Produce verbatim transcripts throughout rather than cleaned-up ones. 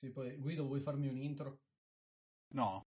Sì, poi Guido, vuoi farmi un intro? No.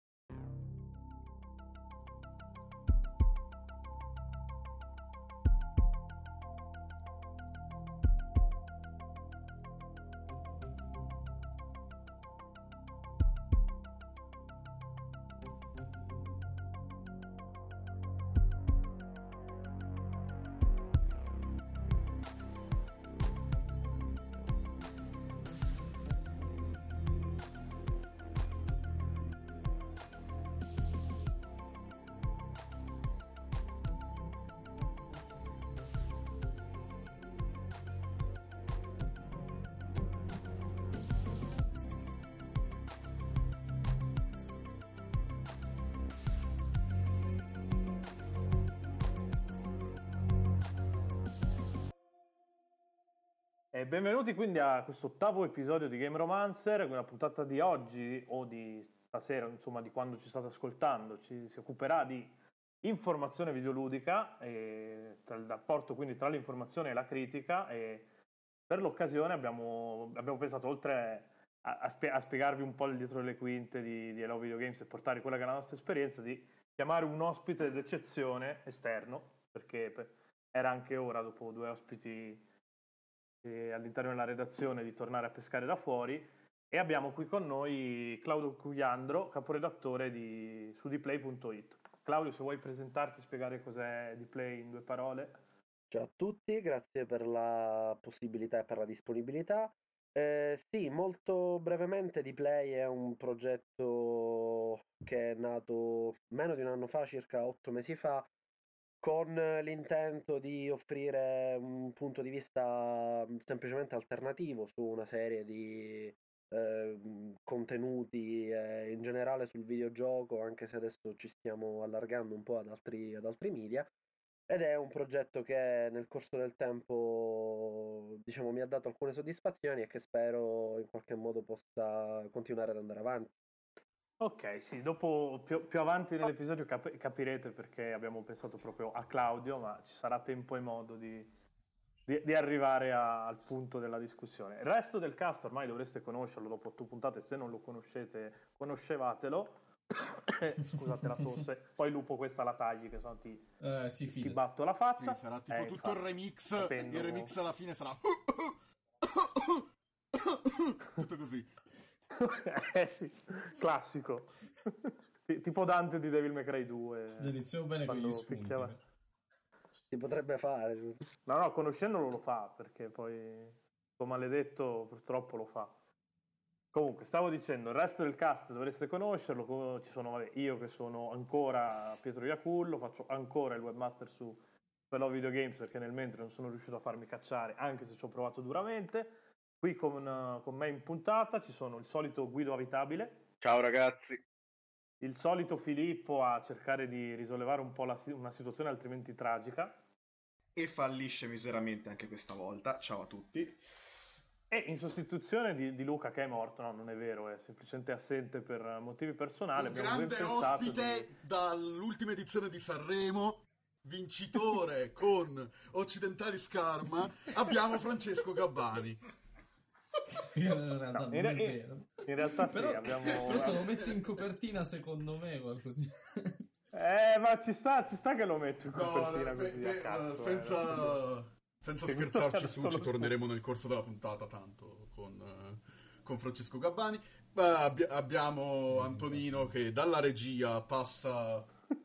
E benvenuti quindi a questo ottavo episodio di Game Romancer, una puntata di oggi o di stasera, insomma di quando ci state ascoltando, ci si occuperà di informazione videoludica, e tra il rapporto quindi tra l'informazione e la critica, e per l'occasione abbiamo, abbiamo pensato, oltre a, a, spie- a spiegarvi un po' il dietro le quinte di, di Hello Video Games e portare quella che è la nostra esperienza, di chiamare un ospite d'eccezione esterno, perché per, era anche ora, dopo due ospiti all'interno della redazione, di tornare a pescare da fuori. E abbiamo qui con noi Claudio Cugliandro, caporedattore di su Dplay punto it. Claudio, se vuoi presentarti, spiegare cos'è Dplay in due parole. Ciao a tutti, grazie per la possibilità e per la disponibilità. Eh, sì, molto brevemente, Dplay è un progetto che è nato meno di un anno fa, circa otto mesi fa, con l'intento di offrire un punto di vista semplicemente alternativo su una serie di eh, contenuti eh, in generale sul videogioco, anche se adesso ci stiamo allargando un po' ad altri, ad altri media. Ed è un progetto che nel corso del tempo, diciamo, mi ha dato alcune soddisfazioni e che spero in qualche modo possa continuare ad andare avanti. Ok, sì, dopo più, più avanti nell'episodio cap- capirete perché abbiamo pensato proprio a Claudio, ma ci sarà tempo e modo di, di, di arrivare a, al punto della discussione. Il resto del cast ormai dovreste conoscerlo dopo otto puntate, se non lo conoscete, conoscevatelo. Scusate la tosse, poi Lupo questa la tagli, che sennò ti, Eh, sì, ti fidati. batto la faccia. Sì, sarà tipo Eh, tutto il infatti, remix, sapendo- il remix alla fine sarà tutto così. Eh sì, classico. Ti- tipo Dante di Devil May Cry due. Iniziamo bene con gli quando spunti. picchiava- Si potrebbe fare. No, no, conoscendolo lo fa, perché poi suo maledetto purtroppo lo fa. Comunque, stavo dicendo, il resto del cast dovreste conoscerlo. co- Ci sono, vabbè, io che sono ancora Pietro Iacullo, faccio ancora il webmaster su Hello Video Games, perché nel mentre non sono riuscito a farmi cacciare, anche se ci ho provato duramente. Qui con, con me in puntata ci sono il solito Guido Avitabile, Ciao ragazzi. il solito Filippo a cercare di risollevare un po' la si- una situazione altrimenti tragica, E fallisce miseramente anche questa volta. Ciao a tutti. e in sostituzione di, di Luca, che è morto. No, non è vero, è semplicemente assente per motivi personali. Un Abbiamo ben grande pensato ospite di- dall'ultima edizione di Sanremo, vincitore con Occidentali Scarma, abbiamo Francesco Gabbani. In realtà No, non in, è in- vero. in realtà sì, Però, abbiamo... però se lo metti in copertina, secondo me, qualcosì. Eh, ma ci sta, ci sta che lo metto in No, copertina beh, così beh, a cazzo. senza, eh. senza Che scherzarci guarda, su, solo ci tu. torneremo nel corso della puntata tanto con, eh, con Francesco Gabbani. Beh, abbi- abbiamo Antonino che dalla regia passa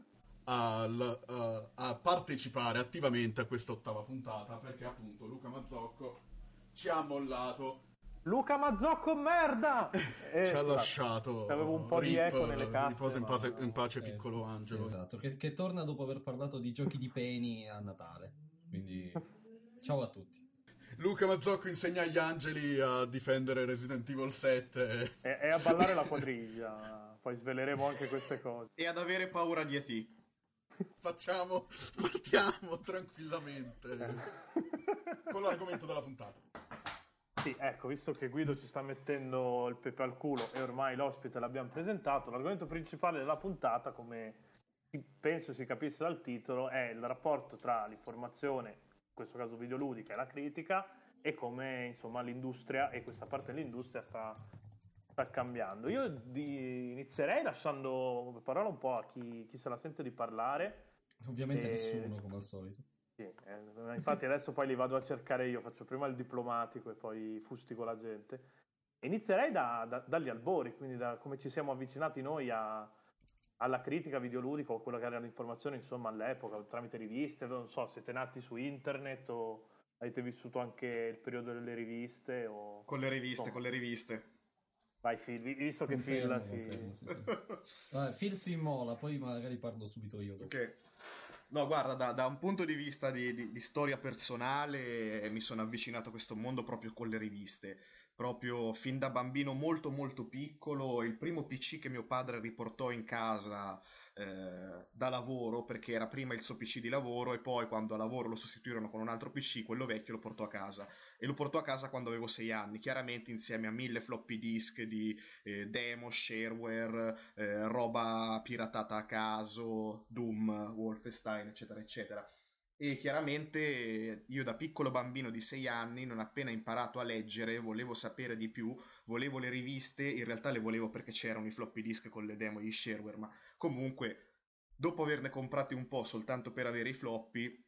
al- a, a partecipare attivamente a questa ottava puntata, perché appunto Luca Mazzocco ci ha mollato, Luca Mazzocco, merda! Eh, ci ha esatto. lasciato. Avevo un po' di Rip, eco nelle casse, riposa in ma- pace, in pace Eh, piccolo sì, angelo. sì, esatto, che, che torna dopo aver parlato di giochi di peni a Natale. Quindi, ciao a tutti. Luca Mazzocco insegna agli angeli a difendere Resident Evil sette. E, e a ballare la quadriglia. Poi sveleremo anche queste cose. E ad avere paura di E T. Facciamo, partiamo tranquillamente con l'argomento della puntata. Sì, ecco, visto che Guido ci sta mettendo il pepe al culo e ormai l'ospite l'abbiamo presentato, l'argomento principale della puntata, come penso si capisse dal titolo, è il rapporto tra l'informazione, in questo caso videoludica, e la critica, e come insomma l'industria e questa parte dell'industria sta sta cambiando. Io di... inizierei lasciando la parola un po' a chi, chi se la sente di parlare. Ovviamente E... nessuno, come al solito. Sì, eh, infatti adesso poi li vado a cercare io, faccio prima il diplomatico e poi fustigo la gente. Inizierei da, da, dagli albori, quindi da come ci siamo avvicinati noi a, alla critica videoludica o quello che era l'informazione, insomma, all'epoca, tramite riviste, non so, siete nati su internet o avete vissuto anche il periodo delle riviste o... Con le riviste, insomma. con le riviste. Vai Phil, visto che Confermo, Phil si... confermo, sì, sì. Vabbè, Phil si immola, poi magari parlo subito io dopo. Ok. No, guarda, da, da un punto di vista di, di- di storia personale, eh, mi sono avvicinato a questo mondo proprio con le riviste. Proprio fin da bambino molto molto piccolo, il primo P C che mio padre riportò in casa eh, da lavoro, perché era prima il suo P C di lavoro e poi quando a lavoro lo sostituirono con un altro P C, quello vecchio lo portò a casa. E lo portò a casa quando avevo sei anni, chiaramente insieme a mille floppy disk di eh, demo, shareware, eh, roba piratata a caso, Doom, Wolfenstein, eccetera, eccetera. E chiaramente io da piccolo bambino di sei anni, non appena imparato a leggere, volevo sapere di più, volevo le riviste, in realtà le volevo perché c'erano i floppy disk con le demo e gli shareware, ma comunque, dopo averne comprati un po' soltanto per avere i floppy,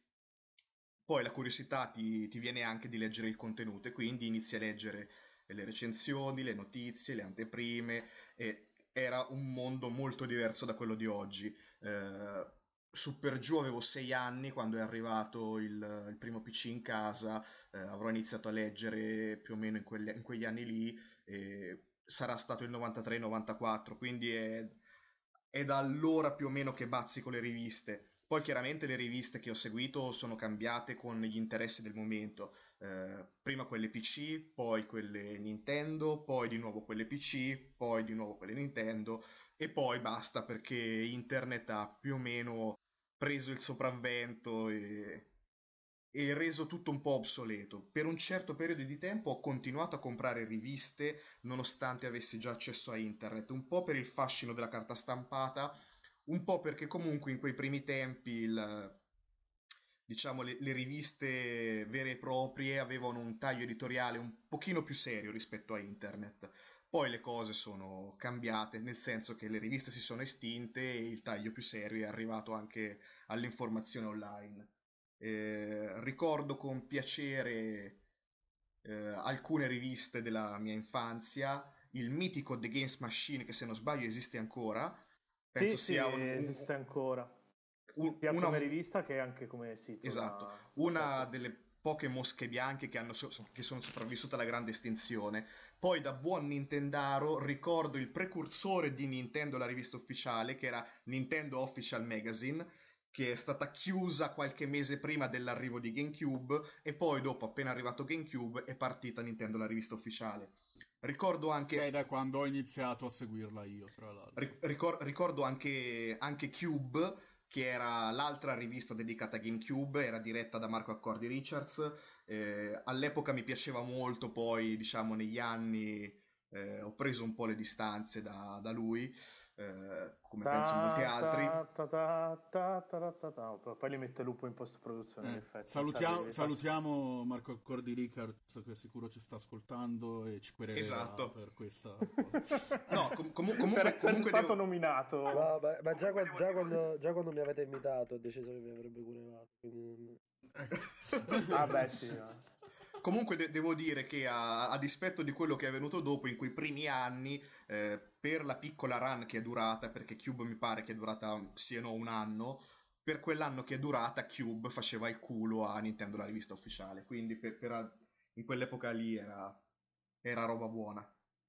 poi la curiosità ti, ti viene anche di leggere il contenuto e quindi inizi a leggere le recensioni, le notizie, le anteprime e era un mondo molto diverso da quello di oggi. Eh, su per giù avevo sei anni quando è arrivato il, il primo P C in casa, eh, avrò iniziato a leggere più o meno in, quegli in quegli anni lì, e sarà stato il novantatré novantaquattro, quindi è, è da allora più o meno che bazzico le riviste. Poi chiaramente le riviste che ho seguito sono cambiate con gli interessi del momento. Eh, prima quelle P C, poi quelle Nintendo, poi di nuovo quelle P C, poi di nuovo quelle Nintendo e poi basta perché internet ha più o meno preso il sopravvento e, e reso tutto un po' obsoleto. Per un certo periodo di tempo ho continuato a comprare riviste nonostante avessi già accesso a internet, un po' per il fascino della carta stampata, un po' perché comunque in quei primi tempi il, diciamo, le, le riviste vere e proprie avevano un taglio editoriale un pochino più serio rispetto a internet. Poi le cose sono cambiate, nel senso che le riviste si sono estinte e il taglio più serio è arrivato anche all'informazione online. Eh, ricordo con piacere eh, alcune riviste della mia infanzia, il mitico The Games Machine, che se non sbaglio esiste ancora, penso Sì, sì, sia un, un- esiste ancora. un- Sia una, come rivista che anche come sito. esatto, Da... una delle poche mosche bianche che, hanno so- che sono sopravvissute alla grande estinzione. Poi da buon Nintendaro ricordo il precursore di Nintendo, la rivista ufficiale, che era Nintendo Official Magazine, che è stata chiusa qualche mese prima dell'arrivo di GameCube e poi dopo, appena arrivato GameCube, è partita Nintendo, la rivista ufficiale. Ricordo anche... Che è da quando ho iniziato a seguirla io, tra l'altro. Ri- ricor- ricordo anche, anche Cube, che era l'altra rivista dedicata a GameCube, era diretta da Marco Accordi Richards. Eh, all'epoca mi piaceva molto, poi diciamo negli anni eh, ho preso un po' le distanze da, da lui, eh, come penso molti Ta, altri. ta, ta, ta, ta, ta, ta, ta. Poi li mette lupo in post-produzione, in Eh, effetti. salutiamo, Sai, salutiamo Marco Cordi Riccards, che sicuro ci sta ascoltando e ci querelerà Esatto. per questa cosa. No, com- comu- per comunque, essere comunque stato devo- nominato. No, ma, ma già, qua- già quando, già quando mi avete invitato ho deciso che mi avrebbe querelato. Quindi... Ah beh sì, no. Comunque de- devo dire che a-, a dispetto di quello che è venuto dopo, in quei primi anni, eh, per la piccola run che è durata, perché Cube mi pare che è durata sì e no un anno, per quell'anno che è durata Cube faceva il culo a Nintendo, la rivista ufficiale, quindi per, per a- in quell'epoca lì era, era roba buona.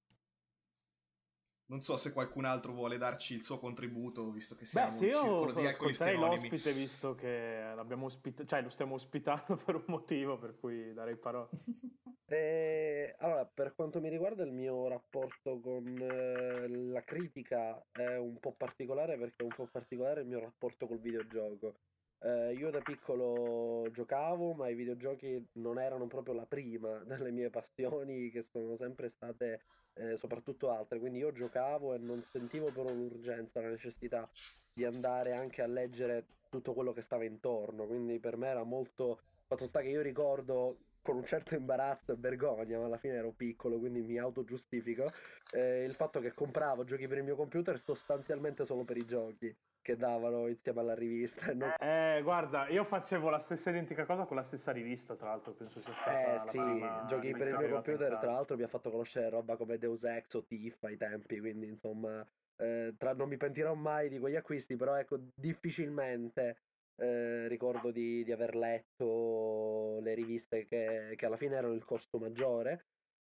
Non so se qualcun altro vuole darci il suo contributo, visto che Beh, siamo se un circolo io di alcolisti ascolterei anonimi. l'ospite, visto che l'abbiamo ospitato, cioè lo stiamo ospitando per un motivo, per cui darei parola. E, allora, per quanto mi riguarda, il mio rapporto con eh, la critica è un po' particolare perché è un po' particolare il mio rapporto col videogioco. Eh, io da piccolo giocavo, ma i videogiochi non erano proprio la prima delle mie passioni, che sono sempre state eh, soprattutto altre. Quindi io giocavo e non sentivo però l'urgenza, la necessità di andare anche a leggere tutto quello che stava intorno. Quindi per me era molto... Fatto sta che io ricordo con un certo imbarazzo e vergogna, ma alla fine ero piccolo, quindi mi autogiustifico, eh, il fatto che compravo giochi per il mio computer sostanzialmente solo per i giochi che davano insieme alla rivista. Non... Eh, guarda, io facevo la stessa identica cosa con la stessa rivista, tra l'altro penso sia stata Eh la sì, prima giochi per il rivista mio arrivata in computer, tra casa. l'altro mi ha fatto conoscere roba come Deus Ex o Thief ai tempi, quindi insomma, eh, tra- non mi pentirò mai di quegli acquisti, però ecco, difficilmente eh, ricordo di, di aver letto le riviste che, che alla fine erano il costo maggiore.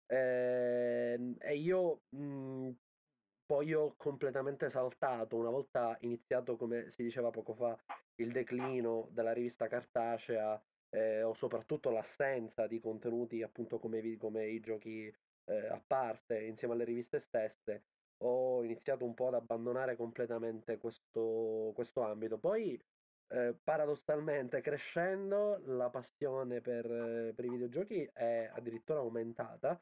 Eh, e io mh, poi ho completamente saltato, una volta iniziato, come si diceva poco fa, il declino della rivista cartacea, eh, o soprattutto l'assenza di contenuti appunto come, vi- come i giochi eh, a parte insieme alle riviste stesse, ho iniziato un po' ad abbandonare completamente questo, questo ambito. Poi eh, paradossalmente crescendo la passione per, eh, per i videogiochi è addirittura aumentata.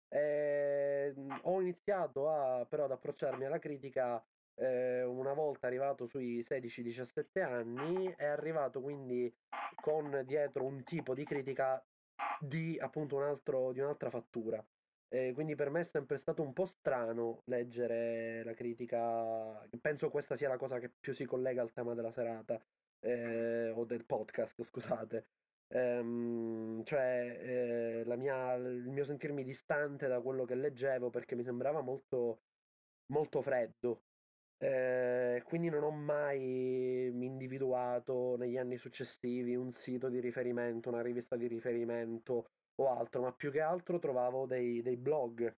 E, mh, ho iniziato a, però ad approcciarmi alla critica eh, una volta arrivato sui sedici diciassette anni, è arrivato quindi con dietro un tipo di critica di appunto un altro, di un'altra fattura. Eh, quindi per me è sempre stato un po' strano leggere la critica, penso questa sia la cosa che più si collega al tema della serata, eh, o del podcast, scusate. Ehm, cioè, eh, la mia, il mio sentirmi distante da quello che leggevo perché mi sembrava molto, molto freddo. Eh, quindi non ho mai individuato negli anni successivi un sito di riferimento, una rivista di riferimento o altro, ma più che altro trovavo dei, dei blog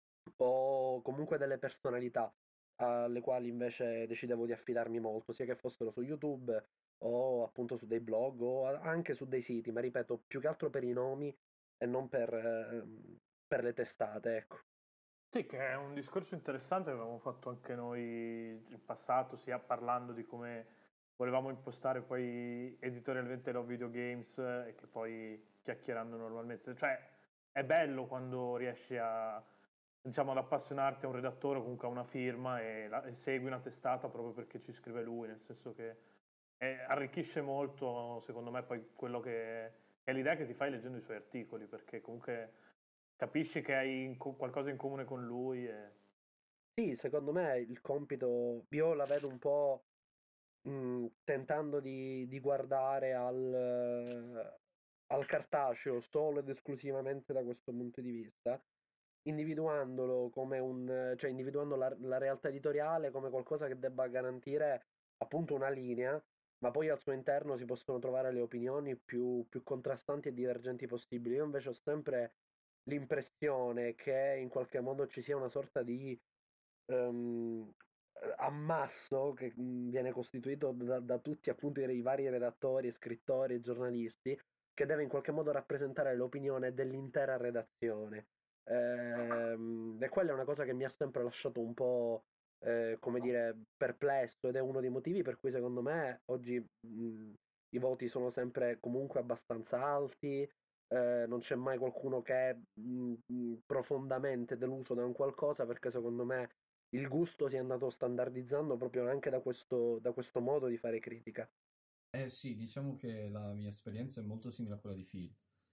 o comunque delle personalità alle quali invece decidevo di affidarmi molto, sia che fossero su YouTube o appunto su dei blog o a- anche su dei siti, ma ripeto, più che altro per i nomi e non per, ehm, per le testate, ecco. Sì, che è un discorso interessante che avevamo fatto anche noi in passato, sia parlando di come volevamo impostare poi editorialmente Love Video Games eh, e che poi chiacchierando normalmente. Cioè, è bello quando riesci a, diciamo, ad appassionarti a un redattore o comunque a una firma e, la- e segui una testata proprio perché ci scrive lui, nel senso che eh, arricchisce molto, secondo me, poi quello che è l'idea che ti fai leggendo i suoi articoli, perché comunque capisci che hai in co- qualcosa in comune con lui e... Sì, secondo me il compito, io la vedo un po' mh, tentando di, di guardare al, eh, al cartaceo solo ed esclusivamente da questo punto di vista, individuandolo come un, cioè individuando la, la realtà editoriale come qualcosa che debba garantire appunto una linea, ma poi al suo interno si possono trovare le opinioni più, più contrastanti e divergenti possibili. Io invece ho sempre l'impressione che in qualche modo ci sia una sorta di ehm, ammasso che mh, viene costituito da, da tutti appunto i, i vari redattori, scrittori e giornalisti, che deve in qualche modo rappresentare l'opinione dell'intera redazione. Ehm, e quella è una cosa che mi ha sempre lasciato un po', eh, come dire, perplesso, ed è uno dei motivi per cui secondo me oggi mh, i voti sono sempre comunque abbastanza alti. Eh, non c'è mai qualcuno che è mh, mh, profondamente deluso da un qualcosa, perché secondo me il gusto si è andato standardizzando proprio anche da questo, da questo modo di fare critica. Eh sì, diciamo che la mia esperienza è molto simile a quella di Phil,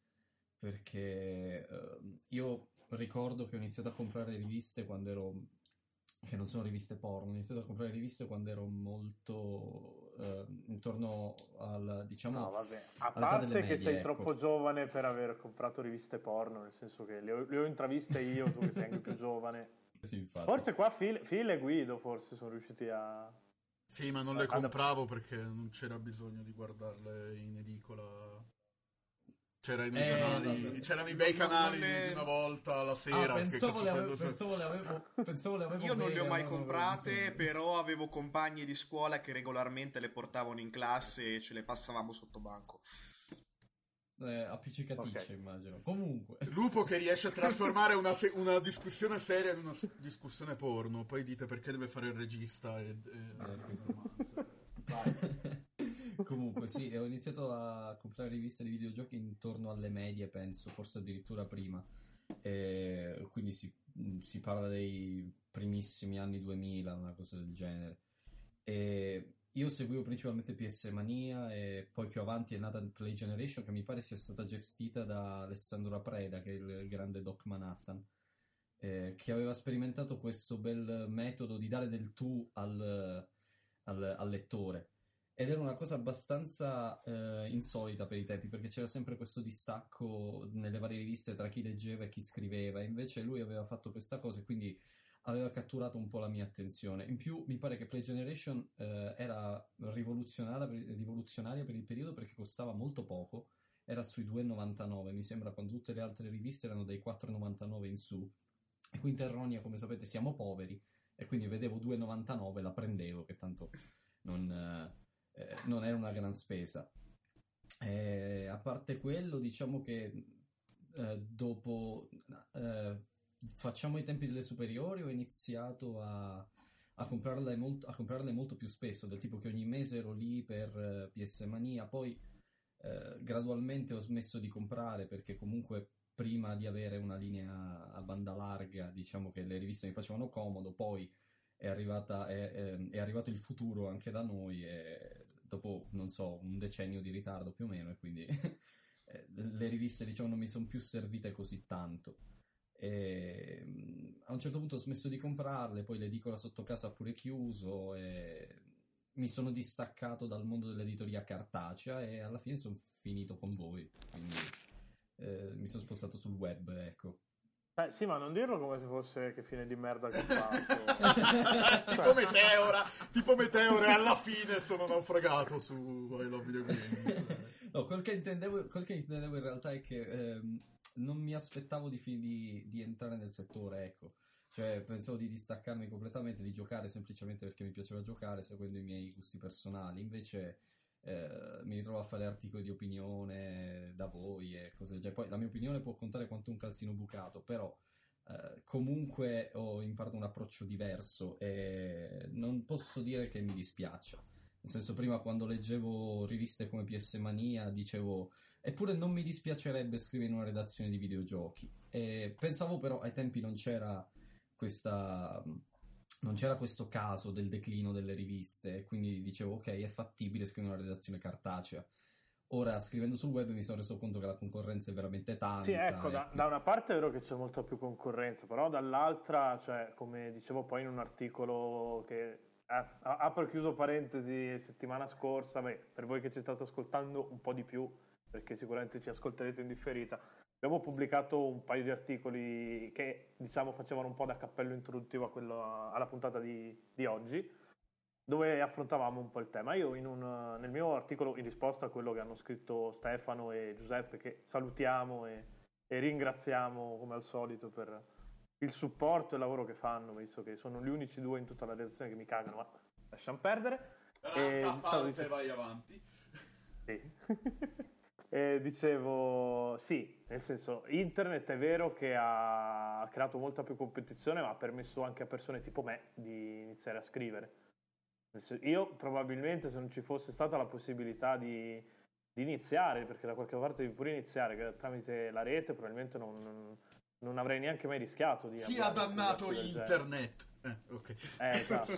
perché ehm, io ricordo che ho iniziato a comprare riviste quando ero, che non sono riviste porno, ho iniziato a comprare riviste quando ero molto eh, intorno al, No, diciamo, vabbè, a all'età delle parte che medie, sei ecco. troppo giovane per aver comprato riviste porno, nel senso che le ho, le ho intraviste io, tu che sei anche più giovane. Sì, infatti. Forse qua Phil, Phil e Guido forse sono riusciti a... Sì, ma non le ad- compravo perché non c'era bisogno di guardarle in edicola. C'era nei Eh, canali, vabbè. c'erano i Non, bei non- non canali le... di una volta la Ah, sera. Che pensavo cazzo le stai avevo, andando- pensavo le avevo, pensavo le avevo Io non le ho vere, mai allora non avevo comprate, bisogno. però avevo compagni di scuola che regolarmente le portavano in classe e ce le passavamo sotto banco. Eh, appiccicaticce, Ok. immagino. Comunque. Lupo che riesce a trasformare una, se- una discussione seria in una s- discussione porno. Poi dite perché deve fare il regista e... e- Eh, Comunque sì, ho iniziato a comprare riviste di videogiochi intorno alle medie, penso, forse addirittura prima. E quindi si, si parla dei primissimi anni duemila, una cosa del genere. E io seguivo principalmente P S Mania e poi più avanti è nata Play Generation, che mi pare sia stata gestita da Alessandro Apreda, che è il grande Doc Manhattan, eh, che aveva sperimentato questo bel metodo di dare del tu al, al, al lettore. Ed era una cosa abbastanza eh, insolita per i tempi, perché c'era sempre questo distacco nelle varie riviste tra chi leggeva e chi scriveva, e invece lui aveva fatto questa cosa e quindi aveva catturato un po' la mia attenzione. In più mi pare che Play Generation eh, era rivoluzionaria, rivoluzionaria per il periodo, perché costava molto poco, era sui due e novantanove mi sembra, quando tutte le altre riviste erano dai quattro e novantanove in su, e qui in Terronia, come sapete, siamo poveri, e quindi vedevo due e novantanove, la prendevo, che tanto non... Eh, Eh, non era una gran spesa. Eh, a parte quello, diciamo che eh, dopo eh, facciamo i tempi delle superiori, ho iniziato a, a, comprarle molto, a comprarle molto più spesso, del tipo che ogni mese ero lì per eh, P S Mania. Poi eh, gradualmente ho smesso di comprare, perché comunque prima di avere una linea a banda larga, diciamo che le riviste mi facevano comodo. Poi è arrivata, è, è, è arrivato il futuro anche da noi, e dopo, non so, un decennio di ritardo più o meno, e quindi le riviste, diciamo, non mi sono più servite così tanto. E a un certo punto ho smesso di comprarle, poi l'edicola sotto casa ha pure chiuso, e mi sono distaccato dal mondo dell'editoria cartacea, e alla fine sono finito con voi, quindi eh, mi sono spostato sul web, ecco. Eh, sì, ma non dirlo come se fosse che fine di merda che ho fatto. tipo Meteora, tipo Meteora, e alla fine sono naufragato su I Love Video Games. No, quel che intendevo, quel che intendevo in realtà è che ehm, non mi aspettavo di, di, di entrare nel settore, ecco. Cioè, pensavo di distaccarmi completamente, di giocare semplicemente perché mi piaceva giocare, seguendo i miei gusti personali. Invece eh, mi ritrovo a fare articoli di opinione da voi e cose del genere. Poi la mia opinione può contare quanto un calzino bucato, però eh, comunque ho imparato un approccio diverso e non posso dire che mi dispiaccia. Nel senso, prima quando leggevo riviste come P S Mania dicevo, eppure non mi dispiacerebbe scrivere in una redazione di videogiochi. E pensavo però, ai tempi non c'era questa... non c'era questo caso del declino delle riviste, quindi dicevo, ok, è fattibile scrivere una redazione cartacea. Ora, scrivendo sul web, mi sono reso conto che la concorrenza è veramente tanta. Sì, ecco, da, da una parte è vero che c'è molta più concorrenza, però dall'altra, cioè, come dicevo poi in un articolo che ah, apro e chiuso parentesi settimana scorsa, beh, per voi che ci state ascoltando un po' di più, perché sicuramente ci ascolterete in differita, abbiamo pubblicato un paio di articoli che, diciamo, facevano un po' da cappello introduttivo a quello, alla puntata di, di oggi, dove affrontavamo un po' il tema. Io in un, nel mio articolo, in risposta a quello che hanno scritto Stefano e Giuseppe, che salutiamo e, e ringraziamo come al solito per il supporto e il lavoro che fanno, visto che sono gli unici due in tutta la redazione che mi cagano, ma lasciamo perdere. D'altra parte dice... vai avanti. Sì. E dicevo, sì, nel senso, internet è vero che ha creato molta più competizione, ma ha permesso anche a persone tipo me di iniziare a scrivere. Io probabilmente, se non ci fosse stata la possibilità di, di iniziare, perché da qualche parte devi pure iniziare, che tramite la rete probabilmente non, non, non avrei neanche mai rischiato di... Sia dannato internet! Eh, ok. Eh, esatto.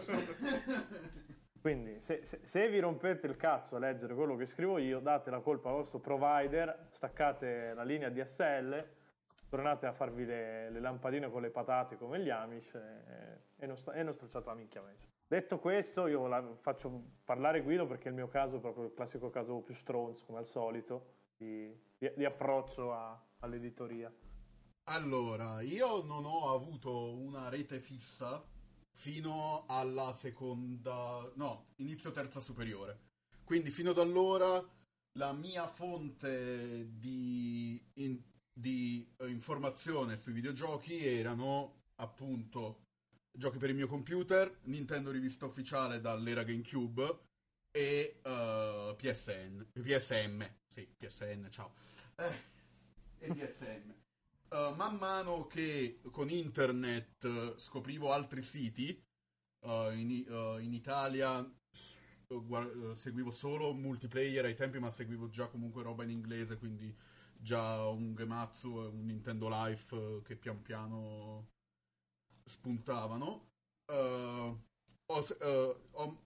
Quindi se, se, se vi rompete il cazzo a leggere quello che scrivo io, date la colpa al vostro provider, staccate la linea D S L, tornate a farvi le, le lampadine con le patate come gli Amish e, e non, sta, e non stracciate la minchia meglio. Detto questo, io la faccio parlare Guido, perché il mio caso è proprio il classico caso più stronzo, come al solito, di, di, di approccio a, all'editoria. Allora, io non ho avuto una rete fissa fino alla seconda, no, inizio terza superiore. Quindi fino ad allora la mia fonte di, in, di uh, informazione sui videogiochi erano appunto giochi per il mio computer, Nintendo Rivista Ufficiale dall'era GameCube e uh, P S N, P S M, sì, P S N, ciao, eh, e P S M. Uh, man mano che con internet uh, scoprivo altri siti, uh, in, uh, in Italia uh, guard- uh, seguivo solo multiplayer ai tempi, ma seguivo già comunque roba in inglese, quindi già un Gematsu e un Nintendo Life uh, che pian piano spuntavano. Uh, ho, uh, ho,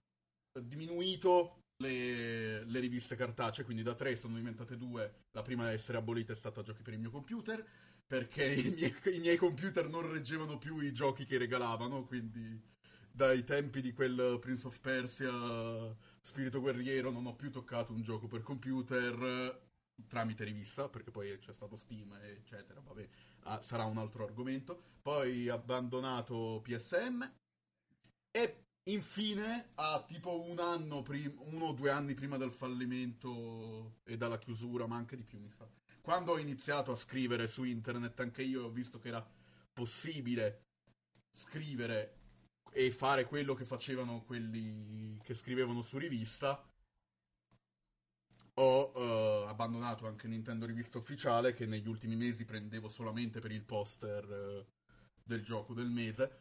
diminuito le, le riviste cartacee, quindi da tre sono diventate due. La prima a essere abolita è stata Giochi per il mio computer, perché i miei, i miei computer non reggevano più i giochi che regalavano, quindi dai tempi di quel Prince of Persia Spirito Guerriero non ho più toccato un gioco per computer eh, tramite rivista, perché poi c'è stato Steam eccetera, vabbè, ah, sarà un altro argomento. Poi abbandonato P S M e infine a tipo un anno prim- uno o due anni prima del fallimento e dalla chiusura, ma anche di più mi sa, quando ho iniziato a scrivere su internet anche io, ho visto che era possibile scrivere e fare quello che facevano quelli che scrivevano su rivista, ho uh, abbandonato anche Nintendo Rivista Ufficiale, che negli ultimi mesi prendevo solamente per il poster uh, del gioco del mese,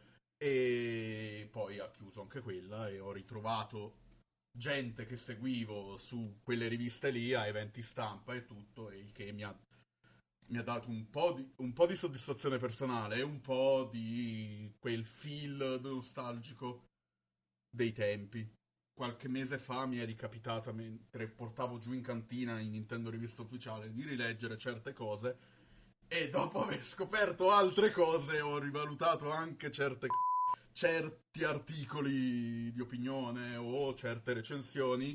e poi ha chiuso anche quella e ho ritrovato gente che seguivo su quelle riviste lì a eventi stampa e tutto, e il che mi ha mi ha dato un po' di, un po' di soddisfazione personale e un po' di quel feel nostalgico dei tempi. Qualche mese fa mi è ricapitata, mentre portavo giù in cantina in Nintendo Rivista Ufficiale, di rileggere certe cose, e dopo aver scoperto altre cose ho rivalutato anche certe certi articoli di opinione o certe recensioni.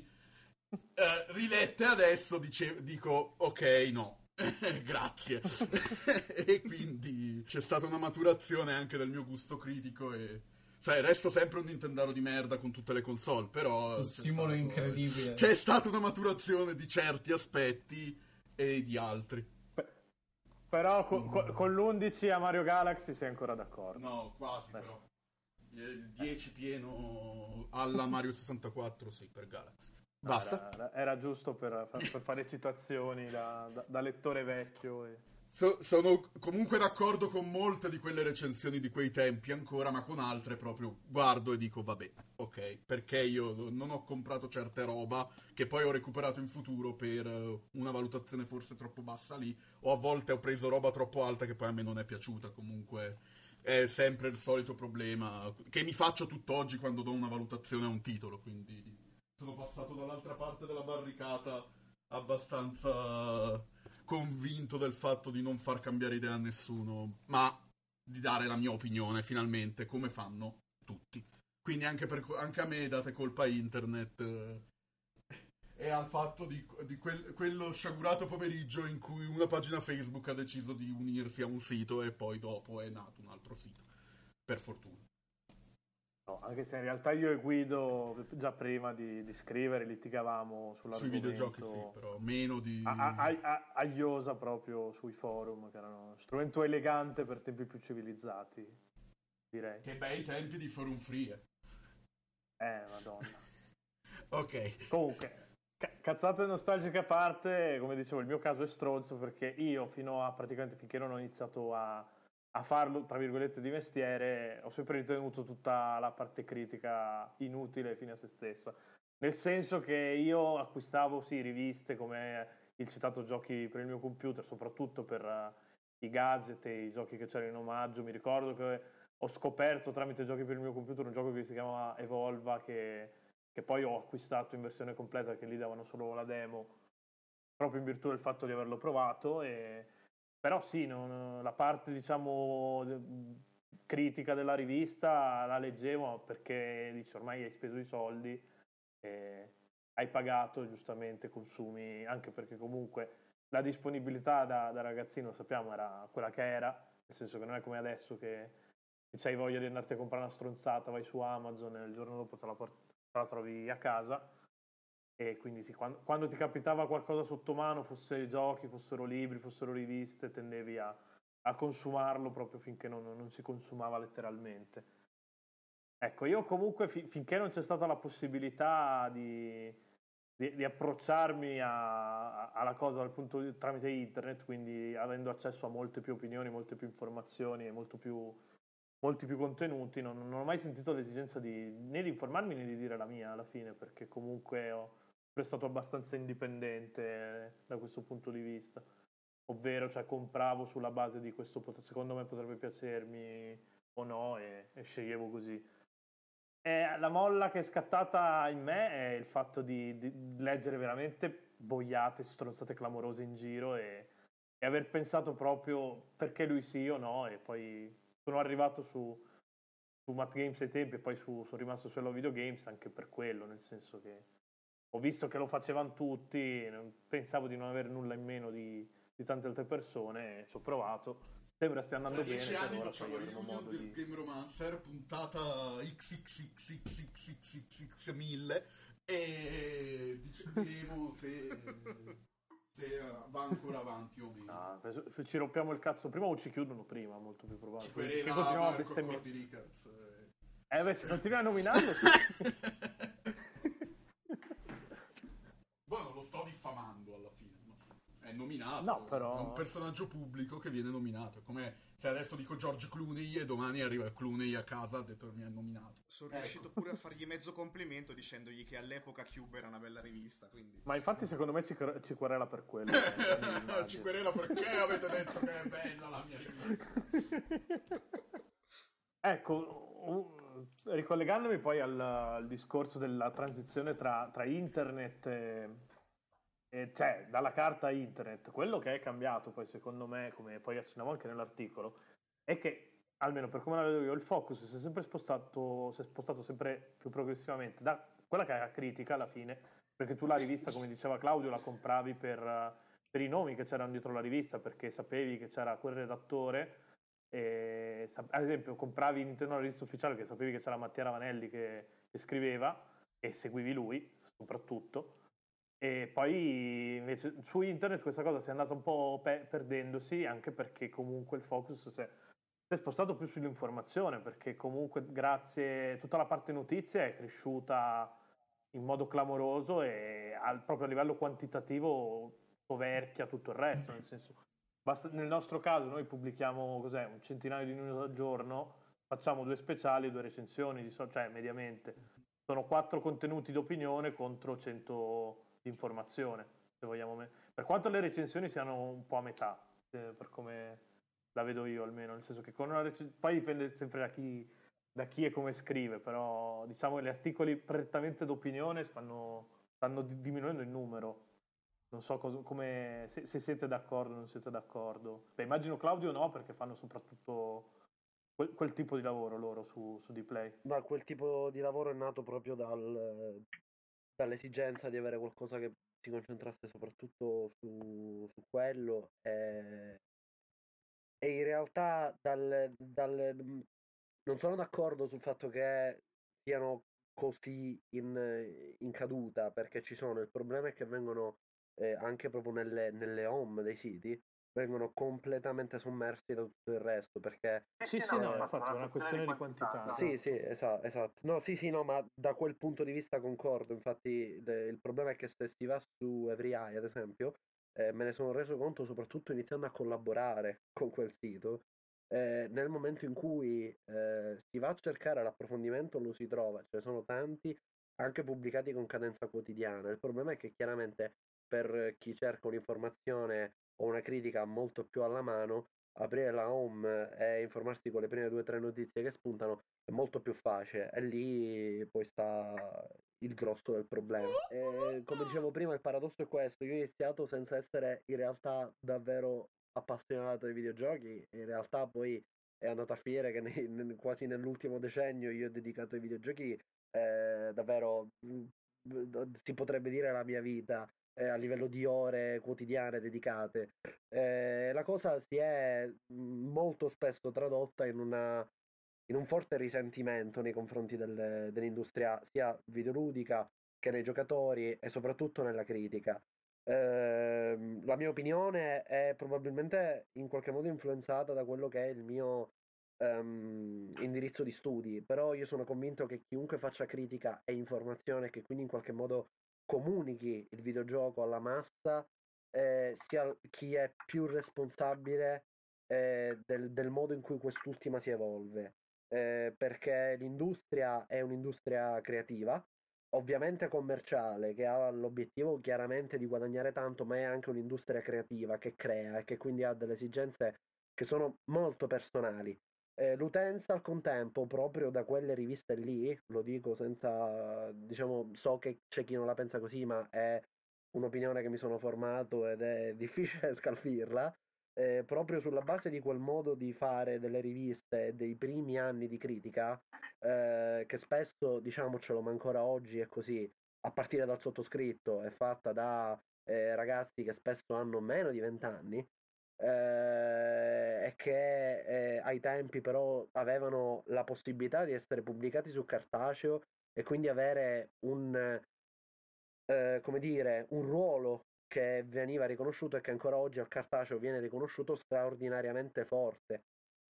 Eh, rilette adesso dice, dico ok, no. Grazie. E quindi c'è stata una maturazione anche del mio gusto critico e cioè resto sempre un Nintendaro di merda con tutte le console, però un simbolo stato... incredibile. C'è stata una maturazione di certi aspetti e di altri. Però con, con, con l'undici a Mario Galaxy sei ancora d'accordo? No, quasi eh. Però il dieci pieno alla Mario sessantaquattro, sì, per Galaxy. Basta. Era, era giusto per, per fare citazioni da, da, da lettore vecchio. E... So, sono comunque d'accordo con molte di quelle recensioni di quei tempi ancora, ma con altre proprio guardo e dico vabbè, ok, perché io non ho comprato certe roba che poi ho recuperato in futuro per una valutazione forse troppo bassa lì, o a volte ho preso roba troppo alta che poi a me non è piaciuta. Comunque è sempre il solito problema che mi faccio tutt'oggi quando do una valutazione a un titolo, quindi... sono passato dall'altra parte della barricata abbastanza convinto del fatto di non far cambiare idea a nessuno, ma di dare la mia opinione finalmente, come fanno tutti. Quindi anche, per, anche a me date colpa a internet eh, e al fatto di, di quel, quello sciagurato pomeriggio in cui una pagina Facebook ha deciso di unirsi a un sito e poi dopo è nato un altro sito. Per fortuna. No, anche se in realtà io e Guido già prima di, di scrivere litigavamo sull'argomento. Sui videogiochi sì, però meno di... A, a, a, agliosa proprio sui forum, che erano uno strumento elegante per tempi più civilizzati, direi. Che bei tempi di forum free. Eh, madonna. Ok. Comunque, ca- cazzate nostalgiche a parte, come dicevo, il mio caso è stronzo perché io fino a praticamente finché non ho iniziato a... a farlo, tra virgolette, di mestiere, ho sempre ritenuto tutta la parte critica inutile fine a se stessa. Nel senso che io acquistavo, sì, riviste come il citato Giochi per il mio computer, soprattutto per uh, i gadget e i giochi che c'erano in omaggio. Mi ricordo che ho scoperto tramite Giochi per il mio computer un gioco che si chiamava Evolva, che, che poi ho acquistato in versione completa, perché lì davano solo la demo, proprio in virtù del fatto di averlo provato. E... però sì, non, la parte diciamo critica della rivista la leggevo perché dici ormai hai speso i soldi e hai pagato, giustamente consumi, anche perché comunque la disponibilità da, da ragazzino, sappiamo, era quella che era, nel senso che non è come adesso che, che c'hai voglia di andarti a comprare una stronzata, vai su Amazon e il giorno dopo te la, port- te la trovi a casa. E quindi sì, quando, quando ti capitava qualcosa sotto mano, fosse giochi, fossero libri, fossero riviste, tendevi a, a consumarlo proprio finché non, non si consumava letteralmente. Ecco, io comunque fi, finché non c'è stata la possibilità di, di, di approcciarmi a, a, alla cosa dal punto di, tramite internet, quindi avendo accesso a molte più opinioni, molte più informazioni e molto più, molti più contenuti, non, non ho mai sentito l'esigenza di, né di informarmi né di dire la mia alla fine, perché comunque ho sempre stato abbastanza indipendente da questo punto di vista, ovvero cioè compravo sulla base di questo, secondo me potrebbe piacermi o no, e, e sceglievo così. Eh, la molla che è scattata in me è il fatto di, di leggere veramente boiate, stronzate clamorose in giro e, e aver pensato proprio perché lui sì o no, e poi sono arrivato su, su Matt Games ai tempi e poi su, sono rimasto su Hello Video Games anche per quello, nel senso che ho visto che lo facevano tutti, non- pensavo di non avere nulla in meno di, di tante altre persone, e ci ho provato. Sembra stia andando Tra bene, dieci per anni ora facciamo poi la avremo reunion modo del di... Game Romancer, puntata X X X X X X X X mille e dic- diremo se, se va ancora avanti o meno. Ah, penso- se ci rompiamo il cazzo prima o ci chiudono prima, molto più Ci probabile. querela Che continuiamo a Marco bestemmiare. Cordy Rickers. eh. Eh beh, se continui a nominarlo, sì. Boh, non lo sto diffamando alla fine. ma sì, È nominato, No, però- è un personaggio pubblico che viene nominato. È come se adesso dico George Clooney e domani arriva Clooney a casa e ha detto che mi ha nominato. Sono Ecco. riuscito pure a fargli mezzo complimento dicendogli che all'epoca Cube era una bella rivista, quindi... Ma infatti secondo me ci, ci querela per quello. Ci querela perché avete detto che è bella la mia rivista. Ecco, un- ricollegandomi poi al, al discorso della transizione tra, tra internet e, e- cioè dalla carta a internet, quello che è cambiato poi secondo me, come poi accennavo anche nell'articolo, è che almeno per come la vedo io, il focus si è sempre spostato, si è spostato sempre più progressivamente da quella che è la critica alla fine, perché tu la rivista, come diceva Claudio, la compravi per, eh, per i nomi che c'erano dietro la rivista, perché sapevi che c'era quel redattore. E, sa- ad esempio, compravi Nintendo la rivista ufficiale che sapevi che c'era Mattia Ravanelli che, che scriveva e seguivi lui soprattutto. E poi invece su internet questa cosa si è andata un po' pe- perdendosi, anche perché comunque il focus si è, si è spostato più sull'informazione, perché comunque grazie tutta la parte notizie è cresciuta in modo clamoroso e al- proprio a livello quantitativo soverchia tutto il resto, nel senso basta- nel nostro caso noi pubblichiamo cos'è, un centinaio di news al giorno, facciamo due speciali e due recensioni, di so- cioè mediamente. Sono quattro contenuti d'opinione contro cento di informazione, se vogliamo. me- Per quanto le recensioni siano un po' a metà, eh, per come la vedo io almeno, nel senso che con una recensione... Poi dipende sempre da chi, da chi e come scrive, però diciamo che gli articoli prettamente d'opinione stanno, stanno di- diminuendo in numero. Non so cosa- come, se, se siete d'accordo o non siete d'accordo. Beh, immagino Claudio no, perché fanno soprattutto quel, quel tipo di lavoro loro su, su Dplay. Ma quel tipo di lavoro è nato proprio dal, dall'esigenza di avere qualcosa che si concentrasse soprattutto su, su quello e, e in realtà dal, dal- non sono d'accordo sul fatto che siano così in, in caduta, perché ci sono, il problema è che vengono eh, anche proprio nelle, nelle home dei siti, vengono completamente sommersi da tutto il resto, perché Sì, sì, no, eh, infatti è una questione di quantità. sì, Esatto. sì, esatto, esatto. No, sì, sì, no, ma da quel punto di vista concordo. Infatti, le- il problema è che se si va su EveryEye, ad esempio, eh, me ne sono reso conto soprattutto iniziando a collaborare con quel sito. Eh, nel momento in cui eh, si va a cercare l'approfondimento, lo si trova, ce ne sono tanti, anche pubblicati con cadenza quotidiana. Il problema è che chiaramente per chi cerca un'informazione o una critica molto più alla mano, aprire la home e informarsi con le prime due o tre notizie che spuntano è molto più facile e lì poi sta il grosso del problema. E, come dicevo prima, il paradosso è questo: io ho iniziato senza essere in realtà davvero appassionato di videogiochi, in realtà poi è andato a finire che nei- nel- quasi nell'ultimo decennio io ho dedicato ai videogiochi eh, davvero, mh, si potrebbe dire, la mia vita eh, a livello di ore quotidiane dedicate. Eh, la cosa si è mh, molto spesso tradotta in una in un forte risentimento nei confronti del- dell'industria sia videoludica che nei giocatori e soprattutto nella critica. Ehm, la mia opinione è probabilmente in qualche modo influenzata da quello che è il mio ehm, indirizzo di studi, però io sono convinto che chiunque faccia critica e informazione, che quindi in qualche modo comunichi il videogioco alla massa, eh, sia chi è più responsabile eh, del, del modo in cui quest'ultima si evolve. Eh, perché l'industria è un'industria creativa, ovviamente commerciale, che ha l'obiettivo chiaramente di guadagnare tanto, ma è anche un'industria creativa che crea e che quindi ha delle esigenze che sono molto personali. Eh, l'utenza al contempo, proprio da quelle riviste lì, lo dico senza, diciamo, so che c'è chi non la pensa così, ma è un'opinione che mi sono formato ed è difficile scalfirla, eh, proprio sulla base di quel modo di fare delle riviste e dei primi anni di critica, eh, che spesso, diciamocelo, ma ancora oggi è così, a partire dal sottoscritto, è fatta da eh, ragazzi che spesso hanno meno di venti anni, eh, e che eh, ai tempi però avevano la possibilità di essere pubblicati su cartaceo e quindi avere un, eh, come dire, un ruolo che veniva riconosciuto e che ancora oggi al cartaceo viene riconosciuto straordinariamente forte.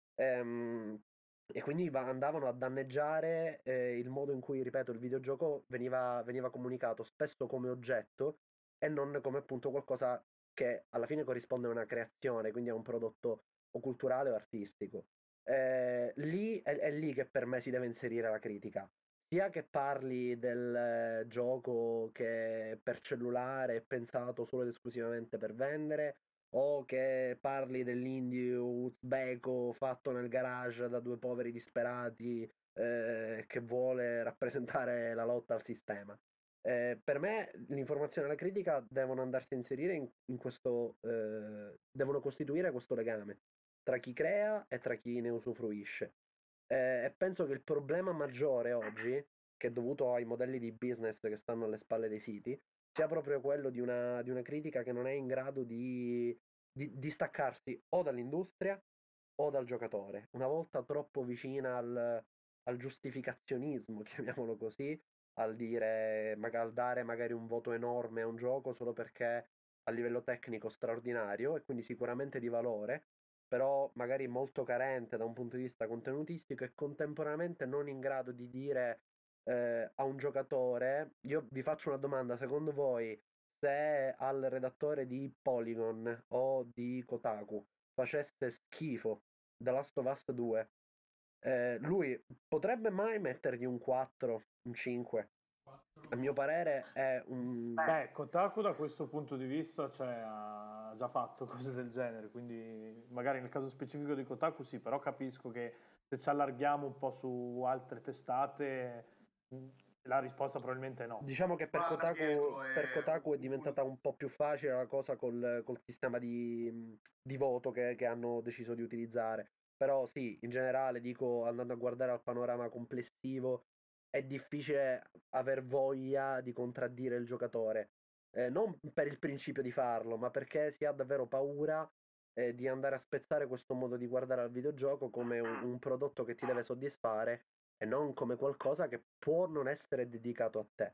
Ehm, e quindi va- andavano a danneggiare eh, il modo in cui, ripeto, il videogioco veniva, veniva comunicato spesso come oggetto e non come appunto qualcosa che alla fine corrisponde a una creazione, quindi a un prodotto o culturale o artistico. Eh, lì è, è lì che per me si deve inserire la critica, sia che parli del eh, gioco che per cellulare è pensato solo ed esclusivamente per vendere, o che parli dell'indie uzbeko fatto nel garage da due poveri disperati eh, che vuole rappresentare la lotta al sistema. Eh, per me l'informazione e la critica devono andarsi a inserire in, in questo, eh, devono costituire questo legame tra chi crea e tra chi ne usufruisce. Eh, e penso che il problema maggiore oggi, che è dovuto ai modelli di business che stanno alle spalle dei siti, sia proprio quello di una, di una critica che non è in grado di, di, di staccarsi o dall'industria o dal giocatore. Una volta troppo vicina al, al giustificazionismo, chiamiamolo così, al dire, maga- al dare magari un voto enorme a un gioco solo perché a livello tecnico straordinario e quindi sicuramente di valore, però magari molto carente da un punto di vista contenutistico e contemporaneamente non in grado di dire eh, a un giocatore, io vi faccio una domanda, secondo voi se al redattore di Polygon o di Kotaku facesse schifo The Last of Us due, eh, lui potrebbe mai mettergli un quattro, un cinque? A mio parere è un... Beh, Kotaku da questo punto di vista cioè, ha già fatto cose del genere, quindi magari nel caso specifico di Kotaku sì, però capisco che se ci allarghiamo un po' su altre testate, mh, la risposta probabilmente è no. Diciamo che per Guarda Kotaku, Pietro, per è Kotaku è un diventata punto. un po' più facile la cosa col, col sistema di, di voto che, che hanno deciso di utilizzare. Però sì, in generale dico, andando a guardare al panorama complessivo, è difficile aver voglia di contraddire il giocatore. Eh, non per il principio di farlo, ma perché si ha davvero paura eh, di andare a spezzare questo modo di guardare al videogioco come un, un prodotto che ti deve soddisfare e non come qualcosa che può non essere dedicato a te.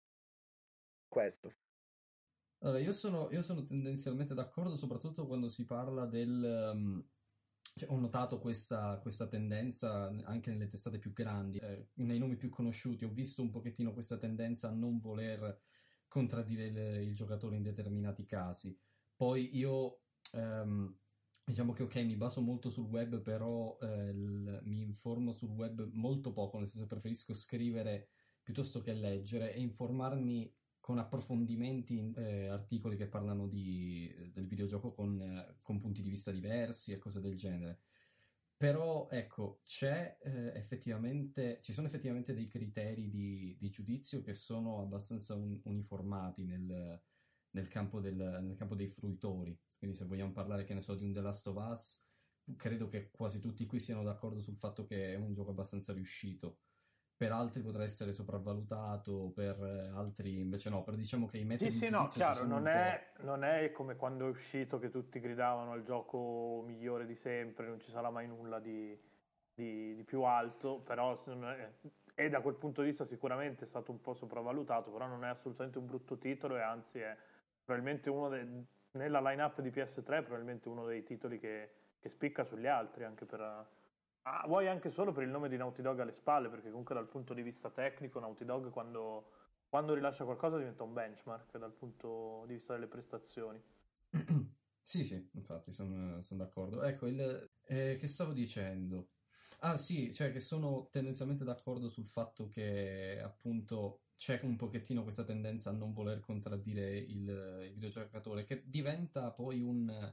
Questo. Allora, io sono, io sono tendenzialmente d'accordo, soprattutto quando si parla del... um, cioè, ho notato questa, questa tendenza anche nelle testate più grandi, eh, nei nomi più conosciuti. Ho visto un pochettino questa tendenza a non voler contraddire il, il giocatore in determinati casi. Poi io, ehm, diciamo che ok, mi baso molto sul web, però eh, il- mi informo sul web molto poco, nel senso preferisco scrivere piuttosto che leggere e informarmi con approfondimenti, in eh, articoli che parlano di, del videogioco con, eh, con punti di vista diversi e cose del genere. Però ecco, c'è eh, effettivamente, ci sono effettivamente dei criteri di, di giudizio che sono abbastanza un- uniformati nel, nel campo del- nel campo dei fruitori. Quindi se vogliamo parlare, che ne so, di un The Last of Us, credo che quasi tutti qui siano d'accordo sul fatto che è un gioco abbastanza riuscito. Per altri potrà essere sopravvalutato, per eh, altri invece no, però diciamo che i Sì, metodi di sì, no, giudizio si chiaro, sono non un po'... è, non è come quando è uscito che tutti gridavano al gioco migliore di sempre, non ci sarà mai nulla di, di- di più alto, però se non è, e da quel punto di vista sicuramente è stato un po' sopravvalutato, però non è assolutamente un brutto titolo e anzi è probabilmente uno dei, nella line-up di P S tre, probabilmente uno dei titoli che, che spicca sugli altri, anche per... Ah, vuoi anche solo per il nome di Naughty Dog alle spalle, perché comunque dal punto di vista tecnico Naughty Dog quando quando rilascia qualcosa diventa un benchmark dal punto di vista delle prestazioni. Sì, sì, infatti sono, sono d'accordo. Ecco, il, eh, che stavo dicendo? Ah sì, cioè che sono tendenzialmente d'accordo sul fatto che appunto c'è un pochettino questa tendenza a non voler contraddire il, il videogiocatore, che diventa poi un,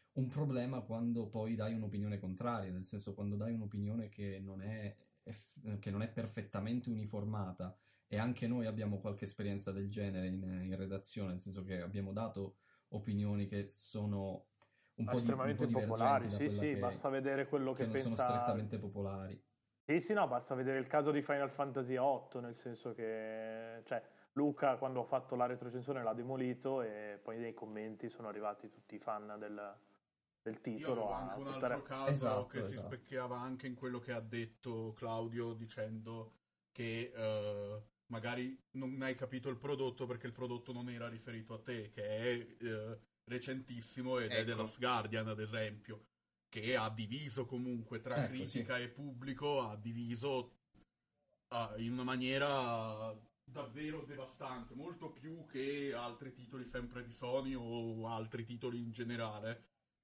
un problema quando poi dai un'opinione contraria, nel senso quando dai un'opinione che non è, eff- che non è perfettamente uniformata, e anche noi abbiamo qualche esperienza del genere in, in redazione, nel senso che abbiamo dato opinioni che sono un po', di- un Estremamente po' impopolari, divergenti da sì, quella sì, che, basta vedere quello che che non sono pensa. strettamente popolari. Sì, sì, no, basta vedere il caso di Final Fantasy otto, nel senso che, cioè, Luca quando ha fatto la retrocensione l'ha demolito e poi nei commenti sono arrivati tutti i fan del, del Io titolo avevo a anche un altro buttare. caso che Esatto, si esatto. specchiava anche in quello che ha detto Claudio, dicendo che eh, magari non hai capito il prodotto perché il prodotto non era riferito a te, che è eh, recentissimo ed è The Ecco. Last Guardian, ad esempio, che ha diviso comunque tra Ecco, sì. critica e pubblico, ha diviso ah, in una maniera davvero devastante, molto più che altri titoli sempre di Sony o altri titoli in generale,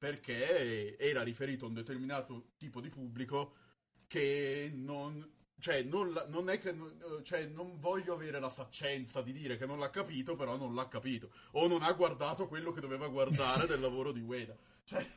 perché era riferito a un determinato tipo di pubblico che non... Cioè, non, la- non è che... non- cioè, non voglio avere la saccenza di dire che non l'ha capito, però non l'ha capito. O non ha guardato quello che doveva guardare del lavoro di Ueda. Cioè,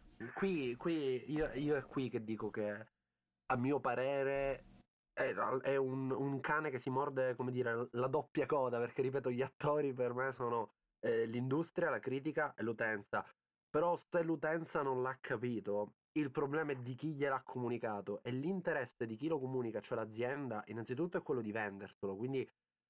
Qui, qui io, io è qui che dico che a mio parere è, è un, un cane che si morde, come dire, la doppia coda, perché ripeto, gli attori per me sono eh, l'industria, la critica e l'utenza. Però se l'utenza non l'ha capito, il problema è di chi gliel'ha comunicato e l'interesse di chi lo comunica, cioè l'azienda, innanzitutto è quello di venderselo, quindi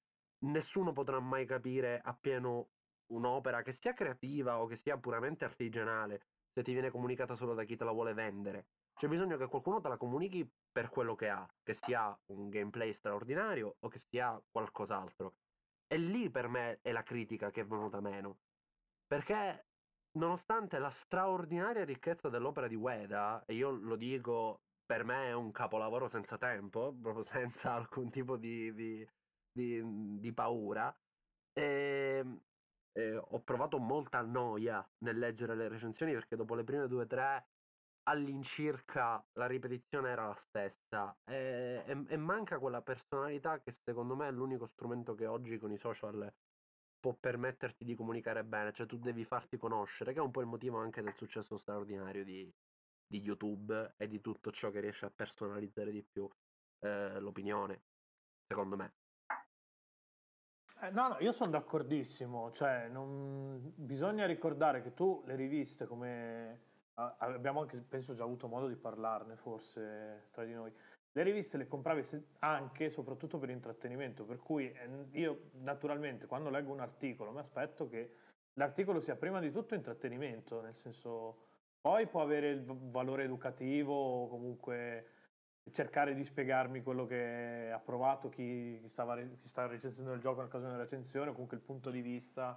nessuno potrà mai capire appieno un'opera che sia creativa o che sia puramente artigianale se ti viene comunicata solo da chi te la vuole vendere. C'è bisogno che qualcuno te la comunichi per quello che ha, che sia un gameplay straordinario o che sia qualcos'altro. E lì per me è la critica che è venuta meno. Perché nonostante la straordinaria ricchezza dell'opera di Ueda, e io lo dico, per me è un capolavoro senza tempo, proprio senza alcun tipo di, di, di, di paura, e, e ho provato molta noia nel leggere le recensioni perché dopo le prime due o tre all'incirca la ripetizione era la stessa e, e- e manca quella personalità che secondo me è l'unico strumento che oggi con i social può permetterti di comunicare bene, cioè tu devi farti conoscere, che è un po' il motivo anche del successo straordinario di, di YouTube e di tutto ciò che riesce a personalizzare di più eh, l'opinione, secondo me. Eh, no, no, io sono d'accordissimo, cioè non... bisogna ricordare che tu le riviste come a- abbiamo anche, penso, già avuto modo di parlarne forse tra di noi, le riviste le compravi se- anche e soprattutto per intrattenimento, per cui eh, io naturalmente quando leggo un articolo mi aspetto che l'articolo sia prima di tutto intrattenimento, nel senso poi può avere il v- valore educativo o comunque cercare di spiegarmi quello che ha provato chi, chi stava, chi stava recensendo il gioco nel caso di una recensione, o comunque il punto di vista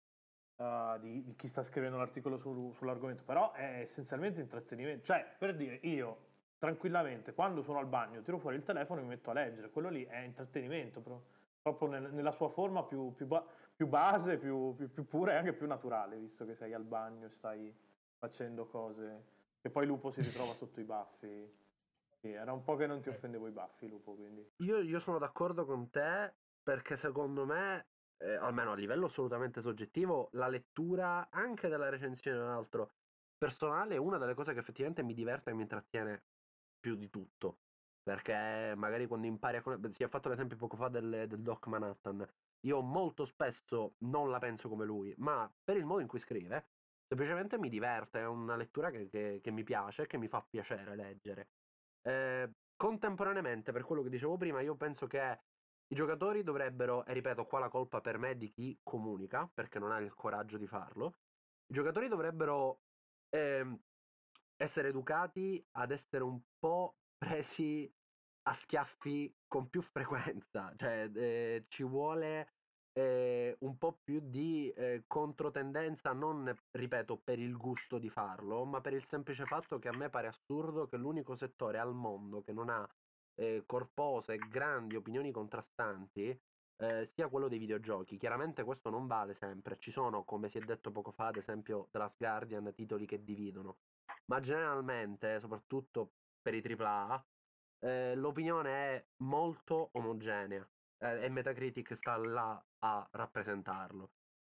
uh, di, di, chi sta scrivendo l'articolo su, sull'argomento, però è essenzialmente intrattenimento. Cioè, per dire, io tranquillamente quando sono al bagno tiro fuori il telefono e mi metto a leggere, quello lì è intrattenimento, pro, proprio nel, nella sua forma più, più, ba- più base, più, più, più pura e anche più naturale, visto che sei al bagno e stai facendo cose che poi Lupo si ritrova sotto i baffi. Sì, era un po' che non ti eh, offendevo i baffi, Lupo, quindi. Io, io sono d'accordo con te perché secondo me, eh, almeno a livello assolutamente soggettivo, la lettura anche della recensione o altro personale è una delle cose che effettivamente mi diverte e mi intrattiene più di tutto. Perché magari quando impari a conoscere, si è fatto l'esempio poco fa del, del Doc Manhattan. Io molto spesso non la penso come lui, ma per il modo in cui scrive, semplicemente mi diverte, è una lettura che, che- che mi piace e che mi fa piacere leggere. Eh, contemporaneamente, per quello che dicevo prima, io penso che i giocatori dovrebbero, e ripeto, qua la colpa per me è di chi comunica, perché non ha il coraggio di farlo, i giocatori dovrebbero ehm, essere educati ad essere un po' presi a schiaffi con più frequenza, cioè eh, ci vuole eh, un po' più di eh, controtendenza, non, ripeto, per il gusto di farlo, ma per il semplice fatto che a me pare assurdo che l'unico settore al mondo che non ha eh, corpose, grandi opinioni contrastanti eh, sia quello dei videogiochi. Chiaramente questo non vale sempre, ci sono, come si è detto poco fa, ad esempio The Last Guardian, titoli che dividono, ma generalmente, soprattutto per i tripla A, eh, l'opinione è molto omogenea eh, e Metacritic sta là a rappresentarlo.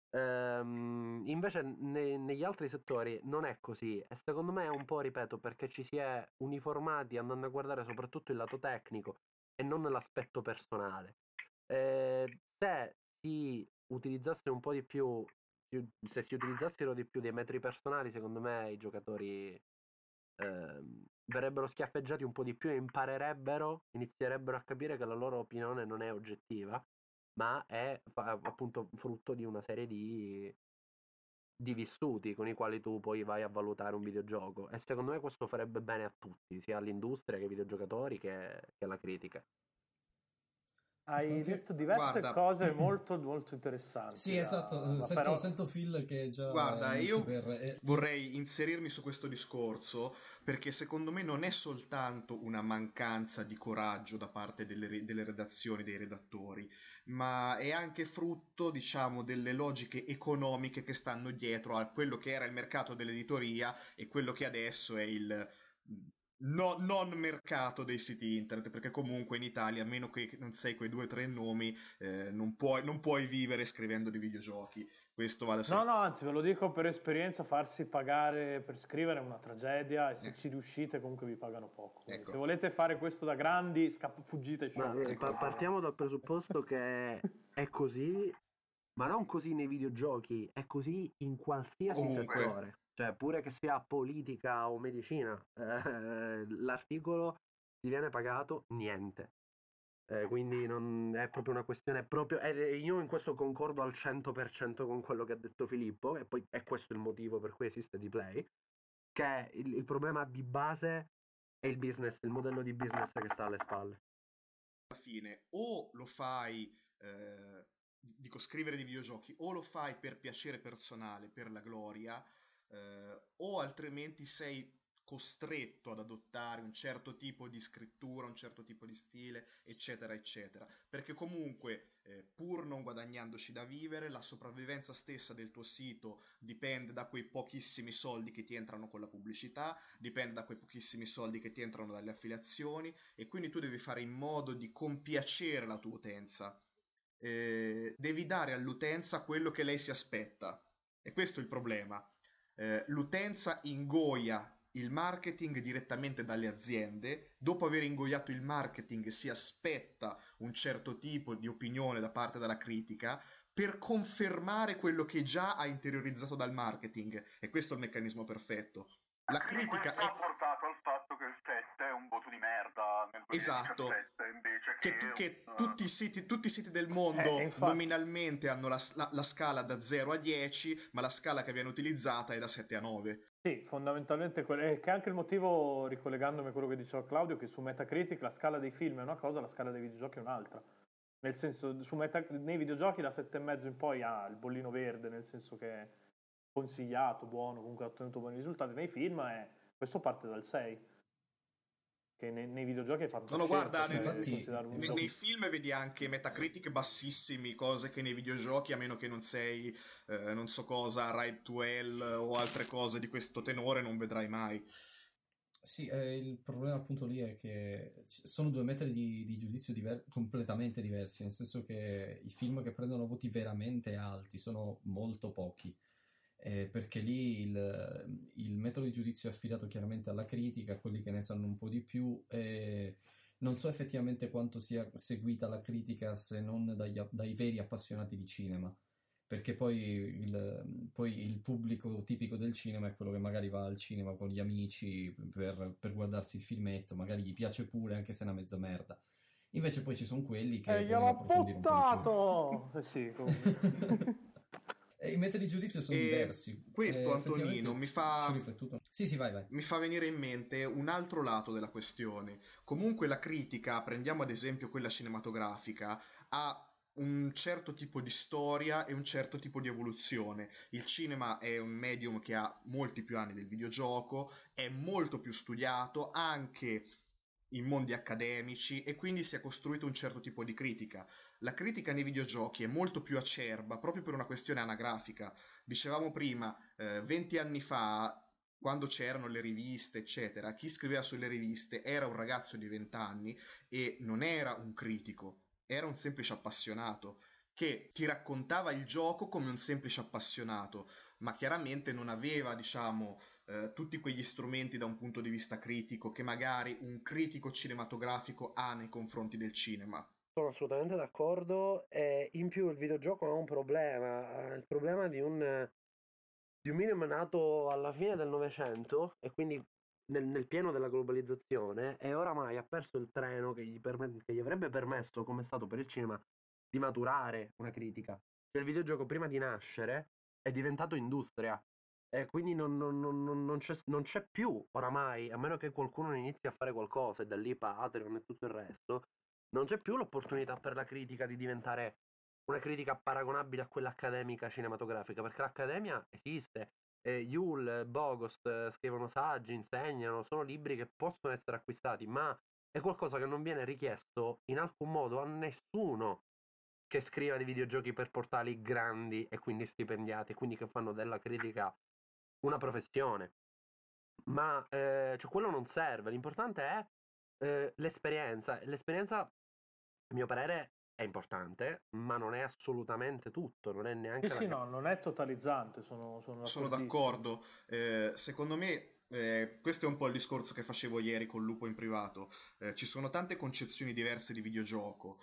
Ehm, invece ne- negli altri settori non è così e secondo me è un po', ripeto, perché ci si è uniformati andando a guardare soprattutto il lato tecnico e non l'aspetto personale. Eh, se si utilizzasse un po' di più, più- se si utilizzassero di più dei metri personali, secondo me i giocatori ehm, verrebbero schiaffeggiati un po' di più e imparerebbero, inizierebbero a capire che la loro opinione non è oggettiva, ma è fa- appunto frutto di una serie di, di vissuti con i quali tu poi vai a valutare un videogioco. E secondo me questo farebbe bene a tutti, sia all'industria che ai videogiocatori che, che alla critica. Hai Anche... detto diverse Guarda, cose molto, molto interessanti, Sì, da- esatto, ma sento, però... sento Phil che già Guarda, inizia io per... eh, io- vorrei inserirmi su questo discorso perché secondo me non è soltanto una mancanza di coraggio da parte delle, re- delle redazioni, dei redattori, ma è anche frutto, diciamo, delle logiche economiche che stanno dietro a quello che era il mercato dell'editoria e quello che adesso è il no- non mercato dei siti internet, perché comunque in Italia, a meno che non sei quei due o tre nomi, eh, non puoi, non puoi vivere scrivendo di videogiochi. Questo va da sé. No, no, anzi, ve lo dico per esperienza, farsi pagare per scrivere è una tragedia e se Eh, ci riuscite comunque vi pagano poco. Quindi se ecco, volete fare questo da grandi, scapp- fuggite Ma sciolti. eh, pa- ecco. partiamo dal presupposto che è così, ma non così nei videogiochi, è così in qualsiasi Ovunque. settore, cioè pure che sia politica o medicina, eh, l'articolo ti viene pagato niente. Eh, quindi non è proprio una questione proprio, e io in questo concordo al cento per cento con quello che ha detto Filippo, e poi è questo il motivo per cui esiste Dplay, che il, il problema di base è il business, il modello di business che sta alle spalle. Alla fine o lo fai, eh, dico scrivere di videogiochi, o lo fai per piacere personale, per la gloria, eh, o altrimenti sei costretto ad adottare un certo tipo di scrittura, un certo tipo di stile, eccetera, eccetera. Perché comunque, eh, pur non guadagnandoci da vivere, la sopravvivenza stessa del tuo sito dipende da quei pochissimi soldi che ti entrano con la pubblicità, dipende da quei pochissimi soldi che ti entrano dalle affiliazioni, e quindi tu devi fare in modo di compiacere la tua utenza. Eh, devi dare all'utenza quello che lei si aspetta. E questo è il problema. Eh, l'utenza ingoia il marketing direttamente dalle aziende, dopo aver ingoiato il marketing si aspetta un certo tipo di opinione da parte della critica per confermare quello che già ha interiorizzato dal marketing, e questo è il meccanismo perfetto. La critica Questo è... ha portato al fatto che il sette è un voto di merda nel Esatto, duemiladiciassette invece che, che tu- che un... tutti, i siti, tutti i siti del Eh, e mondo infatti, nominalmente hanno la, la- la scala da zero a dieci, ma la scala che viene utilizzata è da sette a nove. sì, fondamentalmente que- è che anche il motivo, ricollegandomi a quello che diceva Claudio, che su Metacritic la scala dei film è una cosa, la scala dei videogiochi è un'altra. Nel senso, su Meta- nei videogiochi da sette e mezzo in poi ha il bollino verde, nel senso che è consigliato, buono, comunque ha ottenuto buoni risultati. Nei film è, questo parte dal sei, che nei, nei videogiochi è No, no, fantascienza, guarda, cioè ne- devi infatti, considerare un ne- gioco. nei film vedi anche Metacritic bassissimi, cose che nei videogiochi, a meno che non sei, eh, non so cosa, Ride to Hell o altre cose di questo tenore, non vedrai mai. Sì, eh, il problema appunto lì è che ci- sono due metodi di, di giudizio diver- completamente diversi, nel senso che i film che prendono voti veramente alti sono molto pochi, eh, perché lì il, il metodo di giudizio è affidato chiaramente alla critica, a quelli che ne sanno un po' di più, e non so effettivamente quanto sia seguita la critica se non dagli a- dai veri appassionati di cinema. Perché poi il, poi il pubblico tipico del cinema è quello che magari va al cinema con gli amici per, per guardarsi il filmetto, magari gli piace pure anche se è una mezza merda. Invece poi ci sono quelli che E vogliono gliel'ho approfondire un po' di buttato! Eh sì, comunque. più. E i metodi di giudizio sono E diversi. questo, E Antonino, mi effettivamente ci fa... ho riflettuto. Sì, sì, vai, vai. Mi fa venire in mente un altro lato della questione. Comunque la critica, prendiamo ad esempio quella cinematografica, ha un certo tipo di storia e un certo tipo di evoluzione. Il cinema è un medium che ha molti più anni del videogioco, è molto più studiato anche in mondi accademici, e quindi si è costruito un certo tipo di critica. La critica nei videogiochi è molto più acerba proprio per una questione anagrafica. Dicevamo prima, eh, venti anni fa, quando c'erano le riviste, eccetera, chi scriveva sulle riviste era un ragazzo di venti anni e non era un critico, era un semplice appassionato che ti raccontava il gioco come un semplice appassionato, ma chiaramente non aveva, diciamo, eh, tutti quegli strumenti da un punto di vista critico che magari un critico cinematografico ha nei confronti del cinema. Sono assolutamente d'accordo, e in più il videogioco ha un problema, ha il problema di un, di un medium nato alla fine del Novecento e quindi nel, nel pieno della globalizzazione, e oramai ha perso il treno che gli, permet- che gli avrebbe permesso, come è stato per il cinema, di maturare una critica. Cioè il videogioco prima di nascere è diventato industria e quindi non, non- non- non- non c'è, non c'è più oramai, a meno che qualcuno non inizi a fare qualcosa e da lì Patreon e tutto il resto, non c'è più l'opportunità per la critica di diventare una critica paragonabile a quella accademica cinematografica, perché l'accademia esiste. Eh, Yule, Bogost eh, scrivono saggi, insegnano, sono libri che possono essere acquistati, ma è qualcosa che non viene richiesto in alcun modo a nessuno che scriva di videogiochi per portali grandi e quindi stipendiati, quindi che fanno della critica una professione. Ma eh, cioè, quello non serve, l'importante è eh, l'esperienza. L'esperienza, a mio parere, è importante, ma non è assolutamente tutto, non è Sì, neanche la sì, no, non è totalizzante, sono, sono Sono d'accordissimo. d'accordo. Eh, secondo me, eh, questo è un po' il discorso che facevo ieri con Lupo in privato. Eh, ci sono tante concezioni diverse di videogioco.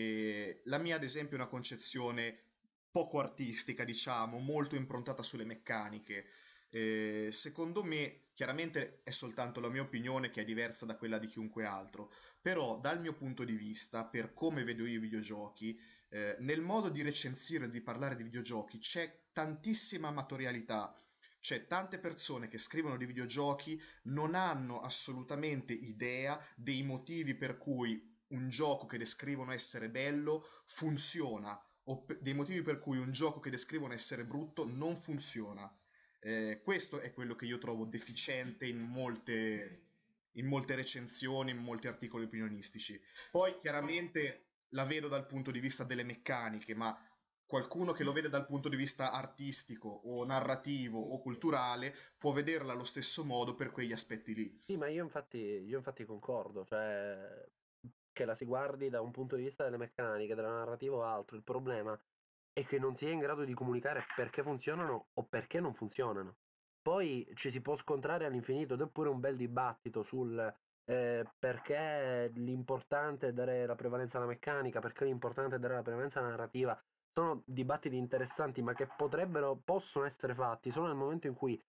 E la mia, ad esempio, è una concezione poco artistica, diciamo, molto improntata sulle meccaniche. Eh, secondo me, chiaramente è soltanto la mia opinione che è diversa da quella di chiunque altro, però dal mio punto di vista, per come vedo io i videogiochi, eh, nel modo di recensire e di parlare di videogiochi c'è tantissima amatorialità, cioè tante persone che scrivono di videogiochi non hanno assolutamente idea dei motivi per cui un gioco che descrivono essere bello funziona, o pe- dei motivi per cui un gioco che descrivono essere brutto non funziona. Eh, questo è quello che io trovo deficiente in molte, in molte recensioni, in molti articoli opinionistici. Poi chiaramente la vedo dal punto di vista delle meccaniche, ma qualcuno che lo vede dal punto di vista artistico o narrativo o culturale può vederla allo stesso modo per quegli aspetti lì. Sì, ma io infatti, io infatti concordo, cioè che la si guardi da un punto di vista delle meccaniche, della narrativa o altro, il problema è che non si è in grado di comunicare perché funzionano o perché non funzionano. Poi ci si può scontrare all'infinito ed è pure un bel dibattito sul eh, perché l'importante è dare la prevalenza alla meccanica, perché l'importante è dare la prevalenza alla narrativa. Sono dibattiti interessanti, ma che potrebbero, possono essere fatti solo nel momento in cui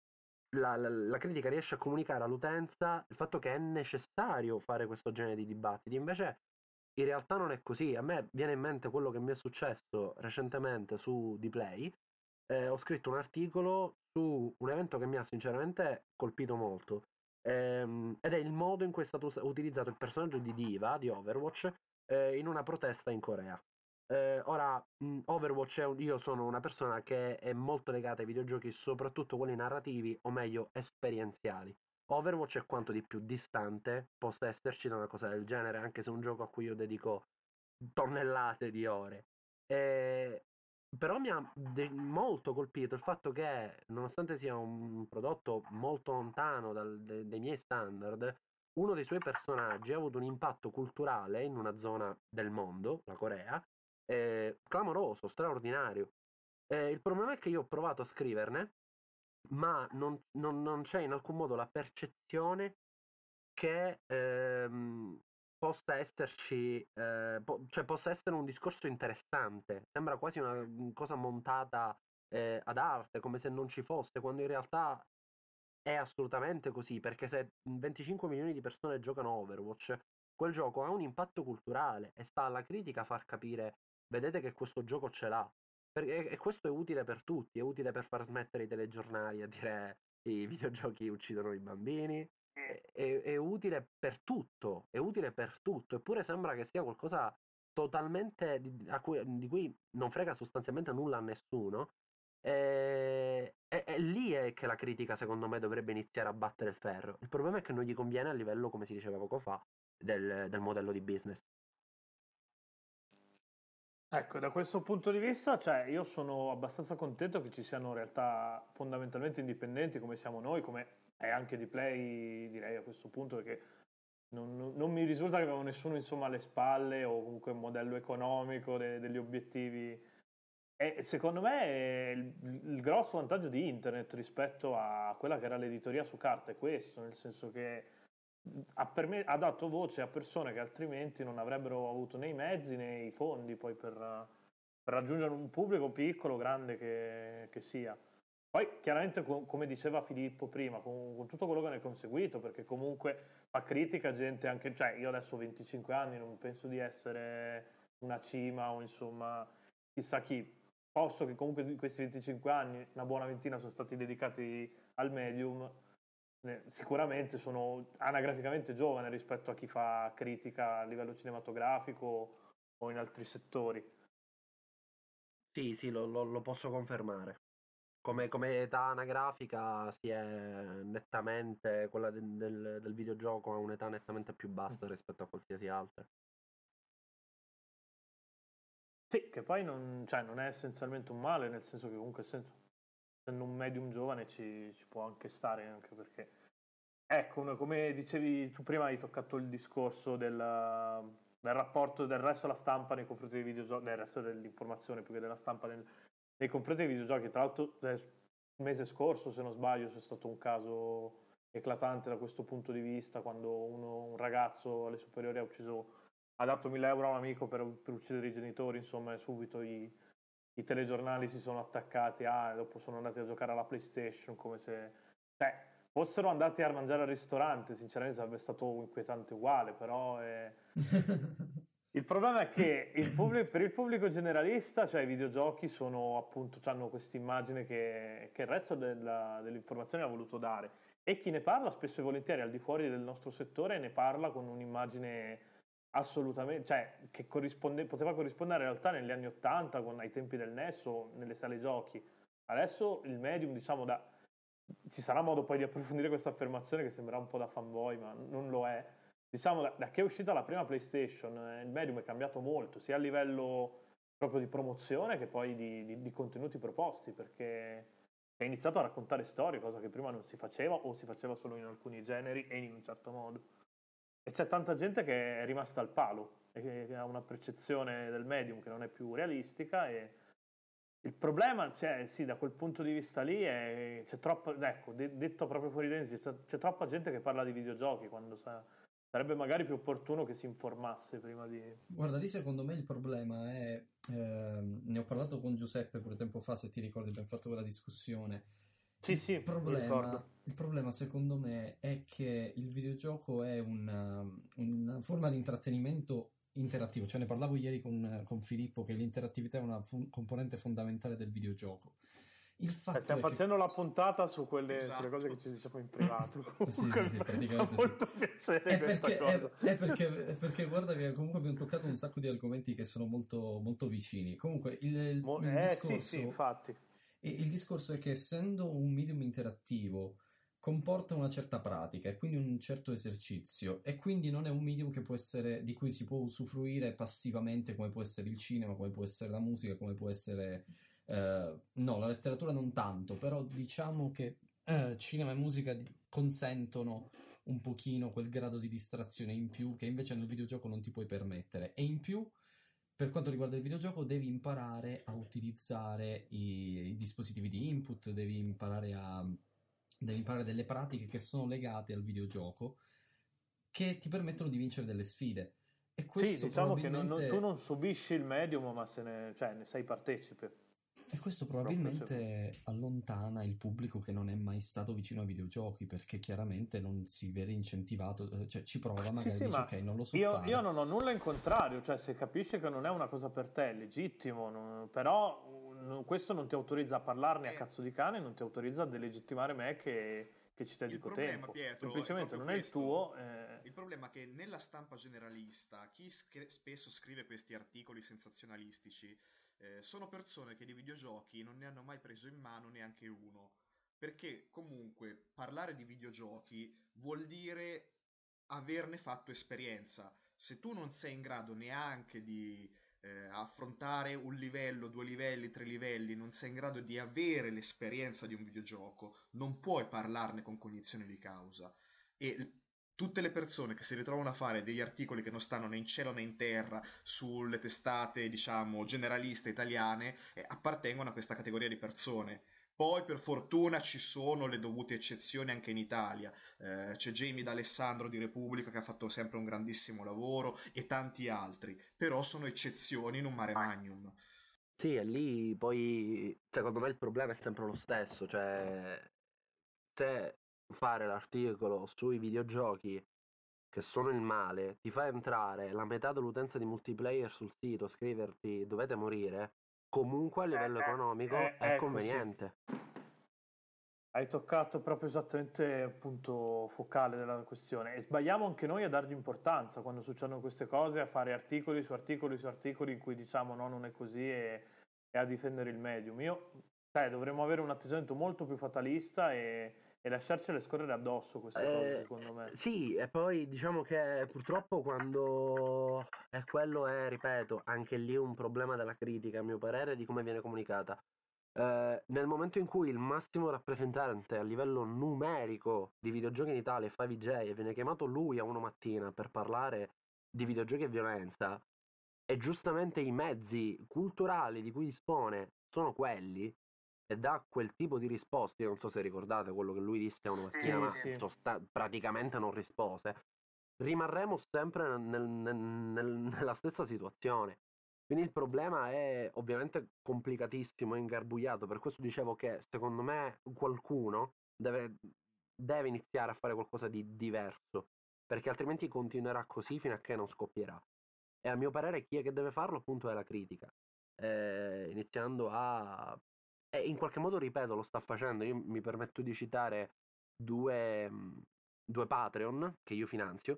la, la- la critica riesce a comunicare all'utenza il fatto che è necessario fare questo genere di dibattiti. Invece, in realtà non è così. A me viene in mente quello che mi è successo recentemente su Dplay. Eh, ho scritto un articolo su un evento che mi ha sinceramente colpito molto. Ehm, ed è il modo in cui è stato us- utilizzato il personaggio di Diva di Overwatch eh, in una protesta in Corea. Eh, ora, mh, Overwatch è un- io sono una persona che è molto legata ai videogiochi, soprattutto quelli narrativi, o meglio, esperienziali. Overwatch è quanto di più distante possa esserci da una cosa del genere, anche se è un gioco a cui io dedico tonnellate di ore. Eh, però mi ha de- molto colpito il fatto che, nonostante sia un prodotto molto lontano dal- de- dai miei standard, uno dei suoi personaggi ha avuto un impatto culturale in una zona del mondo, la Corea, eh, clamoroso, straordinario. Eh, il problema è che io ho provato a scriverne, ma non, non- non c'è in alcun modo la percezione che ehm, possa esserci, eh, po- cioè possa essere un discorso interessante. Sembra quasi una mm, cosa montata eh, ad arte, come se non ci fosse, quando in realtà è assolutamente così, perché se venticinque milioni di persone giocano Overwatch, quel gioco ha un impatto culturale e sta alla critica far capire, vedete che questo gioco ce l'ha. Perché- E questo è utile per tutti, è utile per far smettere i telegiornali a dire i videogiochi uccidono i bambini, è, è- è utile per tutto, è utile per tutto, eppure sembra che sia qualcosa totalmente di, a cui, di cui non frega sostanzialmente nulla a nessuno. E, e- e lì è che la critica, secondo me, dovrebbe iniziare a battere il ferro. Il problema è che non gli conviene a livello, come si diceva poco fa, del, del modello di business. Ecco, da questo punto di vista, cioè, io sono abbastanza contento che ci siano realtà fondamentalmente indipendenti come siamo noi, come è anche Dplay, direi a questo punto, perché non, non- non mi risulta che avevano nessuno insomma alle spalle o comunque un modello economico de- degli obiettivi. E secondo me è il, il grosso vantaggio di internet rispetto a quella che era l'editoria su carta è questo, nel senso che ha, perme- ha dato voce a persone che altrimenti non avrebbero avuto né i mezzi né i fondi poi per, per raggiungere un pubblico piccolo o grande che, che sia. Poi chiaramente co- come diceva Filippo prima, con, con tutto quello che ne è conseguito, perché comunque fa critica gente anche, cioè io adesso ho venticinque anni, non penso di essere una cima o insomma chissà chi. Posto che comunque di questi venticinque anni, una buona ventina sono stati dedicati al medium, eh, sicuramente sono anagraficamente giovane rispetto a chi fa critica a livello cinematografico o in altri settori. Sì, sì, lo, lo- lo posso confermare. Come, come età anagrafica si è nettamente, quella del, del- del videogioco ha un'età nettamente più bassa rispetto a qualsiasi altra. Sì, che poi non, cioè, non è essenzialmente un male, nel senso che comunque essendo essendo un medium giovane ci, ci può anche stare, anche perché, ecco, uno- come dicevi tu prima, hai toccato il discorso del, del rapporto del resto della stampa nei confronti dei videogiochi, del resto dell'informazione più che della stampa nel- nei confronti dei videogiochi. Tra l'altro, eh, il mese scorso, se non sbaglio, c'è stato un caso eclatante da questo punto di vista, quando uno- un ragazzo alle superiori ha ucciso, ha dato mille euro a un amico per, per uccidere i genitori, insomma, e subito i, i telegiornali si sono attaccati a, e dopo sono andati a giocare alla PlayStation, come se, cioè, fossero andati a mangiare al ristorante, sinceramente sarebbe stato inquietante uguale, però è... Il problema è che il pubblico, per il pubblico generalista, cioè i videogiochi sono appunto, hanno questa immagine che, che il resto della, dell'informazione ha voluto dare, e chi ne parla spesso e volentieri al di fuori del nostro settore ne parla con un'immagine assolutamente, cioè che corrisponde, poteva corrispondere in realtà negli anni ottanta, con, ai tempi del NES, nelle sale giochi. Adesso il medium, diciamo, da, ci sarà modo poi di approfondire questa affermazione che sembra un po' da fanboy, ma non lo è. Diciamo, da, da che è uscita la prima PlayStation, eh, il medium è cambiato molto, sia a livello proprio di promozione che poi di, di- di contenuti proposti, perché è iniziato a raccontare storie, cosa che prima non si faceva o si faceva solo in alcuni generi e in un certo modo. E c'è tanta gente che è rimasta al palo e che ha una percezione del medium che non è più realistica, e il problema c'è, sì, da quel punto di vista lì è, c'è troppa, ecco, de- detto proprio fuori dentro, c'è, c'è troppa gente che parla di videogiochi quando sa, sarebbe magari più opportuno che si informasse prima di... Guarda, lì secondo me il problema è, ehm, ne ho parlato con Giuseppe pure tempo fa, se ti ricordi, abbiamo fatto quella discussione. Sì, Il sì, mi problema, ricordo. il problema secondo me è che il videogioco è una, una forma di intrattenimento interattivo, cioè ne parlavo ieri con, con Filippo che l'interattività è una fu- componente fondamentale del videogioco. Il Eh, fatto stiamo è che facendo la puntata su quelle, sulle cose che Esatto. ci diciamo in privato. sì, Comunque sì, sì, mi fa praticamente sì. molto piacere È questa perché, è, cosa. è perché, è perché guarda che comunque abbiamo toccato un sacco di argomenti che sono molto, molto vicini. Comunque il, il- Mo- il eh sì, sì, discorso, infatti. il discorso è che essendo un medium interattivo comporta una certa pratica e quindi un certo esercizio, e quindi non è un medium che può essere, di cui si può usufruire passivamente, come può essere il cinema, come può essere la musica, come può essere eh, no, la letteratura non tanto, però diciamo che eh, cinema e musica di- consentono un pochino quel grado di distrazione in più che invece nel videogioco non ti puoi permettere. E in più, per quanto riguarda il videogioco, devi imparare a utilizzare i, i dispositivi di input, devi imparare a devi imparare delle pratiche che sono legate al videogioco che ti permettono di vincere delle sfide. E Sì, questo diciamo che non- non- tu probabilmente non subisci il medium, ma se ne, cioè, ne sei partecipe. E questo Proprio secondo. probabilmente allontana il pubblico che non è mai stato vicino ai videogiochi, perché chiaramente non si vede incentivato, eh, cioè ci prova, Sì, magari sì, dice ma ok, non lo so io, io fare. non ho nulla in contrario, cioè se capisci che non è una cosa per te, è legittimo, non- però mm, questo non ti autorizza a parlarne a Eh, cazzo di cane, non ti autorizza a delegittimare me che, che ci il dedico problema, tempo. Pietro, è Semplicemente proprio non è il questo. tuo. eh, Il problema è che nella stampa generalista, chi scri- spesso scrive questi articoli sensazionalistici, eh, sono persone che di videogiochi non ne hanno mai preso in mano neanche uno. Perché comunque parlare di videogiochi vuol dire averne fatto esperienza. Se tu non sei in grado neanche di eh, affrontare un livello, due livelli, tre livelli, non sei in grado di avere l'esperienza di un videogioco, non puoi parlarne con cognizione di causa. E tutte le persone che si ritrovano a fare degli articoli che non stanno né in cielo né in terra sulle testate, diciamo, generaliste italiane, eh, appartengono a questa categoria di persone. Poi per fortuna ci sono le dovute eccezioni anche in Italia. Eh, c'è Jamie D'Alessandro di Repubblica che ha fatto sempre un grandissimo lavoro e tanti altri, però sono eccezioni in un mare magnum. Sì, e lì poi secondo me il problema è sempre lo stesso, cioè se fare l'articolo sui videogiochi che sono il male ti fa entrare la metà dell'utenza di multiplayer sul sito, scriverti dovete morire, comunque a livello Eh, eh, economico eh, è ecco, sì. conveniente. Hai toccato proprio esattamente il punto focale della questione e sbagliamo anche noi a dargli importanza quando succedono queste cose, a fare articoli su articoli su articoli in cui diciamo no, non è così e, e a difendere il medium. Io, cioè, dovremmo avere un atteggiamento molto più fatalista e, e lasciarcele scorrere addosso queste cose, Eh, secondo me. sì, e poi diciamo che purtroppo quando è quello è, ripeto, anche lì un problema della critica, a mio parere, di come viene comunicata. Eh, nel momento in cui il massimo rappresentante a livello numerico di videogiochi in Italia è five J e viene chiamato lui a una mattina per parlare di videogiochi e violenza, e giustamente i mezzi culturali di cui dispone sono quelli, e dà quel tipo di risposte, io non so se ricordate quello che lui disse una mattina, Sì, ma sì. sosta- praticamente non rispose, rimarremo sempre nel- nel- nel- nella stessa situazione. Quindi il problema è ovviamente complicatissimo e ingarbugliato, per questo dicevo che secondo me qualcuno deve, deve iniziare a fare qualcosa di diverso, perché altrimenti continuerà così fino a che non scoppierà. E a mio parere chi è che deve farlo appunto è la critica, eh, iniziando a... E in qualche modo, ripeto, lo sta facendo. Io mi permetto di citare due, mh, due Patreon che io finanzio,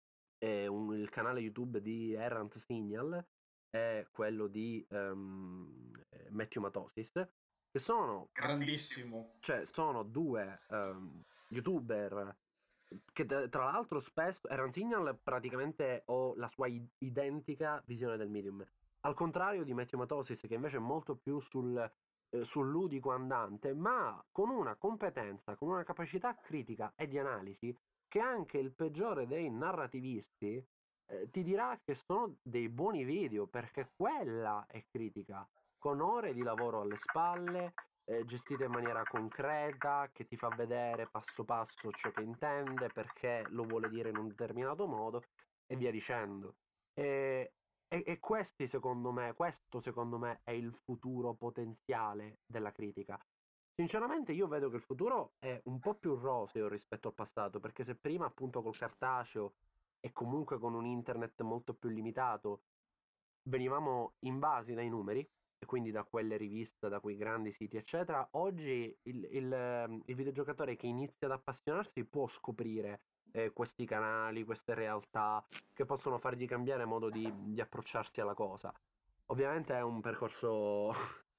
e un- il canale YouTube di Errant Signal e quello di ehm, eh, Matthew Matosis, che sono, Grandissimo. cioè, sono due ehm, youtuber che tra tra l'altro spesso Errant Signal praticamente ho la sua i- identica visione del medium, al contrario di Matthew Matosis che invece è molto più sul, eh, sul ludico andante, ma con una competenza, con una capacità critica e di analisi che anche il peggiore dei narrativisti eh, ti dirà che sono dei buoni video, perché quella è critica, con ore di lavoro alle spalle, eh, gestita in maniera concreta, che ti fa vedere passo passo ciò che intende, perché lo vuole dire in un determinato modo, e via dicendo. E, e, e questi secondo me, questo secondo me è il futuro potenziale della critica. Sinceramente io vedo che il futuro è un po' più roseo rispetto al passato, perché se prima appunto col cartaceo e comunque con un internet molto più limitato venivamo invasi dai numeri e quindi da quelle riviste, da quei grandi siti eccetera, oggi il, il, ehm, il videogiocatore che inizia ad appassionarsi può scoprire eh, questi canali, queste realtà che possono fargli cambiare modo di, di approcciarsi alla cosa. Ovviamente è un percorso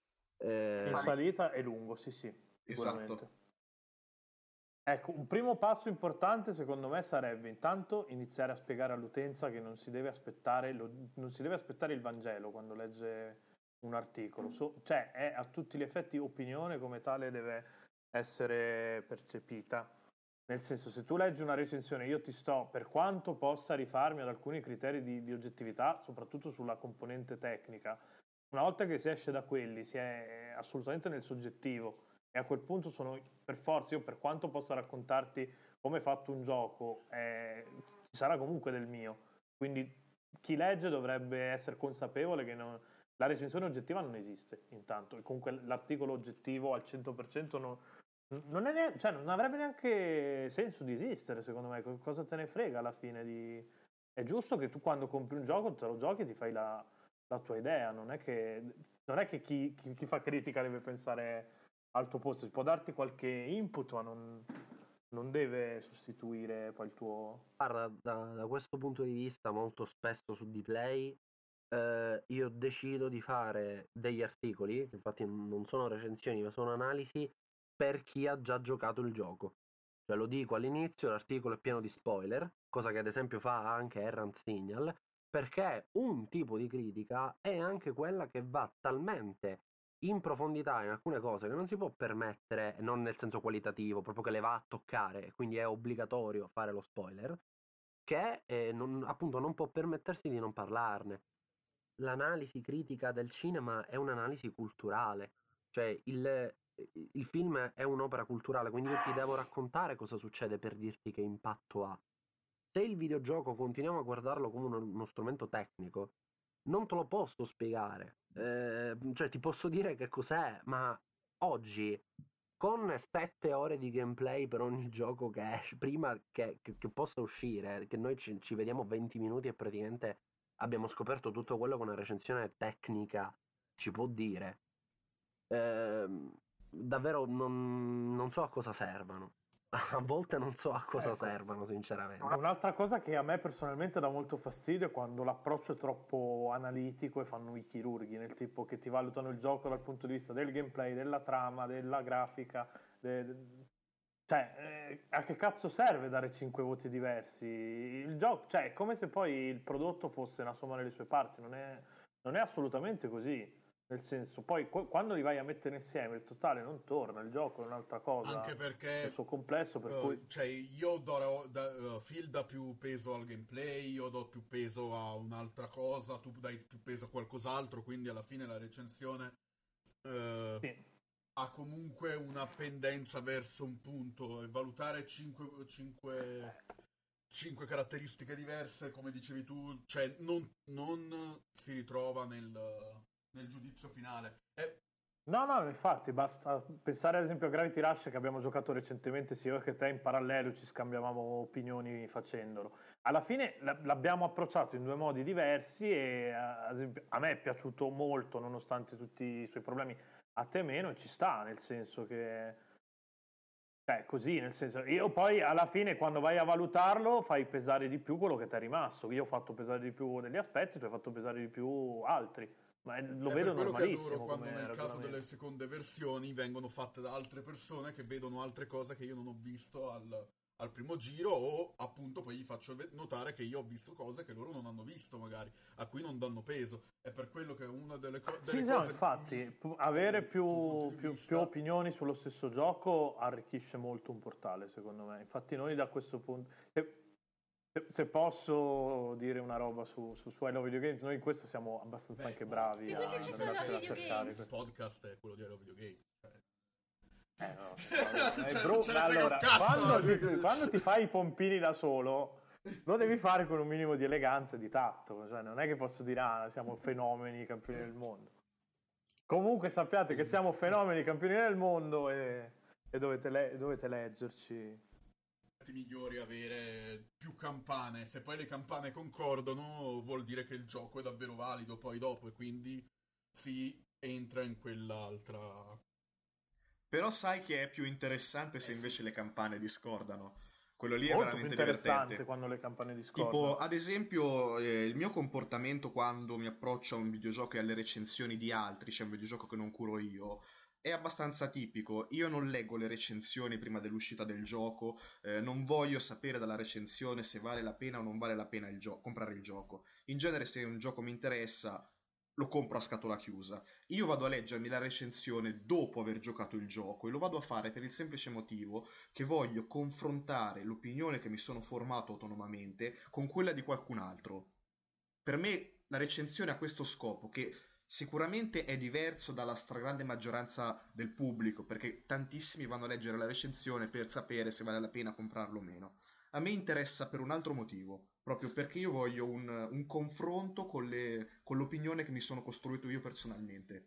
eh, In salita è lungo, sì, sì, sicuramente. Esatto. Ecco, un primo passo importante secondo me sarebbe intanto iniziare a spiegare all'utenza che non si deve aspettare, lo- non si deve aspettare il Vangelo quando legge un articolo, So- cioè è a tutti gli effetti opinione, come tale deve essere percepita. Nel senso, se tu leggi una recensione, io ti sto, per quanto possa rifarmi ad alcuni criteri di, di oggettività, soprattutto sulla componente tecnica, una volta che si esce da quelli, si è assolutamente nel soggettivo e a quel punto sono per forza, io per quanto possa raccontarti come è fatto un gioco, eh, ci sarà comunque del mio. Quindi chi legge dovrebbe essere consapevole che non- la recensione oggettiva non esiste, intanto, e comunque l'articolo oggettivo al cento per cento non, non, è neanche- cioè, non avrebbe neanche senso di esistere, secondo me. Co- Cosa te ne frega alla fine di... È giusto che tu quando compri un gioco te lo giochi e ti fai la, la tua idea, non è che, non è che chi, chi- chi fa critica deve pensare al tuo posto, può darti qualche input, ma non, non deve sostituire poi il tuo... Guarda, da, da questo punto di vista, molto spesso su Dplay, eh, io decido di fare degli articoli, che infatti non sono recensioni, ma sono analisi per chi ha già giocato il gioco. Cioè lo dico all'inizio, l'articolo è pieno di spoiler, cosa che ad esempio fa anche Errant Signal, perché un tipo di critica è anche quella che va talmente in profondità in alcune cose che non si può permettere, non nel senso qualitativo, proprio che le va a toccare, quindi è obbligatorio fare lo spoiler, che eh, non, appunto non può permettersi di non parlarne. L'analisi critica del cinema è un'analisi culturale, cioè il, il film è un'opera culturale, quindi io ti devo raccontare cosa succede per dirti che impatto ha. Se il videogioco continuiamo a guardarlo come uno, uno strumento tecnico, non te lo posso spiegare. Eh, cioè, ti posso dire che cos'è, ma oggi, con sette ore di gameplay per ogni gioco che esce, prima che, che- che possa uscire, che noi ci, ci vediamo venti minuti e praticamente abbiamo scoperto tutto quello che una recensione tecnica ci può dire, ehm, davvero non, non so a cosa servano. A volte non so a cosa Ecco. servano, sinceramente. Un'altra cosa che a me personalmente dà molto fastidio è quando l'approccio è troppo analitico e fanno i chirurghi, nel tipo che ti valutano il gioco dal punto di vista del gameplay, della trama, della grafica. de- de- Cioè, eh, a che cazzo serve dare cinque voti diversi? Il gioco, cioè, è come se poi il prodotto fosse una somma delle sue parti, non è, non è assolutamente così. Nel senso, poi qu- quando li vai a mettere insieme, il totale non torna, il gioco è un'altra cosa Anche nel perché suo complesso, per uh, cui... cioè io do da, uh, Phil dà più peso al gameplay, io do più peso a un'altra cosa, tu dai più peso a qualcos'altro, quindi alla fine la recensione uh, Sì. ha comunque una pendenza verso un punto, e valutare cinque, cinque, cinque caratteristiche diverse, come dicevi tu, cioè non, non si ritrova nel, nel giudizio finale. È No, no, infatti, basta pensare ad esempio a Gravity Rush che abbiamo giocato recentemente sia io che te in parallelo, ci scambiavamo opinioni facendolo. Alla fine l- l'abbiamo approcciato in due modi diversi e ad esempio, a me è piaciuto molto nonostante tutti i suoi problemi, a te meno, e ci sta, nel senso che... Cioè, così, nel senso, io poi alla fine quando vai a valutarlo fai pesare di più quello che ti è rimasto. Io ho fatto pesare di più degli aspetti, tu hai fatto pesare di più altri. Ma è- lo È vedo per quello che adoro normalissimo quando come nel caso ragionamento. delle seconde versioni vengono fatte da altre persone che vedono altre cose che io non ho visto al, al primo giro, o appunto poi gli faccio ve- notare che io ho visto cose che loro non hanno visto magari, a cui non danno peso. È per quello che una delle, co- Sì, delle no, cose infatti, mi- pu- avere che, dal punto più, di più- più vista, opinioni sullo stesso gioco arricchisce molto un portale, secondo me. Infatti noi da questo punto... Se, se- se posso dire una roba su, su, su I Love Video Games, noi in questo siamo abbastanza beh, anche ma bravi a, Seguiteci ad su I Love andarcela a Video cercare. Games. il podcast è quello di Hello Video Game. Cioè, Eh, no, allora, è Cioè, bru- non ce ne frega un allora, cazzo, quando, eh. ti, quando ti fai i pompini da solo, lo devi fare con un minimo di eleganza e di tatto. Cioè, non è che posso dire, ah, siamo fenomeni, campioni del mondo. Comunque sappiate che siamo fenomeni, campioni del mondo e, e dovete, le- dovete leggerci. Migliori avere più campane. Se poi le campane concordano, vuol dire che il gioco è davvero valido poi dopo, e quindi si entra in quell'altra. Però sai che è più interessante se invece le campane discordano. Quello lì è Molto più veramente interessante divertente. quando le campane Tipo, discordano. ad esempio, eh, il mio comportamento quando mi approccio a un videogioco e alle recensioni di altri, cioè un videogioco che non curo io, è abbastanza tipico. Io non leggo le recensioni prima dell'uscita del gioco, eh, non voglio sapere dalla recensione se vale la pena o non vale la pena il gio- comprare il gioco. In genere, se un gioco mi interessa, lo compro a scatola chiusa. Io vado a leggermi la recensione dopo aver giocato il gioco, e lo vado a fare per il semplice motivo che voglio confrontare l'opinione che mi sono formato autonomamente con quella di qualcun altro. Per me la recensione ha questo scopo, che sicuramente è diverso dalla stragrande maggioranza del pubblico, perché tantissimi vanno a leggere la recensione per sapere se vale la pena comprarlo o meno. A me interessa per un altro motivo, proprio perché io voglio un, un confronto con, le, con l'opinione che mi sono costruito io personalmente.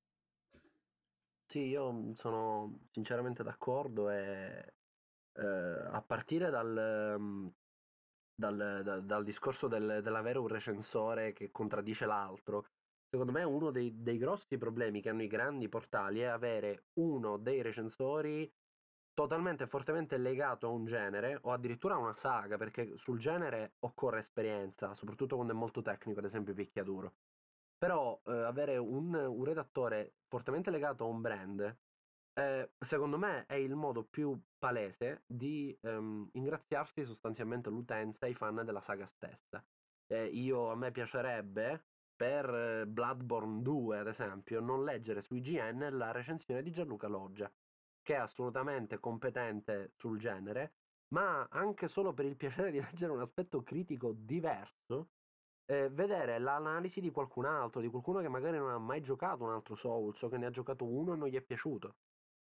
Sì, io sono sinceramente d'accordo e eh, a partire dal, mm, dal, dal- dal discorso del- dell'avere un recensore che contraddice l'altro, secondo me uno dei, dei grossi problemi che hanno i grandi portali è avere uno dei recensori totalmente e fortemente legato a un genere o addirittura a una saga, perché sul genere occorre esperienza, soprattutto quando è molto tecnico, ad esempio Picchiaduro. Però eh, avere un, un redattore fortemente legato a un brand, eh, secondo me è il modo più palese di ehm, ingraziarsi sostanzialmente l'utenza e i fan della saga stessa. Eh, io, a me piacerebbe per Bloodborne due, ad esempio, non leggere su I G N la recensione di Gianluca Loggia, che è assolutamente competente sul genere, ma anche solo per il piacere di leggere un aspetto critico diverso, eh, vedere l'analisi di qualcun altro, di qualcuno che magari non ha mai giocato un altro Souls o che ne ha giocato uno e non gli è piaciuto.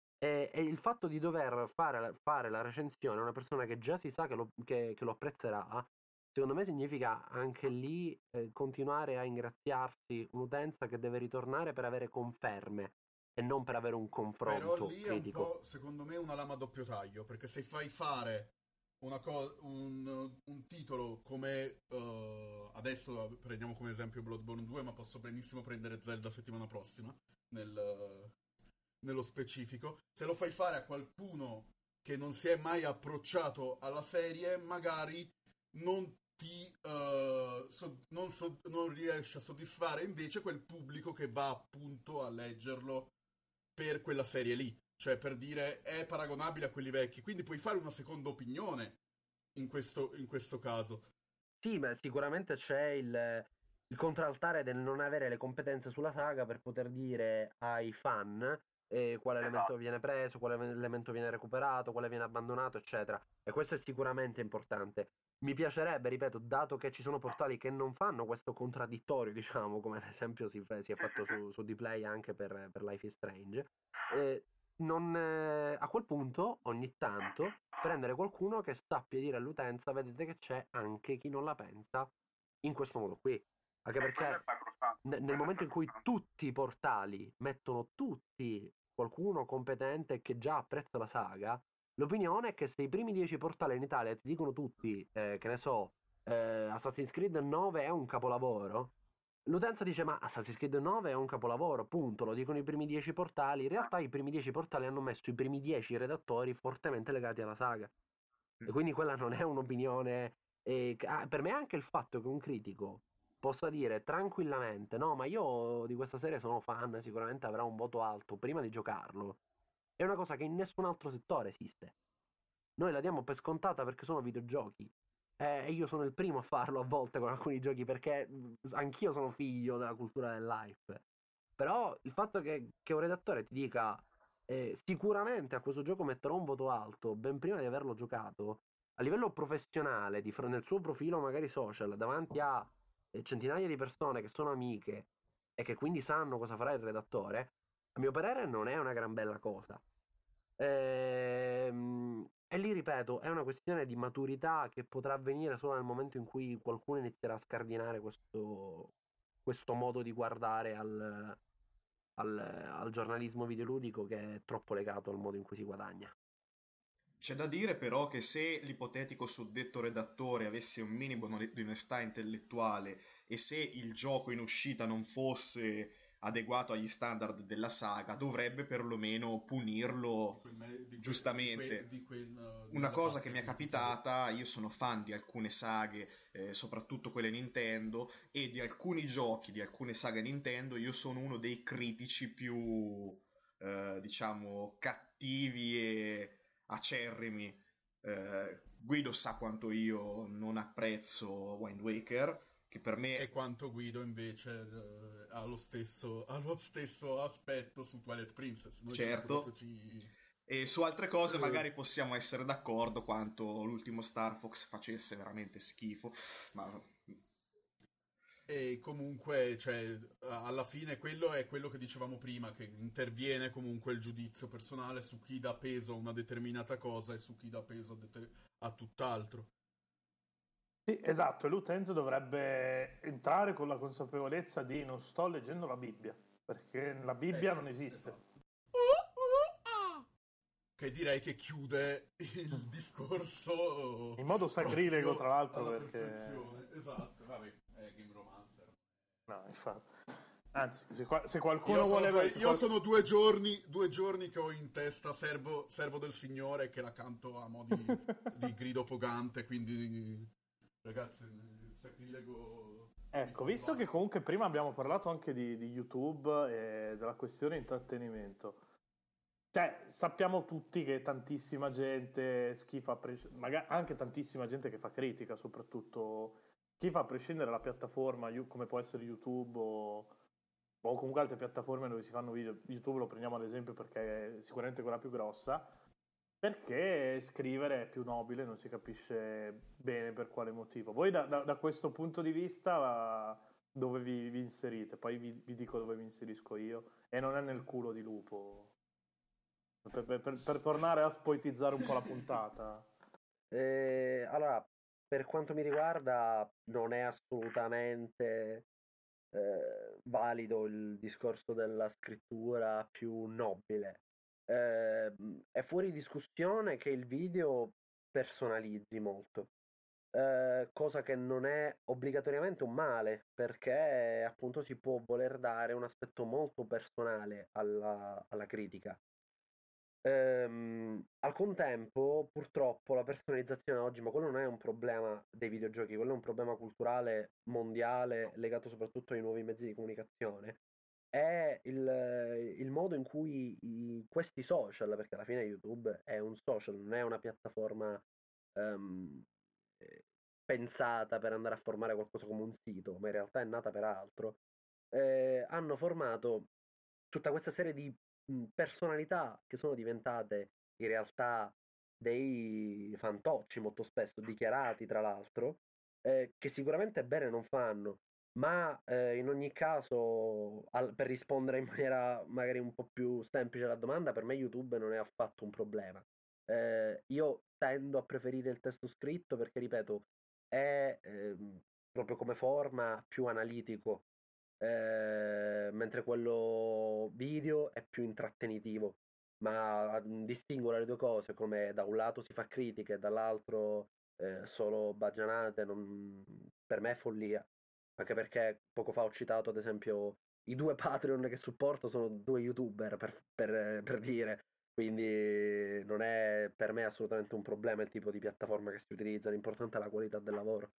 E, e il fatto di dover fare, fare la recensione a una persona che già si sa che lo, che, che lo apprezzerà, secondo me significa anche lì eh, continuare a ingraziarsi un'utenza che deve ritornare per avere conferme e non per avere un confronto Però lì è un critico. po', secondo me, una lama a doppio taglio, perché se fai fare una co- un, un titolo come uh, adesso prendiamo come esempio Bloodborne due, ma posso benissimo prendere Zelda settimana prossima nel, nello specifico, se lo fai fare a qualcuno che non si è mai approcciato alla serie, magari non ti uh, so- non, so- non riesce a soddisfare invece quel pubblico che va appunto a leggerlo per quella serie lì, cioè per dire è paragonabile a quelli vecchi, quindi puoi fare una seconda opinione in questo, in questo caso. Sì, ma sicuramente c'è il, il contraltare del non avere le competenze sulla saga per poter dire ai fan eh, quale elemento Esatto. viene preso, quale elemento viene recuperato, quale viene abbandonato, eccetera. E questo è sicuramente importante. Mi piacerebbe, ripeto, dato che ci sono portali che non fanno questo contraddittorio, diciamo, come ad esempio si, fa- si è fatto su, su Dplay anche per, per Life is Strange, eh, non, eh, a quel punto, ogni tanto, prendere qualcuno che sappia dire all'utenza: vedete che c'è anche chi non la pensa in questo modo qui. Anche E quello è perché sacrosanto. ne- nel quello è momento in cui sacrosanto. tutti i portali mettono tutti qualcuno competente che già apprezza la saga, l'opinione è che se i primi dieci portali in Italia ti dicono tutti, eh, che ne so, eh, Assassin's Creed nove è un capolavoro, l'utenza dice: ma Assassin's Creed nove è un capolavoro, punto, lo dicono i primi dieci portali. In realtà i primi dieci portali hanno messo i primi dieci redattori fortemente legati alla saga. E quindi quella non è un'opinione. E, ah, per me anche il fatto che un critico possa dire tranquillamente: no, ma io di questa serie sono fan, sicuramente avrà un voto alto prima di giocarlo, è una cosa che in nessun altro settore esiste. Noi la diamo per scontata perché sono videogiochi. Eh, E io sono il primo a farlo a volte con alcuni giochi perché mh, anch'io sono figlio della cultura del life. Però il fatto che, che un redattore ti dica eh, sicuramente a questo gioco metterò un voto alto ben prima di averlo giocato, a livello professionale, di, fr- nel suo profilo magari social, davanti a eh, centinaia di persone che sono amiche e che quindi sanno cosa farà il redattore, a mio parere non è una gran bella cosa. Ehm, e lì ripeto, è una questione di maturità che potrà avvenire solo nel momento in cui qualcuno inizierà a scardinare questo, questo modo di guardare al, al, al giornalismo videoludico che è troppo legato al modo in cui si guadagna. C'è da dire però che se l'ipotetico suddetto redattore avesse un minimo di onestà intellettuale e se il gioco in uscita non fosse adeguato agli standard della saga, dovrebbe perlomeno punirlo Di quel me- di que- di que- giustamente. di quel, uh, di Una quella cosa che parte mi è critica. capitata, io sono fan di alcune saghe, eh, soprattutto quelle Nintendo, e di alcuni giochi, di alcune saghe Nintendo, io sono uno dei critici più, eh, diciamo, cattivi e acerrimi. Eh, Guido sa quanto io non apprezzo Wind Waker, che per E me, quanto Guido invece eh, ha, lo stesso, ha lo stesso aspetto su Twilight Princess. Noi ci, proprio certo, ci... e su altre cose eh, magari possiamo essere d'accordo quanto l'ultimo Star Fox facesse veramente schifo, ma E comunque, cioè, alla fine quello è quello che dicevamo prima, che interviene comunque il giudizio personale su chi dà peso a una determinata cosa e su chi dà peso a, deter- a tutt'altro. Sì, esatto, e l'utente dovrebbe entrare con la consapevolezza di non sto leggendo la Bibbia, perché la Bibbia non Ecco, esiste. esatto. Che direi che chiude il discorso In modo sacrilego, tra proprio l'altro, alla perché... perfezione. Esatto, vabbè, è Game Romancer. No, infatti. Anzi, se, qua- se qualcuno Io sono, vuole... due, se io qual- sono due giorni, due giorni che ho in testa servo, servo del Signore che la canto a mo' di, di grido pogante, quindi ragazzi, il sacrilego mi Ecco, fa visto che baffo. comunque prima abbiamo parlato anche di, di YouTube e della questione intrattenimento, cioè sappiamo tutti che tantissima gente schifa, pre- magari anche tantissima gente che fa critica, soprattutto chi fa a prescindere la piattaforma, come può essere YouTube o, o comunque altre piattaforme dove si fanno video, YouTube lo prendiamo ad esempio perché è sicuramente quella più grossa, perché scrivere è più nobile, non si capisce bene per quale motivo. Voi da, da, da questo punto di vista dove vi, vi inserite? Poi vi, vi dico dove mi inserisco io, e non è nel culo di lupo. Per, per, per, per tornare a spoetizzare un po' la puntata. Eh, allora, per quanto mi riguarda, non è assolutamente eh, valido il discorso della scrittura più nobile. Eh, è fuori discussione che il video personalizzi molto, eh, cosa che non è obbligatoriamente un male, perché appunto si può voler dare un aspetto molto personale alla, alla critica. Ehm, al contempo, purtroppo, la personalizzazione oggi, ma quello non è un problema dei videogiochi, quello è un problema culturale mondiale legato soprattutto ai nuovi mezzi di comunicazione. È il, il modo in cui i- questi social, perché alla fine YouTube è un social, non è una piattaforma ehm, eh, pensata per andare a formare qualcosa come un sito, ma in realtà è nata per altro, eh, hanno formato tutta questa serie di mh, personalità che sono diventate in realtà dei fantocci molto spesso, dichiarati tra l'altro, eh, che sicuramente bene non fanno, ma eh, in ogni caso, al- per rispondere in maniera magari un po' più semplice alla domanda, per me YouTube non è affatto un problema. Eh, io tendo a preferire il testo scritto perché, ripeto, è ehm, proprio come forma più analitico, eh, mentre quello video è più intrattenitivo, ma mh, distinguere le due cose, come da un lato si fa critica e dall'altro eh, solo baggianate, non- per me è follia, anche perché poco fa ho citato ad esempio i due Patreon che supporto sono due YouTuber, per, per- per dire, quindi non è per me assolutamente un problema il tipo di piattaforma che si utilizza, l'importante è la qualità del lavoro.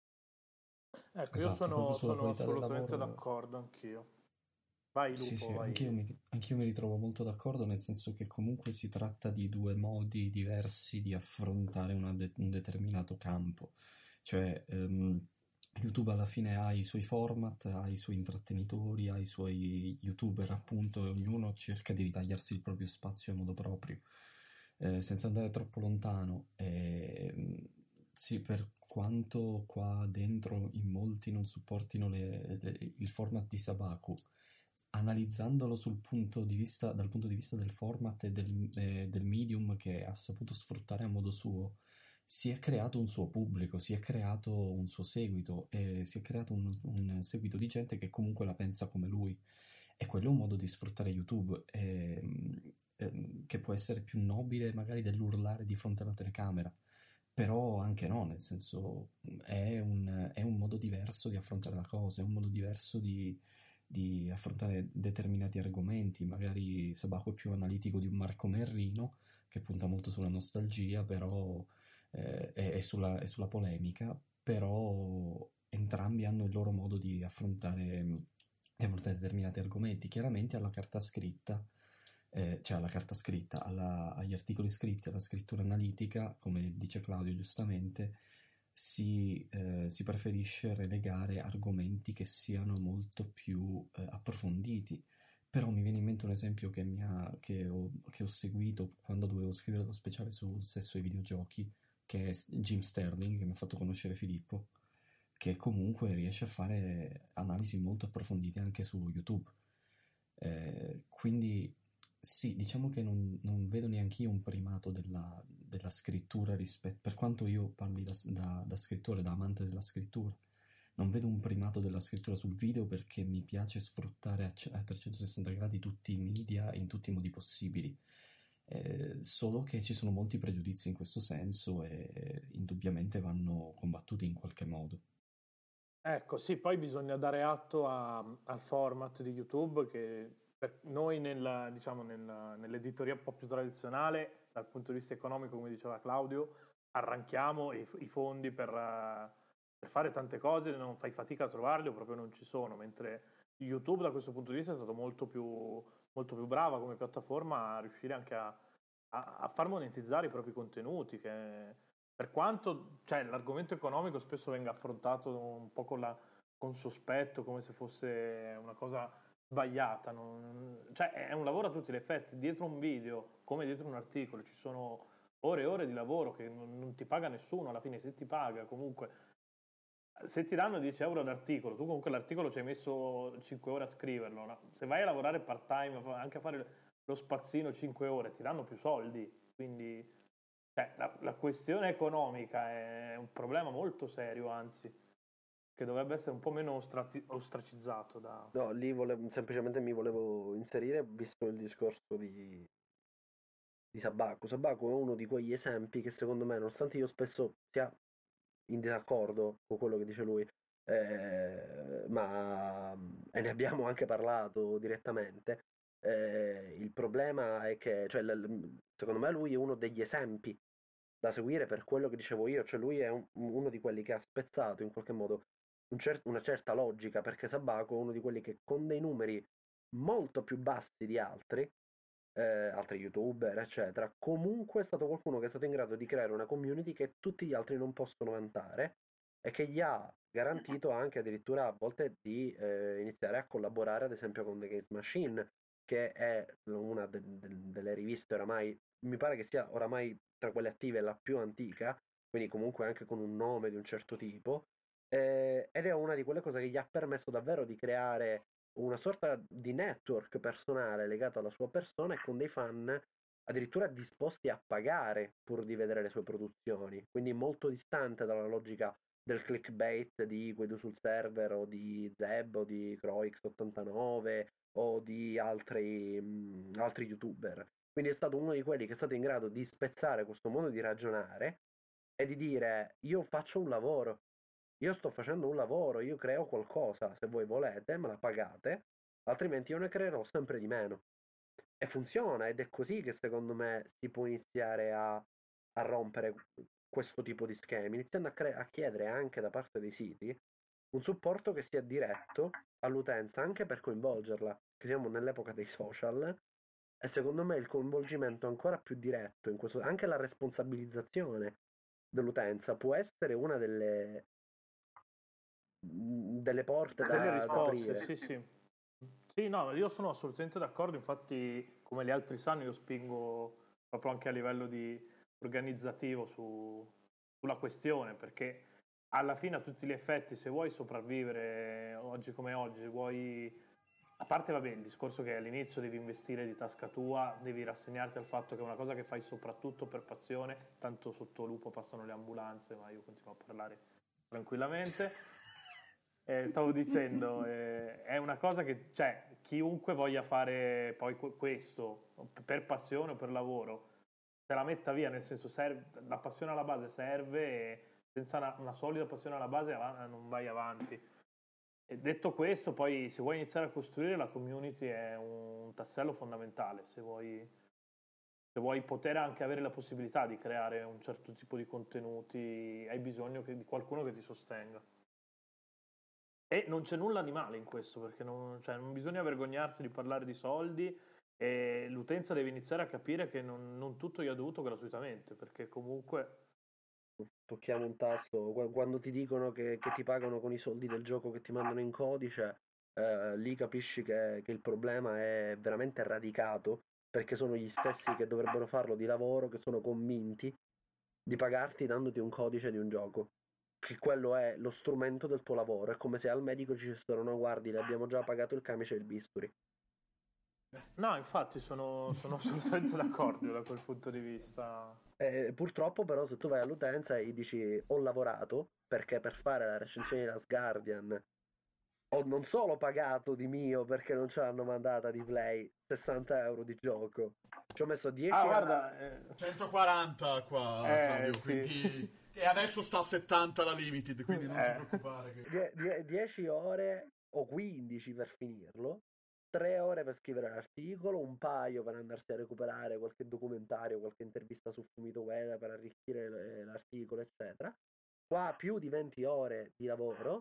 Ecco, io Esatto, proprio sono, sulla sono qualità del assolutamente lavoro. d'accordo anch'io. Vai Sì, Lupo, sì, vai. anch'io mi, anch'io mi ritrovo molto d'accordo, nel senso che comunque si tratta di due modi diversi di affrontare una de- un determinato campo. Cioè, ehm, YouTube alla fine ha i suoi format, ha i suoi intrattenitori, ha i suoi YouTuber, appunto, e ognuno cerca di ritagliarsi il proprio spazio in modo proprio. Eh, senza andare troppo lontano. ehm, sì, per quanto qua dentro in molti non supportino le- le- il format di Sabaku, analizzandolo sul punto di vista, dal punto di vista del format e del, eh, del medium che ha saputo sfruttare a modo suo, si è creato un suo pubblico, si è creato un suo seguito e si è creato un, un seguito di gente che comunque la pensa come lui. E quello è un modo di sfruttare YouTube, ehm, ehm, che può essere più nobile magari dell'urlare di fronte alla telecamera. Però anche no, nel senso è un, è un modo diverso di affrontare la cosa, è un modo diverso di, di affrontare determinati argomenti. Magari Sabaco è più analitico di un Marco Merrino, che punta molto sulla nostalgia, però eh, e, e sulla, e sulla polemica, però entrambi hanno il loro modo di affrontare, di affrontare determinati argomenti. Chiaramente alla carta scritta, eh, cioè alla carta scritta, alla- agli articoli scritti, alla scrittura analitica, come dice Claudio giustamente, si, eh, si preferisce relegare argomenti che siano molto più eh, approfonditi. Però mi viene in mente un esempio che, mi ha, che, ho, che ho seguito quando dovevo scrivere lo speciale sul sesso ai videogiochi, che è Jim Sterling, che mi ha fatto conoscere Filippo, che comunque riesce a fare analisi molto approfondite anche su YouTube. Eh, quindi sì, diciamo che non, non vedo neanche io un primato della, della scrittura rispetto, per quanto io parli da, da, da scrittore, da amante della scrittura, non vedo un primato della scrittura sul video perché mi piace sfruttare a, a trecentosessanta gradi tutti i media in tutti i modi possibili. Eh, solo che ci sono molti pregiudizi in questo senso e indubbiamente vanno combattuti in qualche modo. Ecco, sì, poi bisogna dare atto a- al format di YouTube che per noi nella, diciamo, nella- nell'editoria un po' più tradizionale, dal punto di vista economico, come diceva Claudio, arranchiamo i, i fondi per, eh, per fare tante cose, non fai fatica a trovarli o proprio non ci sono, mentre YouTube da questo punto di vista è stato molto più, molto più brava come piattaforma a riuscire anche a, a- a far monetizzare i propri contenuti, che per quanto cioè, l'argomento economico spesso venga affrontato un po' con, la, con sospetto, come se fosse una cosa sbagliata, non, cioè è un lavoro a tutti gli effetti, dietro un video come dietro un articolo ci sono ore e ore di lavoro che non, non ti paga nessuno, alla fine se ti paga comunque, se ti danno dieci euro all'articolo, tu comunque l'articolo ci hai messo cinque ore a scriverlo, no? Se vai a lavorare part time, anche a fare lo spazzino cinque ore, ti danno più soldi, quindi cioè, la, la questione economica è un problema molto serio, anzi, che dovrebbe essere un po' meno ostrati- ostracizzato da... No, lì volevo, semplicemente mi volevo inserire, visto il discorso di, di Sabaku. Sabaku è uno di quegli esempi che secondo me, nonostante io spesso sia in disaccordo con quello che dice lui, eh, ma e ne abbiamo anche parlato direttamente, eh, il problema è che, cioè, l- secondo me lui è uno degli esempi da seguire per quello che dicevo io, cioè lui è un- uno di quelli che ha spezzato in qualche modo un cer- una certa logica, perché Sabaku è uno di quelli che con dei numeri molto più bassi di altri, eh, altri youtuber, eccetera, comunque è stato qualcuno che è stato in grado di creare una community che tutti gli altri non possono vantare e che gli ha garantito anche addirittura a volte di eh, iniziare a collaborare ad esempio con The Games Machine, che è una de- de- delle riviste oramai, mi pare che sia oramai tra quelle attive la più antica, quindi comunque anche con un nome di un certo tipo, eh, ed è una di quelle cose che gli ha permesso davvero di creare una sorta di network personale legato alla sua persona e con dei fan addirittura disposti a pagare pur di vedere le sue produzioni, quindi molto distante dalla logica del clickbait di Guido sul server o di Zeb o di Croix ottantanove o di altri, mh, altri youtuber. Quindi è stato uno di quelli che è stato in grado di spezzare questo modo di ragionare e di dire io faccio un lavoro, io sto facendo un lavoro, io creo qualcosa, se voi volete me la pagate, altrimenti io ne creerò sempre di meno. E funziona ed è così che secondo me si può iniziare a, a rompere questo tipo di schemi, iniziando a, cre- a chiedere anche da parte dei siti un supporto che sia diretto all'utenza, anche per coinvolgerla, che siamo nell'epoca dei social, e secondo me il coinvolgimento ancora più diretto, in questo, anche la responsabilizzazione dell'utenza può essere una delle, delle porte Delle da, da risposte, aprire. sì, sì. Sì, no, io sono assolutamente d'accordo, infatti come gli altri sanno io spingo proprio anche a livello di organizzativo su, sulla questione, perché alla fine a tutti gli effetti se vuoi sopravvivere oggi come oggi, se vuoi, a parte vabbè il discorso che all'inizio devi investire di tasca tua, devi rassegnarti al fatto che è una cosa che fai soprattutto per passione, tanto sotto lupo passano le ambulanze, ma io continuo a parlare tranquillamente. Eh, stavo dicendo, eh, è una cosa che, cioè, chiunque voglia fare poi que- questo per passione o per lavoro, se la metta via, nel senso, serve, la passione alla base serve e senza una, una solida passione alla base av- non vai avanti. E detto questo, poi se vuoi iniziare a costruire la community è un tassello fondamentale, se vuoi, se vuoi poter anche avere la possibilità di creare un certo tipo di contenuti, hai bisogno che- di qualcuno che ti sostenga. E non c'è nulla di male in questo, perché non, cioè, non bisogna vergognarsi di parlare di soldi e l'utenza deve iniziare a capire che non, non tutto gli è dovuto gratuitamente, perché comunque... Tocchiamo un tasto, Qu- quando ti dicono che, che ti pagano con i soldi del gioco che ti mandano in codice, eh, lì capisci che, che il problema è veramente radicato, perché sono gli stessi che dovrebbero farlo di lavoro, che sono convinti di pagarti dandoti un codice di un gioco, che quello è lo strumento del tuo lavoro, è come se al medico ci dissero no guardi, le abbiamo già pagato il camice e il bisturi. No, infatti sono, sono assolutamente d'accordo da quel punto di vista. Eh, purtroppo però se tu vai all'utenza e gli dici ho lavorato perché per fare la recensione di Last Guardian ho non solo pagato di mio perché non ce l'hanno mandata di Play sessanta euro di gioco, ci ho messo dieci Ah, ore, guarda... Eh, centoquaranta qua, eh, Claudio, sì. quindi... E adesso sta a settanta la limited, quindi non ti Eh. preoccupare. Che... die- die- dieci ore o quindici per finirlo, tre ore per scrivere l'articolo, un paio per andarsi a recuperare qualche documentario, qualche intervista su Fumito Ueda per arricchire eh, l'articolo, eccetera. Qua più di venti ore di lavoro.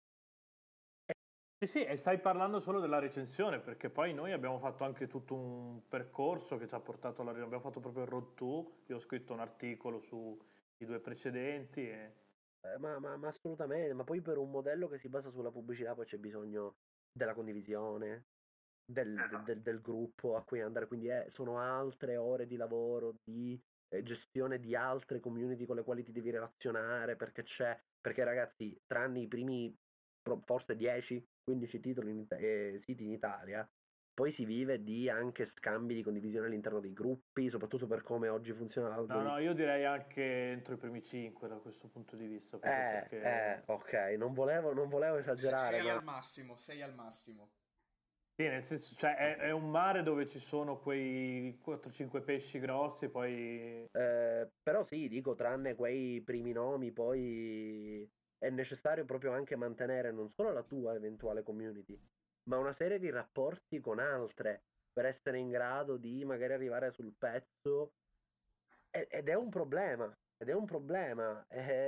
Sì, sì, e stai parlando solo della recensione, perché poi noi abbiamo fatto anche tutto un percorso che ci ha portato alla... Abbiamo fatto proprio il Road to, io ho scritto un articolo su i due precedenti. E... Eh, ma, ma, ma assolutamente, ma poi per un modello che si basa sulla pubblicità poi c'è bisogno della condivisione, del, del- del- del gruppo a cui andare, quindi è- sono altre ore di lavoro, di eh, gestione di altre community con le quali ti devi relazionare, perché c'è, perché ragazzi, tranne i primi pro- forse dieci quindici titoli in Ita- eh, siti in Italia, poi si vive di anche scambi di condivisione all'interno dei gruppi, soprattutto per come oggi funziona No, l'algoritmo. no, io direi anche entro i primi cinque da questo punto di vista, proprio Eh, perché... eh, ok, non volevo, non volevo Se- esagerare, sei ma al massimo, sei al massimo. Sì, nel senso, cioè è, è un mare dove ci sono quei quattro cinque pesci grossi, poi... eh, però sì, dico, tranne quei primi nomi, poi è necessario proprio anche mantenere non solo la tua eventuale community, ma una serie di rapporti con altre per essere in grado di magari arrivare sul pezzo. E- Ed è un problema, ed è un problema.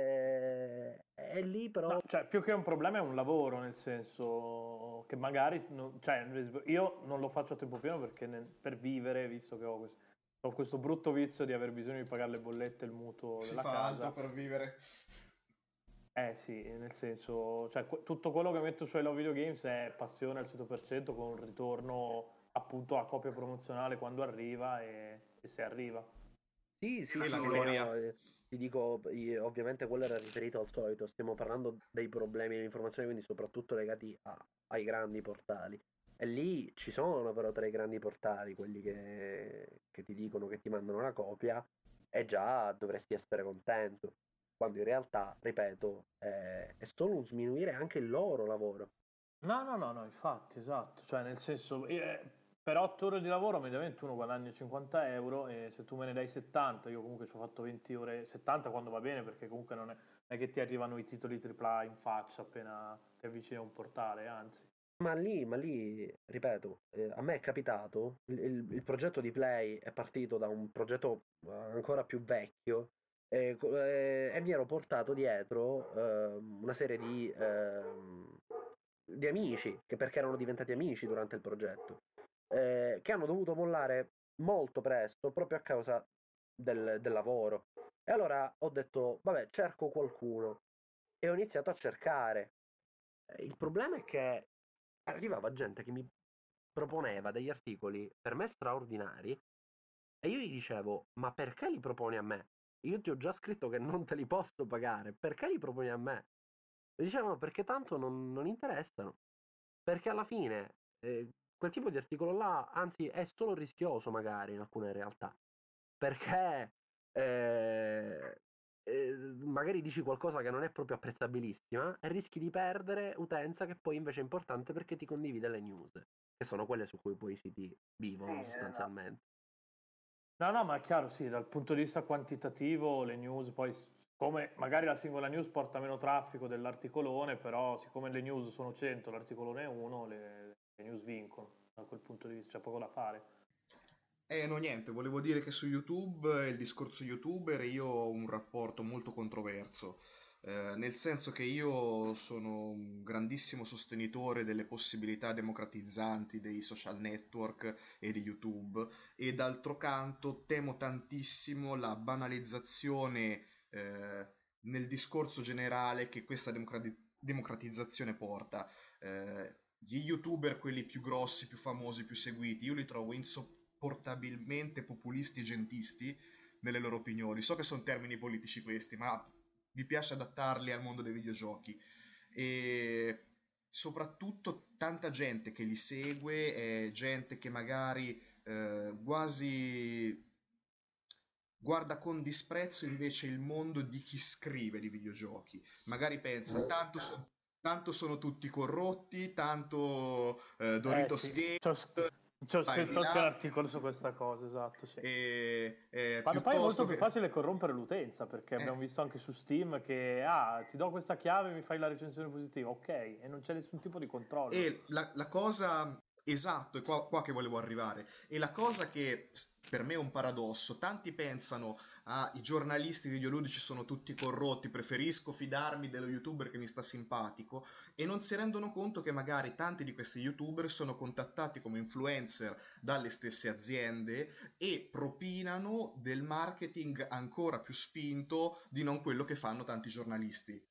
E, e lì però... No, cioè più che un problema è un lavoro, nel senso che magari... non- cioè, io non lo faccio a tempo pieno perché nel- per vivere, visto che ho questo, ho questo brutto vizio di aver bisogno di pagare le bollette, il mutuo Si della fa altro casa. per vivere. Eh sì, nel senso, cioè que- tutto quello che metto su I Love Video Games è passione al cento per cento con un ritorno appunto a copia promozionale quando arriva e, e se arriva. Sì, sì, E sì, la no, gloria. eh, ti dico, io- ovviamente quello era riferito al solito, stiamo parlando dei problemi dell'informazione, quindi soprattutto legati a- ai grandi portali. E lì ci sono però tra i grandi portali, quelli che, che ti dicono che ti mandano una copia, e già dovresti essere contento, quando in realtà, ripeto, eh, è solo un sminuire anche il loro lavoro. No, no, no, no, infatti, esatto, cioè nel senso, eh, per otto ore di lavoro mediamente uno guadagna cinquanta euro e se tu me ne dai settanta, io comunque ci ho fatto venti ore, settanta quando va bene perché comunque non è, non è che ti arrivano i titoli tripla A in faccia appena ti avvicini a un portale, anzi. Ma lì, ma lì, ripeto, eh, a me è capitato, il, il- il progetto di Play è partito da un progetto eh, ancora più vecchio e, co- eh, e mi ero portato dietro ehm, una serie di, ehm, di amici, che perché erano diventati amici durante il progetto, eh, che hanno dovuto mollare molto presto proprio a causa del, del lavoro. E allora ho detto, vabbè, cerco qualcuno e ho iniziato a cercare. Eh, Il problema è che arrivava gente che mi proponeva degli articoli per me straordinari e io gli dicevo, ma perché li proponi a me? Io ti ho già scritto che non te li posso pagare, perché li proponi a me? E dicevano perché tanto non, non interessano, perché alla fine eh, quel tipo di articolo là, anzi è solo rischioso magari in alcune realtà, perché eh, eh, magari dici qualcosa che non è proprio apprezzabilissima e rischi di perdere utenza che poi invece è importante perché ti condivide le news, che sono quelle su cui poi i siti vivono sostanzialmente. No, no, ma è chiaro, sì, dal punto di vista quantitativo le news poi, come magari la singola news porta meno traffico dell'articolone, però siccome le news sono cento, l'articolone è uno, le, le news vincono, da quel punto di vista c'è poco da fare. Eh, no, niente, volevo dire che su YouTube, eh, il discorso YouTuber, io ho un rapporto molto controverso, eh, nel senso che io sono un grandissimo sostenitore delle possibilità democratizzanti dei social network e di YouTube, e d'altro canto temo tantissimo la banalizzazione, eh, nel discorso generale che questa democrati- democratizzazione porta. Eh, gli YouTuber, quelli più grossi, più famosi, più seguiti, io li trovo insopportabilmente populisti e gentisti nelle loro opinioni. So che sono termini politici questi, ma mi piace adattarli al mondo dei videogiochi. E soprattutto tanta gente che li segue è gente che magari eh, quasi guarda con disprezzo invece il mondo di chi scrive di videogiochi. Magari pensa, tanto, so- tanto sono tutti corrotti, tanto eh, Eh Doritos sì, Game, c'ho, c'ho vai di scritto anche là, l'articolo su questa cosa, esatto, sì. e, e Quando poi è molto piuttosto più che... facile corrompere l'utenza, perché eh, abbiamo visto anche su Steam che, ah, ti do questa chiave e mi fai la recensione positiva, ok, e non c'è nessun tipo di controllo. E la, la cosa, Esatto, è qua, qua che volevo arrivare. E la cosa che s- per me è un paradosso, tanti pensano, ah, i giornalisti videoludici sono tutti corrotti, preferisco fidarmi dello youtuber che mi sta simpatico, e non si rendono conto che magari tanti di questi youtuber sono contattati come influencer dalle stesse aziende e propinano del marketing ancora più spinto di non quello che fanno tanti giornalisti.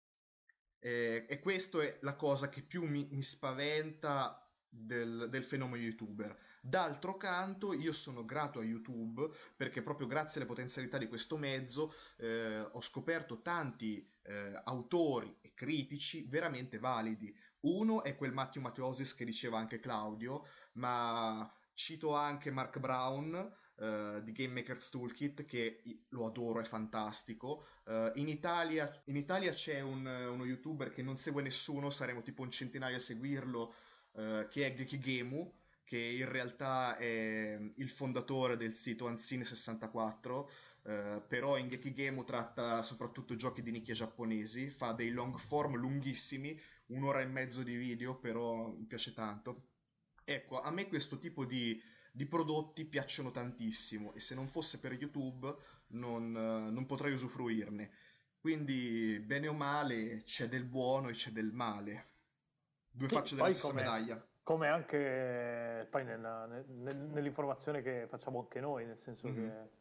Eh, e questa è la cosa che più mi, mi spaventa del, del fenomeno YouTuber. D'altro canto, io sono grato a YouTube perché proprio grazie alle potenzialità di questo mezzo eh, ho scoperto tanti eh, autori e critici veramente validi. Uno è quel Matteo Matteosis che diceva anche Claudio, ma cito anche Mark Brown eh, di Game Maker's Toolkit, che i- lo adoro, è fantastico. Eh, in Italia, in Italia c'è un- uno youtuber che non segue nessuno, saremo tipo un centinaio a seguirlo, eh, che è Gekigemu, che in realtà è il fondatore del sito Anzine sessantaquattro, eh, però in Gekigemu tratta soprattutto giochi di nicchia giapponesi, fa dei long form lunghissimi, un'ora e mezzo di video, però mi piace tanto. Ecco, a me questo tipo di, di prodotti piacciono tantissimo e se non fosse per YouTube non, eh, non potrei usufruirne. Quindi, bene o male, c'è del buono e c'è del male. Due Sì, facce della poi stessa come, medaglia. come anche poi nella- nel- nel- nell'informazione che facciamo anche noi, nel senso Mhm. che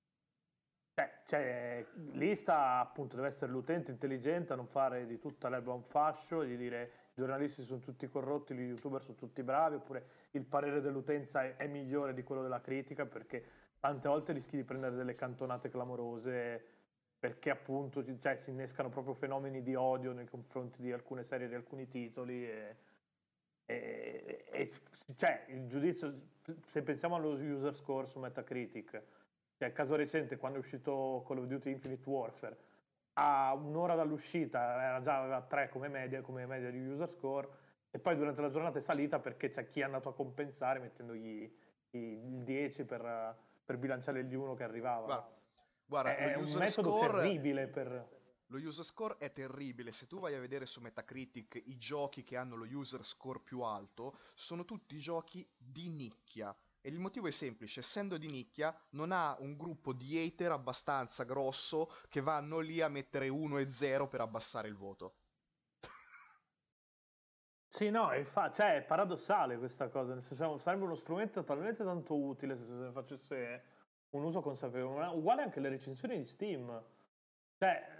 cioè, cioè, lì sta appunto, deve essere l'utente intelligente a non fare di tutta l'erba un fascio, di dire i giornalisti sono tutti corrotti, gli youtuber sono tutti bravi, oppure il parere dell'utenza è, è migliore di quello della critica, perché tante volte rischi di prendere delle cantonate clamorose, perché appunto ci- cioè, si innescano proprio fenomeni di odio nei confronti di alcune serie, di alcuni titoli. E, e- e- cioè, il giudizio, se pensiamo allo user score su Metacritic, cioè il caso recente quando è uscito Call of Duty Infinite Warfare, a un'ora dall'uscita era già aveva tre come media, come media di user score, e poi durante la giornata è salita perché c'è chi è andato a compensare mettendogli i- il dieci per, per bilanciare gli uno che arrivavano. Guarda, guarda, È, è lo un user metodo score, terribile per... lo user score è terribile. Se tu vai a vedere su Metacritic i giochi che hanno lo user score più alto, sono tutti giochi di nicchia. E il motivo è semplice, essendo di nicchia, non ha un gruppo di hater abbastanza grosso che vanno lì a mettere uno e zero per abbassare il voto. Sì, no, infa- cioè, è paradossale questa cosa, nel senso sarebbe uno strumento talmente tanto utile se se ne facesse un uso consapevole, ma uguale anche le recensioni di Steam. Cioè,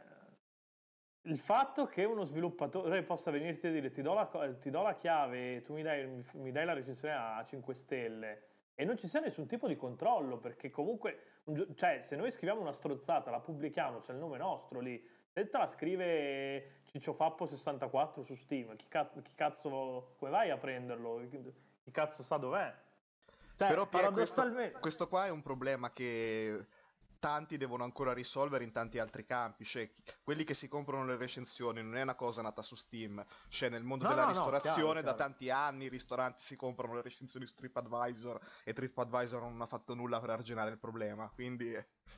il fatto che uno sviluppatore possa venirti a dire ti do la, co- ti do la chiave e tu mi dai, mi, mi dai la recensione a cinque stelle e non ci sia nessun tipo di controllo, perché comunque, un gio- cioè, se noi scriviamo una strozzata, la pubblichiamo, c'è il nome nostro lì, se te la scrive Ciccio Fappo sessantaquattro su Steam, chi, ca- chi cazzo, come vai a prenderlo? Chi, chi cazzo sa dov'è? Cioè, Però Pia, questo, paradossalmente... questo qua è un problema che tanti devono ancora risolvere in tanti altri campi, cioè quelli che si comprano le recensioni non è una cosa nata su Steam, cioè nel mondo No, della no, no, ristorazione chiaro, da chiaro. tanti anni i ristoranti si comprano le recensioni su TripAdvisor e TripAdvisor non ha fatto nulla per arginare il problema, quindi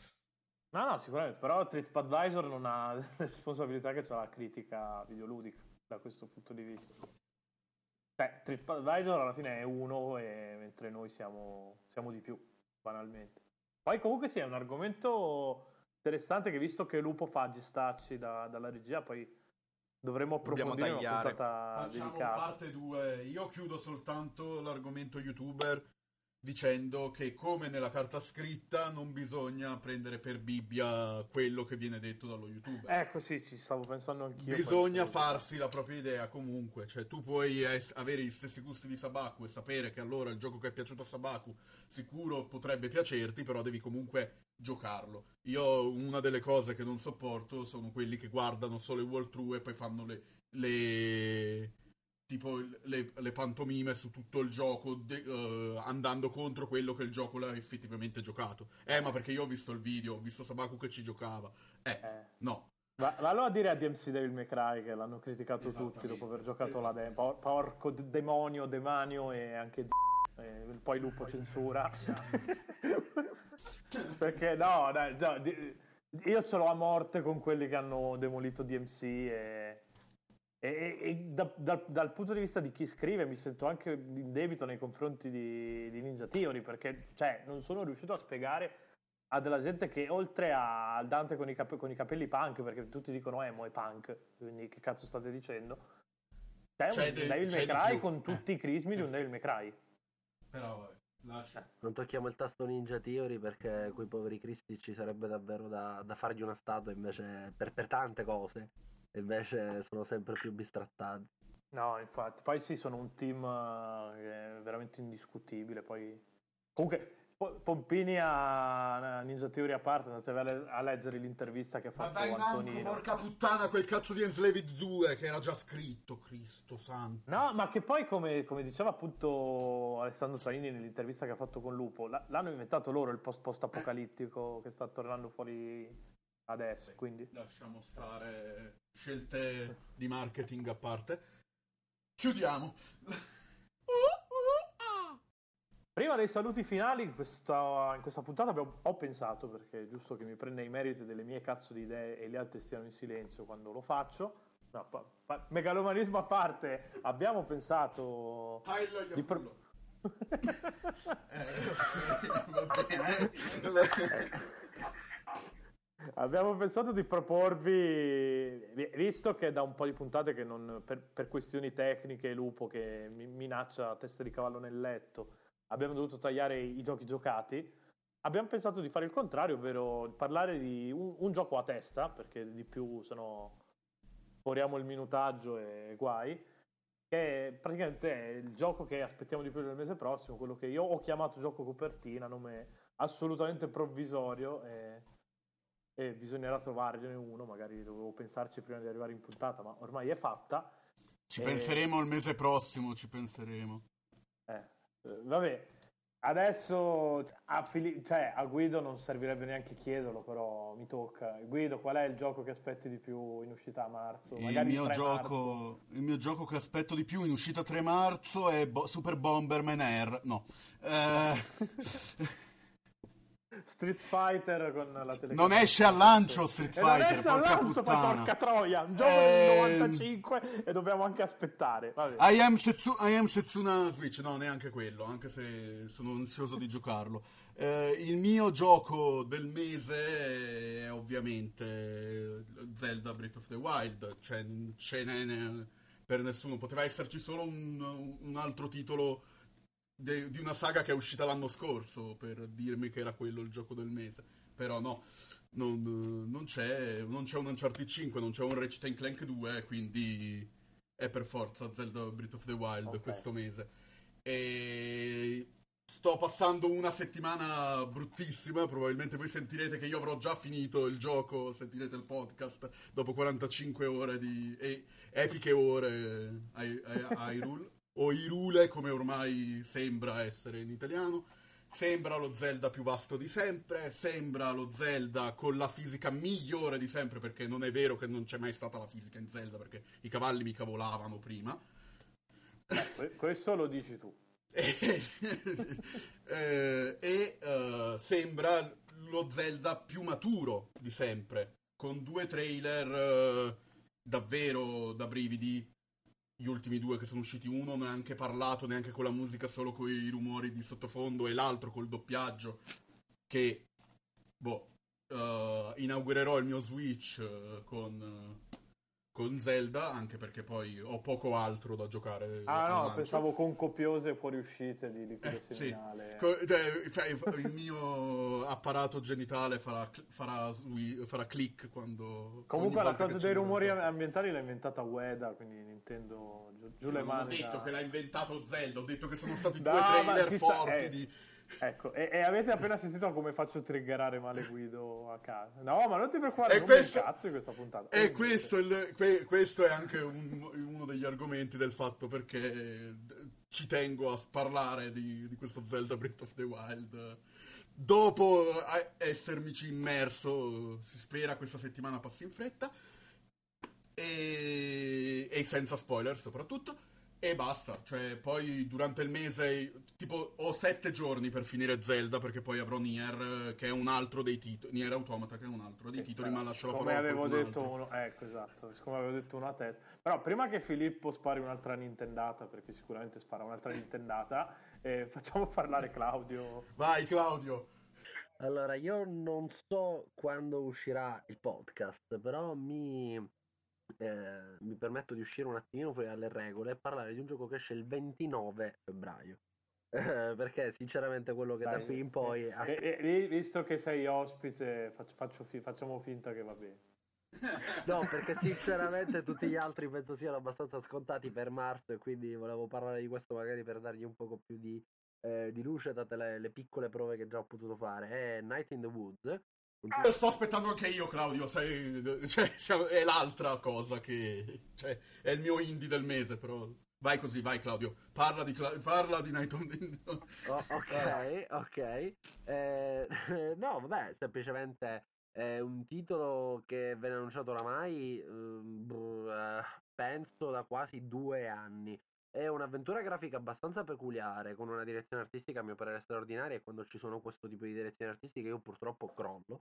No, no, sicuramente, però TripAdvisor non ha le responsabilità che c'ha la critica videoludica da questo punto di vista. Cioè, TripAdvisor alla fine è uno, e mentre noi siamo, siamo di più, banalmente. Poi comunque sì, è un argomento interessante che visto che Lupo fa gestacci da- dalla regia, poi dovremmo dobbiamo approfondire in una tagliare. puntata Facciamo dedicata. parte due. Io chiudo soltanto l'argomento YouTuber dicendo che, come nella carta scritta, non bisogna prendere per Bibbia quello che viene detto dallo YouTuber. Ecco, sì, ci stavo pensando anch'io. Bisogna poi- farsi la propria idea comunque, cioè tu puoi es- avere gli stessi gusti di Sabaku e sapere che allora il gioco che è piaciuto a Sabaku sicuro potrebbe piacerti, però devi comunque giocarlo. Io una delle cose che non sopporto sono quelli che guardano solo i walkthrough e poi fanno le, le tipo le, le pantomime su tutto il gioco de- eh, andando contro quello che il gioco l'ha effettivamente giocato. Eh, ma perché io ho visto il video, ho visto Sabaku che ci giocava. Eh, Eh. no. Va- Vallo a dire a D M C Devil May Cry che l'hanno criticato Esattamente, tutti dopo aver giocato la esattamente. demo. Por- Porco d- demonio, demanio e anche d- e poi Lupo censura. Perché no, dai, già, di- io ce l'ho a morte con quelli che hanno demolito D M C e, E, e da, da, dal punto di vista di chi scrive mi sento anche in debito nei confronti di, di Ninja Theory, perché cioè, non sono riuscito a spiegare a della gente che oltre a Dante con i, cap- con i capelli punk, perché tutti dicono emo è punk, quindi che cazzo state dicendo? C'è, c'è un de- Devil May Cry con tutti eh. i crismi di un Devil May Cry. Però vabbè, lascia. Eh, non tocchiamo il tasto Ninja Theory perché quei poveri cristi ci sarebbe davvero da, da fargli una statua invece per, per tante cose. Invece sono sempre più bistrattati. No, infatti, poi sì, sono un team uh, che è veramente indiscutibile. Poi comunque Pompini a Ninja Theory a parte, andate a, le- a leggere l'intervista che ha fatto Ma dai, Antonino. Namco, porca puttana, quel cazzo di Enslaved due che era già scritto, Cristo santo. No, ma che poi come, come diceva appunto Alessandro Traini nell'intervista che ha fatto con Lupo, l- l'hanno inventato loro il post post apocalittico che sta tornando fuori adesso, Beh, quindi lasciamo stare scelte di marketing a parte. Chiudiamo. prima dei saluti finali in questa, in questa puntata abbiamo, ho pensato, perché è giusto che mi prenda i meriti delle mie cazzo di idee e gli altri stiano in silenzio quando lo faccio. No, pa, pa, megalomanismo a parte, abbiamo pensato di pro- eh, va bene. Abbiamo pensato di proporvi, visto che da un po' di puntate che non, per, per questioni tecniche, Lupo che mi minaccia a testa di cavallo nel letto, abbiamo dovuto tagliare i, i giochi giocati. Abbiamo pensato di fare il contrario, ovvero parlare di un, un gioco a testa, perché di più se no sforiamo il minutaggio e guai, che praticamente è il gioco che aspettiamo di più del mese prossimo, quello che io ho chiamato gioco copertina, nome assolutamente provvisorio e... e bisognerà trovarne uno, magari dovevo pensarci prima di arrivare in puntata, ma ormai è fatta. Ci e... penseremo il mese prossimo, ci penseremo. Eh, vabbè, adesso a, Fili- cioè, a Guido non servirebbe neanche chiederlo, però mi tocca. Guido, qual è il gioco che aspetti di più in uscita a marzo? Il Magari mio, tre gioco, marzo. il mio gioco che aspetto di più in uscita tre marzo è Bo- Super Bomberman Air. No. Eh... Street Fighter con la telecamera. Non esce al lancio Street Fighter, non esce al porca lancio, puttana. porca troia, un gioco Eh... del novantacinque e dobbiamo anche aspettare. Vabbè. I am, Setsu- I am Setsuna Switch, no, neanche quello, anche se sono ansioso di giocarlo. Eh, il mio gioco del mese è ovviamente Zelda Breath of the Wild, cioè ce n'è per nessuno, poteva esserci solo un, un altro titolo de- di una saga che è uscita l'anno scorso per dirmi che era quello il gioco del mese, però no, non, non c'è, non c'è un Uncharted cinque, non c'è un Ratchet and Clank due, quindi è per forza Zelda Breath of the Wild okay. questo mese. E sto passando una settimana bruttissima, probabilmente voi sentirete che io avrò già finito il gioco, sentirete il podcast dopo quarantacinque ore di e- epiche ore a Hyrule, o Hyrule come ormai sembra essere in italiano. Sembra lo Zelda più vasto di sempre, sembra lo Zelda con la fisica migliore di sempre, perché non è vero che non c'è mai stata la fisica in Zelda, perché i cavalli mica volavano prima. Eh, questo lo dici tu. e e uh, sembra lo Zelda più maturo di sempre, con due trailer uh, davvero da brividi. Gli ultimi due che sono usciti, uno neanche parlato, neanche con la musica, solo con i rumori di sottofondo, e l'altro col doppiaggio, che boh, uh, inaugurerò il mio Switch uh, con uh, con Zelda, anche perché poi ho poco altro da giocare. Ah no, lancio. Pensavo con copiose fuoriuscite di liquido eh, seminale. Sì. Co- eh, cioè, il mio apparato genitale farà, farà, farà click quando... Comunque la cosa dei rumori ambientali l'ha inventata Ueda, quindi Nintendo giù, giù sì, le mani. Non ho detto da... che l'ha inventato Zelda, ho detto che sono stati no, due trailer sta... forti eh. di... Ecco, e, e avete appena assistito a come faccio triggerare male Guido a casa. No, ma non ti preoccupare, non questo, mi cazzo di questa puntata. E questo, il, que, questo è anche un, uno degli argomenti del fatto perché ci tengo a parlare di, di questo Zelda Breath of the Wild. Dopo essermici immerso, si spera questa settimana passi in fretta, e, e senza spoiler soprattutto. E basta, cioè poi durante il mese tipo ho sette giorni per finire Zelda, perché poi avrò Nier, che è un altro dei titoli, Nier Automata, che è un altro dei titoli, ma lascio la come parola a avevo qualcun detto altro. uno, ecco, esatto, come avevo detto uno a testa. Però prima che Filippo spari un'altra Nintendata, perché sicuramente spara un'altra Nintendata, eh, facciamo parlare Claudio. Vai Claudio! Allora, io non so quando uscirà il podcast, però mi, eh, mi permetto di uscire un attimino fuori dalle regole e parlare di un gioco che esce il ventinove febbraio. Eh, perché sinceramente quello che da Dai, qui in poi... eh, eh, eh, visto che sei ospite, faccio, faccio fi- facciamo finta che va bene. No, perché sinceramente tutti gli altri penso siano abbastanza scontati per marzo e quindi volevo parlare di questo magari per dargli un poco più di, eh, di luce, date le, le piccole prove che già ho potuto fare. È Night in the Woods. un Eh, Sto aspettando anche io, Claudio, sei, cioè, siamo- è l'altra cosa che... Cioè, è il mio indie del mese, però... Vai così, vai Claudio, parla di, Cla- parla di Night on the... Oh, ok, ok. Eh, no, vabbè, semplicemente è un titolo che viene annunciato oramai, ehm, brr, eh, penso da quasi due anni. È un'avventura grafica abbastanza peculiare, con una direzione artistica a mio parere straordinaria, e quando ci sono questo tipo di direzioni artistiche io purtroppo crollo.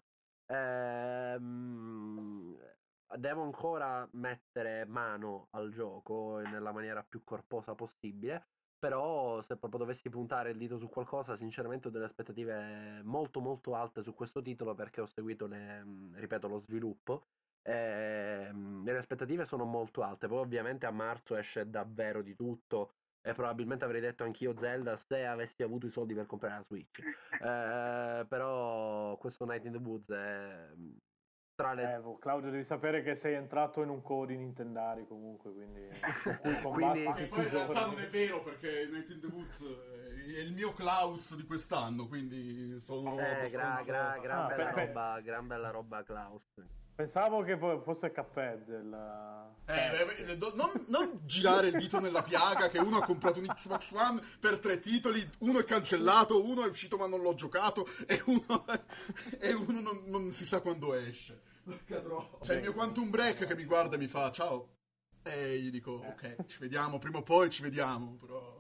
Ehm, devo ancora mettere mano al gioco nella maniera più corposa possibile. Però se proprio dovessi puntare il dito su qualcosa, sinceramente ho delle aspettative molto molto alte su questo titolo, perché ho seguito le, mh, ripeto, lo sviluppo e mh, le aspettative sono molto alte. Poi ovviamente a marzo esce davvero di tutto e probabilmente avrei detto anch'io Zelda se avessi avuto i soldi per comprare la Switch. Eh, però questo Night in the Woods è mh, tra le... Eh, boh, Claudio, devi sapere che sei entrato in un covo di Nintendari comunque, quindi con cui Quindi- combatti Ma tutti poi i in realtà giorni. non è vero, perché Night in the Woods è il mio Klaus di quest'anno, quindi sono Eh, gra, abbastanza... gra, gran Ah, bella per- per- roba, gran bella roba Klaus. Pensavo che poi fosse Cuphead il... Eh, eh, do- non, non girare il dito nella piaga che uno ha comprato un Xbox One per tre titoli, uno è cancellato, uno è uscito ma non l'ho giocato e uno, e uno non, non si sa quando esce. C'è il mio Quantum Break che mi guarda e mi fa ciao e gli dico ok, ci vediamo, prima o poi ci vediamo, però...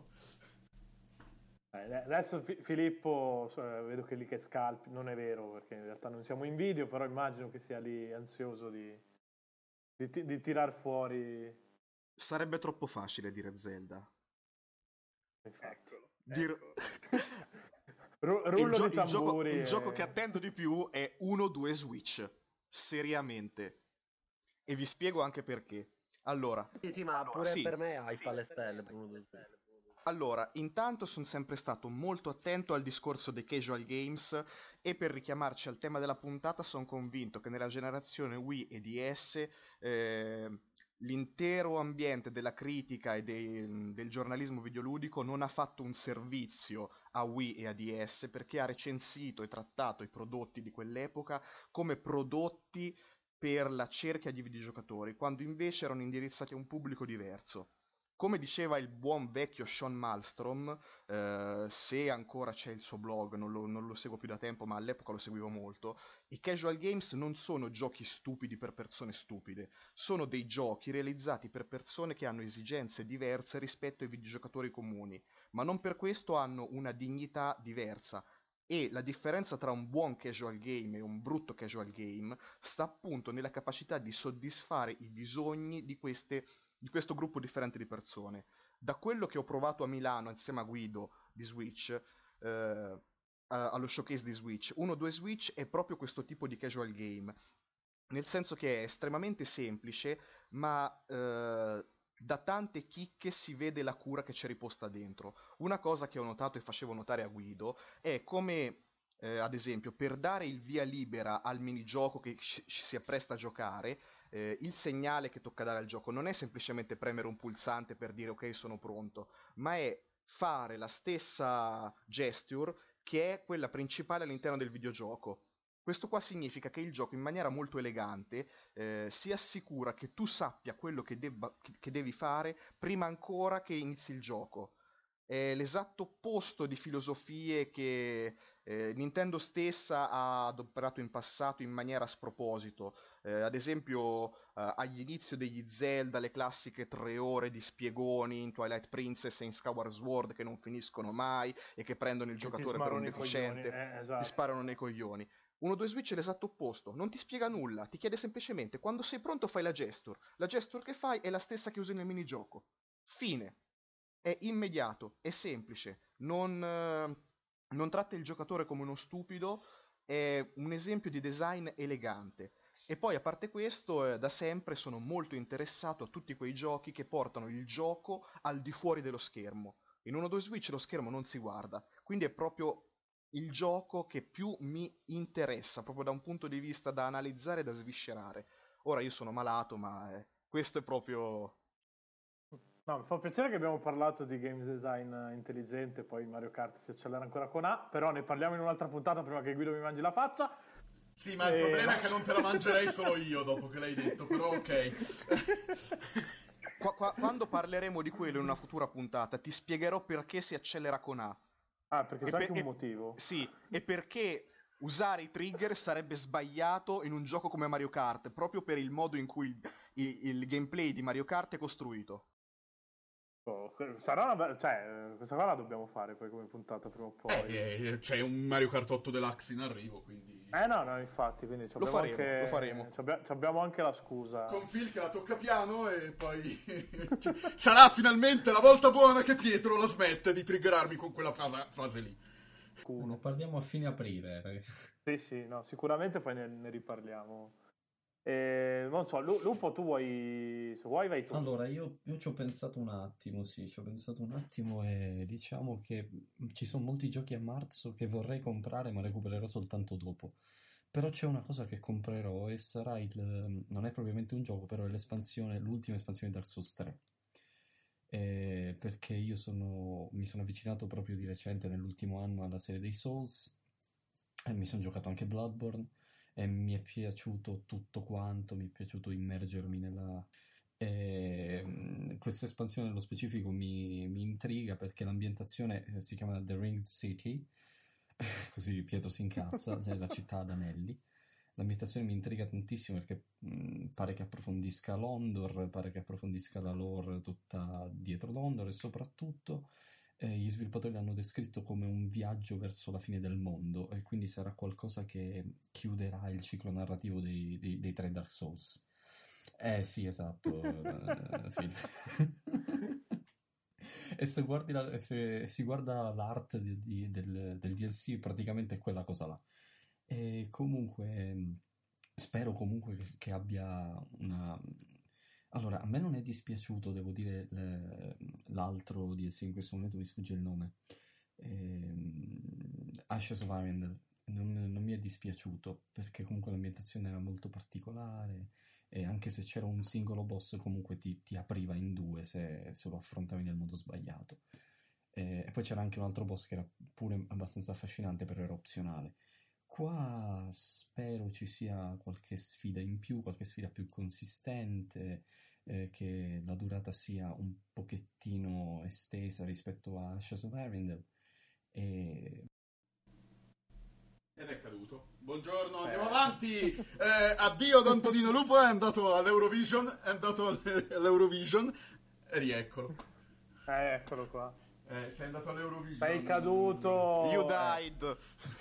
Eh, adesso Fi- Filippo, eh, vedo che è lì che scalpi, non è vero perché in realtà non siamo in video, però immagino che sia lì ansioso di, di, ti- di tirar fuori, Sarebbe troppo facile dire Zelda. infatti. Dir- Ru- il, rullo gio- di il gioco, tamburi. il gioco e- che attendo di più è uno due Switch. Seriamente. E vi spiego anche perché. Allora, Sì, sì, ma pure sì. per me hai alle stelle. per uno dei due. Allora, intanto sono sempre stato molto attento al discorso dei casual games e per richiamarci al tema della puntata sono convinto che nella generazione Wii e D S eh, l'intero ambiente della critica e dei- del giornalismo videoludico non ha fatto un servizio a Wii e a D S, perché ha recensito e trattato i prodotti di quell'epoca come prodotti per la cerchia di videogiocatori, quando invece erano indirizzati a un pubblico diverso. Come diceva il buon vecchio Sean Malmstrom, eh, se ancora c'è il suo blog, non lo, non lo seguo più da tempo, ma all'epoca lo seguivo molto, i casual games non sono giochi stupidi per persone stupide, sono dei giochi realizzati per persone che hanno esigenze diverse rispetto ai videogiocatori comuni, ma non per questo hanno una dignità diversa. E la differenza tra un buon casual game e un brutto casual game sta appunto nella capacità di soddisfare i bisogni di queste di questo gruppo differente di persone. Da quello che ho provato a Milano insieme a Guido di Switch, eh, allo showcase di Switch, uno due Switch è proprio questo tipo di casual game, nel senso che è estremamente semplice, ma eh, da tante chicche si vede la cura che c'è riposta dentro. Una cosa che ho notato e facevo notare a Guido è come, eh, ad esempio, per dare il via libera al minigioco che ci ci si appresta a giocare, eh, il segnale che tocca dare al gioco non è semplicemente premere un pulsante per dire ok sono pronto, ma è fare la stessa gesture che è quella principale all'interno del videogioco. Questo qua significa che il gioco in maniera molto elegante eh, si assicura che tu sappia quello che, debba, che, che devi fare prima ancora che inizi il gioco. è l'esatto opposto di filosofie che eh, Nintendo stessa ha adoperato in passato in maniera a sproposito. Eh, ad esempio, eh, agli inizi degli Zelda, le classiche tre ore di spiegoni in Twilight Princess e in Skyward Sword che non finiscono mai e che prendono il Che ti giocatore per un smarrano i coglioni, deficiente, eh, ti esatto. sparano nei coglioni. uno due Switch è l'esatto opposto, non ti spiega nulla, ti chiede semplicemente quando sei pronto fai la gesture. La gesture che fai è la stessa che usi nel minigioco. Fine. È immediato, è semplice, non, eh, non tratta il giocatore come uno stupido, è un esempio di design elegante. E poi, a parte questo, eh, da sempre sono molto interessato a tutti quei giochi che portano il gioco al di fuori dello schermo. In uno due Switch lo schermo non si guarda, quindi è proprio il gioco che più mi interessa, proprio da un punto di vista da analizzare e da sviscerare. Ora io sono malato, ma eh, questo è proprio... No, mi fa piacere che abbiamo parlato di game design intelligente, poi Mario Kart si accelera ancora con A, però ne parliamo in un'altra puntata prima che Guido mi mangi la faccia. Sì, ma il E- problema è che non te la mangerei solo io dopo che l'hai detto, però ok. Qua- qua- quando parleremo di quello in una futura puntata, ti spiegherò perché si accelera con A. Ah, perché E c'è per- anche un e- motivo. Sì, e perché usare i trigger sarebbe sbagliato in un gioco come Mario Kart, proprio per il modo in cui il, il- il gameplay di Mario Kart è costruito. Oh, sarà una be- cioè, eh, questa qua la dobbiamo fare poi come puntata prima o poi. Eh, eh, c'è un Mario Kart otto Deluxe in arrivo, quindi... Eh no, no, infatti, quindi ci Lo abbiamo faremo, anche, lo faremo. ci abbia- ci abbiamo anche la scusa. Con Phil che la tocca piano e poi... sarà finalmente la volta buona che Pietro la smette di triggerarmi con quella fra- frase lì. Ne parliamo a fine aprile. perché- Sì, sì, no, sicuramente poi ne, ne riparliamo. Eh, non so, Lu- Lupo, tu vuoi, se vuoi vai tu. Allora, io, io ci ho pensato un attimo, sì, ci ho pensato un attimo e diciamo che ci sono molti giochi a marzo che vorrei comprare ma recupererò soltanto dopo. Però c'è una cosa che comprerò e sarà il... non è propriamente un gioco, però è l'espansione, l'ultima espansione di Dark Souls tre. Eh, perché io sono, mi sono avvicinato proprio di recente, nell'ultimo anno, alla serie dei Souls e mi sono giocato anche Bloodborne e mi è piaciuto tutto quanto, mi è piaciuto immergermi nella... E, mh, questa espansione nello specifico mi, mi intriga perché l'ambientazione eh, si chiama The Ringed City, così Pietro si incazza, cioè la città ad anelli. L'ambientazione mi intriga tantissimo perché mh, pare che approfondisca Londor, pare che approfondisca la lore tutta dietro Londor e soprattutto eh, gli sviluppatori l'hanno descritto come un viaggio verso la fine del mondo e quindi sarà qualcosa che chiuderà il ciclo narrativo dei, dei, dei tre Dark Souls. Eh sì, esatto, eh, Phil. E se guardi la, se si guarda l'arte di- di- del, del D L C, praticamente è quella cosa là. E comunque, mh, spero comunque che, che abbia una... Allora, a me non è dispiaciuto, devo dire, le- l'altro D L C, in questo momento mi sfugge il nome. Ehm, Ashes of Arendelle. Non, non mi è dispiaciuto, perché comunque l'ambientazione era molto particolare e anche se c'era un singolo boss comunque ti, ti apriva in due se, se lo affrontavi nel modo sbagliato. E, e poi c'era anche un altro boss che era pure abbastanza affascinante, però era opzionale. Qua spero ci sia qualche sfida in più, qualche sfida più consistente, eh, che la durata sia un pochettino estesa rispetto a Ashes of Arendelle. E... Ed è caduto. Buongiorno, andiamo Eh. avanti. Eh, addio ad Antonino Lupo, è andato all'Eurovision, è andato all'Eurovision e rieccolo. Eh, eccolo qua. Eh, sei andato all'Eurovision. Sei caduto. You Eh. died!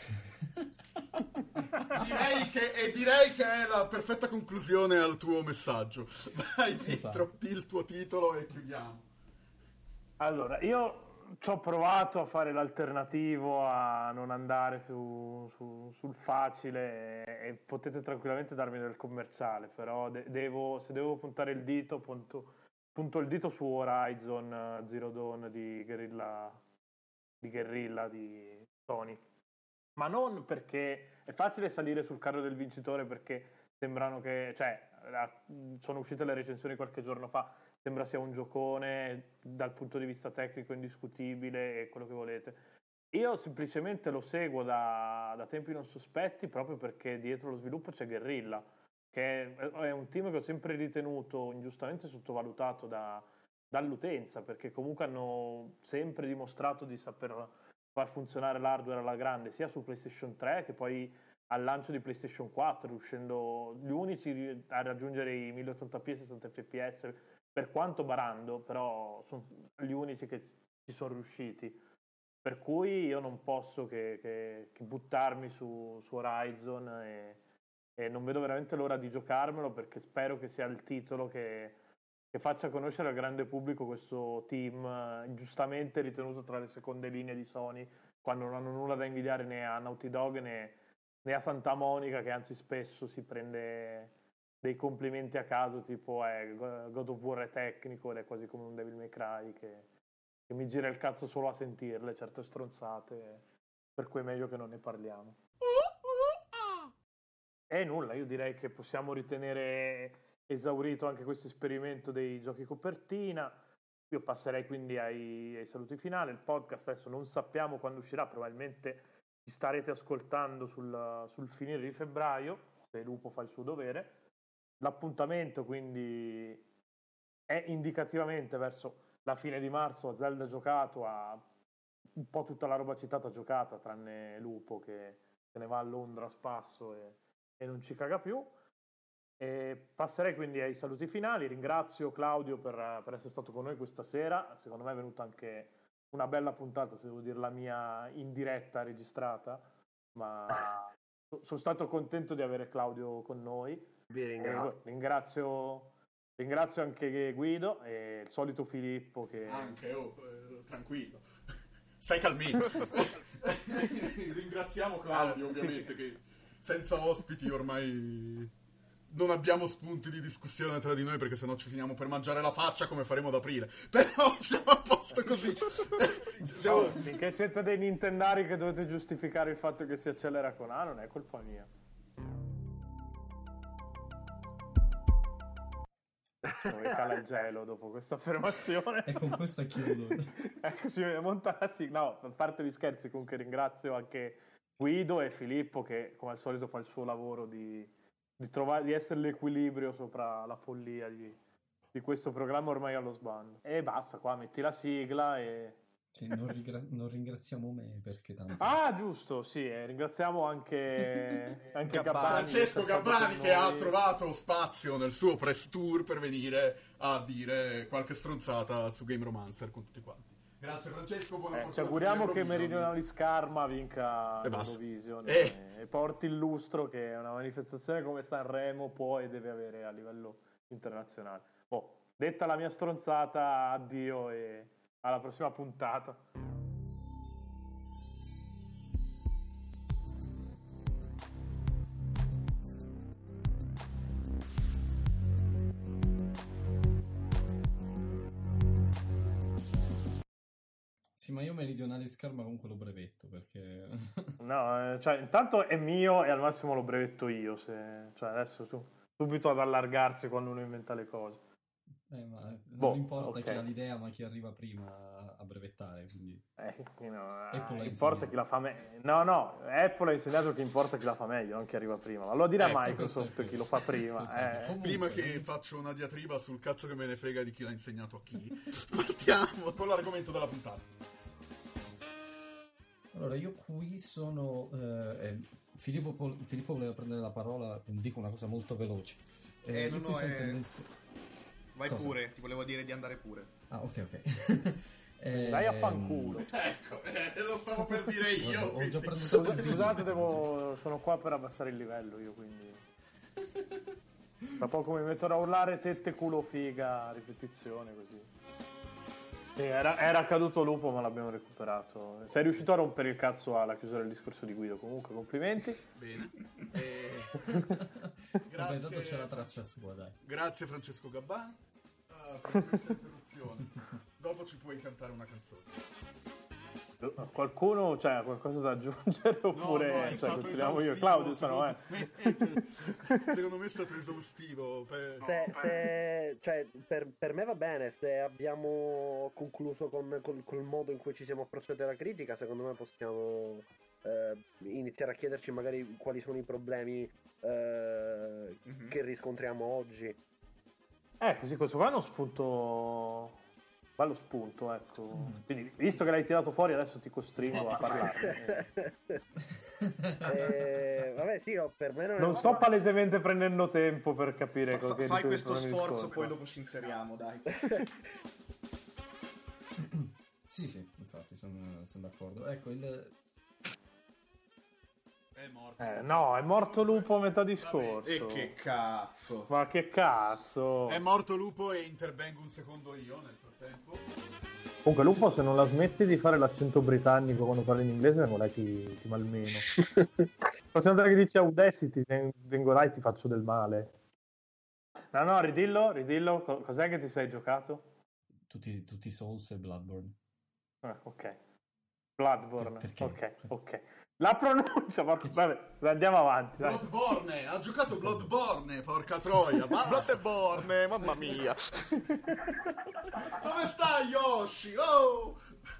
Direi che, e direi che è la perfetta conclusione al tuo messaggio. Vai Pietro, Esatto. di il tuo titolo e chiudiamo. Allora, io ci ho provato a fare l'alternativo, a non andare su, su- sul facile e, e potete tranquillamente darmi del commerciale, però de- devo, se devo puntare il dito, punto, punto il dito su Horizon eh, Zero Dawn di Guerrilla, di Guerrilla di Sony. Ma non perché è facile salire sul carro del vincitore perché sembrano che, cioè, la- sono uscite le recensioni qualche giorno fa, sembra sia un giocone dal punto di vista tecnico indiscutibile e quello che volete. Io semplicemente lo seguo da, da tempi non sospetti proprio perché dietro lo sviluppo c'è Guerrilla, che è, è un team che ho sempre ritenuto ingiustamente sottovalutato da, dall'utenza, perché comunque hanno sempre dimostrato di saper far funzionare l'hardware alla grande, sia su PlayStation tre che poi al lancio di PlayStation quattro, riuscendo gli unici a raggiungere i mille ottanta p e sessanta F P S, per quanto barando, però sono gli unici che ci sono riusciti. Per cui io non posso che, che, che buttarmi su, su Horizon e, e non vedo veramente l'ora di giocarmelo, perché spero che sia il titolo che, che faccia conoscere al grande pubblico questo team eh, giustamente ritenuto tra le seconde linee di Sony, quando non hanno nulla da invidiare né a Naughty Dog né, né a Santa Monica, che anzi spesso si prende dei complimenti a caso, tipo eh, God of War è tecnico ed è quasi come un Devil May Cry che, che mi gira il cazzo solo a sentirle certe stronzate, per cui è meglio che non ne parliamo. E nulla, io direi che possiamo ritenere esaurito anche questo esperimento dei giochi copertina. Io passerei quindi ai, ai saluti finali. Il podcast adesso non sappiamo quando uscirà, probabilmente ci starete ascoltando sul, sul finire di febbraio, se Lupo fa il suo dovere. L'appuntamento quindi è indicativamente verso la fine di marzo. A Zelda giocato, a un po' tutta la roba citata giocata, tranne Lupo che se ne va a Londra a spasso e, e non ci caga più. E passerei quindi ai saluti finali. Ringrazio Claudio per, per essere stato con noi questa sera. Secondo me è venuta anche una bella puntata, se devo dire la mia, in diretta registrata, ma sono stato contento di avere Claudio con noi. Vi ringrazio. Eh, ringrazio, ringrazio anche Guido e il solito Filippo che... Anche, oh, eh, tranquillo. Stai calmino. Ringraziamo Claudio, ovviamente, sì, che senza ospiti ormai non abbiamo spunti di discussione tra di noi, perché sennò ci finiamo per mangiare la faccia come faremo ad aprile. Però siamo a posto così. Siamo... Oh, finché siete dei nintendari che dovete giustificare il fatto che si accelera con A, non è colpa mia. Dove cala il gelo dopo questa affermazione. E con questa chiudo. Ecco, si monta la sigla. No, a parte gli scherzi, comunque ringrazio anche Guido e Filippo che come al solito fa il suo lavoro di, di trovare, di essere l'equilibrio sopra la follia di, di questo programma ormai allo sbando. E basta, qua metti la sigla e... Sì, non, rigra- non ringraziamo me perché tanto... Ah, giusto, sì, eh, ringraziamo anche, anche Gabbani. Gabbani. Francesco Gabbani che ha trovato spazio nel suo press tour per venire a dire qualche stronzata su Game Romancer con tutti quanti. Grazie Francesco, buona eh, fortuna. Ci auguriamo che Meridionalis Karma vinca l'Eurovision e, eh. e porti il lustro che una manifestazione come Sanremo può e deve avere a livello internazionale. Oh, detta la mia stronzata, addio e alla prossima puntata. Sì, ma io Meridionalis Karma comunque lo brevetto perché... No, cioè intanto è mio e al massimo lo brevetto io, se... cioè adesso tu subito ad allargarsi quando uno inventa le cose. Eh, ma non boh, importa okay. Chi ha l'idea, ma chi arriva prima a brevettare, quindi... Eh, no, Apple importa chi la fa meglio. No, no, Apple ha insegnato che importa chi la fa meglio, non chi arriva prima. Ma lo dirà ecco, Microsoft chi lo fa prima. Eh. Comunque, prima che faccio una diatriba sul cazzo che me ne frega di chi l'ha insegnato a chi, partiamo con l'argomento della puntata. Allora, io qui sono... Eh, eh, Filippo, Filippo voleva prendere la parola, dico una cosa molto veloce. Eh, eh, no, io qui no, sono è... tendenze... Vai Cosa? pure, ti volevo dire di andare pure. Ah, ok, ok. eh, Dai a fanculo. Ecco, eh, lo stavo per dire io. Ho, ho già Scusate, scusate devo... sono qua per abbassare il livello io, quindi... Tra poco mi metterò a urlare tette, culo, figa, a ripetizione, così. Sì, era, era caduto Lupo, ma l'abbiamo recuperato. Sei riuscito a rompere il cazzo alla chiusura del discorso di Guido, comunque complimenti. Bene. Eh... Vabbè, dato c'è la traccia sua, dai. Grazie Francesco Gabbani uh, per questa interruzione. Dopo ci puoi cantare una canzone. Qualcuno c'ha cioè, qualcosa da aggiungere oppure no, no, cioè, continuiamo io Claudio sono, eh. Secondo me è stato esaustivo per... se, se, cioè, per, per me va bene. Se abbiamo concluso con, con, col modo in cui ci siamo approcciati alla critica, secondo me possiamo eh, iniziare a chiederci magari quali sono i problemi eh, mm-hmm. che riscontriamo oggi. Eh, così questo qua è uno spunto bello spunto, ecco. Quindi, visto che l'hai tirato fuori, adesso ti costringo a parlarne. eh, vabbè, sì, no, per me non, Non è sto palesemente prendendo tempo per capire Fa- cosa fa- che fai di questo cosa mi sforzo, discorso. poi dopo ci inseriamo, dai. Sì, sì, infatti sono, sono d'accordo. Ecco, il... È morto. Eh, no, è morto Lupo a metà discorso. E che cazzo. Ma che cazzo? È morto Lupo e intervengo un secondo io nel frattempo. Comunque Lupo, se non la smetti di fare l'accento britannico quando parli in inglese, vengo là e ti, ti malmeno. La prossima volta che dici Audacity, vengo là e ti faccio del male. No, no, ridillo, ridillo. Co- Cos'è che ti sei giocato? tutti, tutti Souls e Bloodborne. Ah, ok. Bloodborne. Perché? Ok, ok. La pronuncia, porca... Vabbè, andiamo avanti. Dai. Bloodborne, ha giocato Bloodborne, porca troia. Basta. Bloodborne, mamma mia. Dove stai Yoshi? Oh!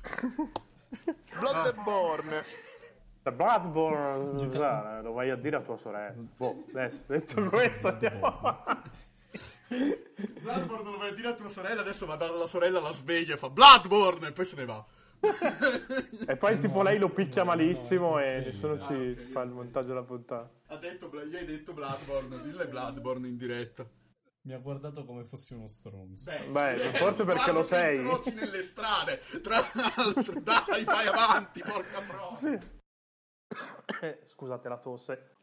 Bloodborne. Bloodborne, scusa, lo vai a dire a tua sorella. Boh, adesso, detto questo, andiamo avanti. Bloodborne lo vai a dire a tua sorella, adesso va a dare alla sorella la sveglia e fa Bloodborne e poi se ne va. E poi tipo lei lo picchia malissimo no, e no, nessuno ah, ci ok, fa il montaggio della puntata. Ha detto, gli hai detto Bloodborne, dille Bloodborne in diretta. Mi ha guardato come fossi uno stronzo. Beh, forse perché lo sei. Incroci nelle strade, tra l'altro, dai, vai avanti, porca troia. Sì. Eh, Scusate la tosse.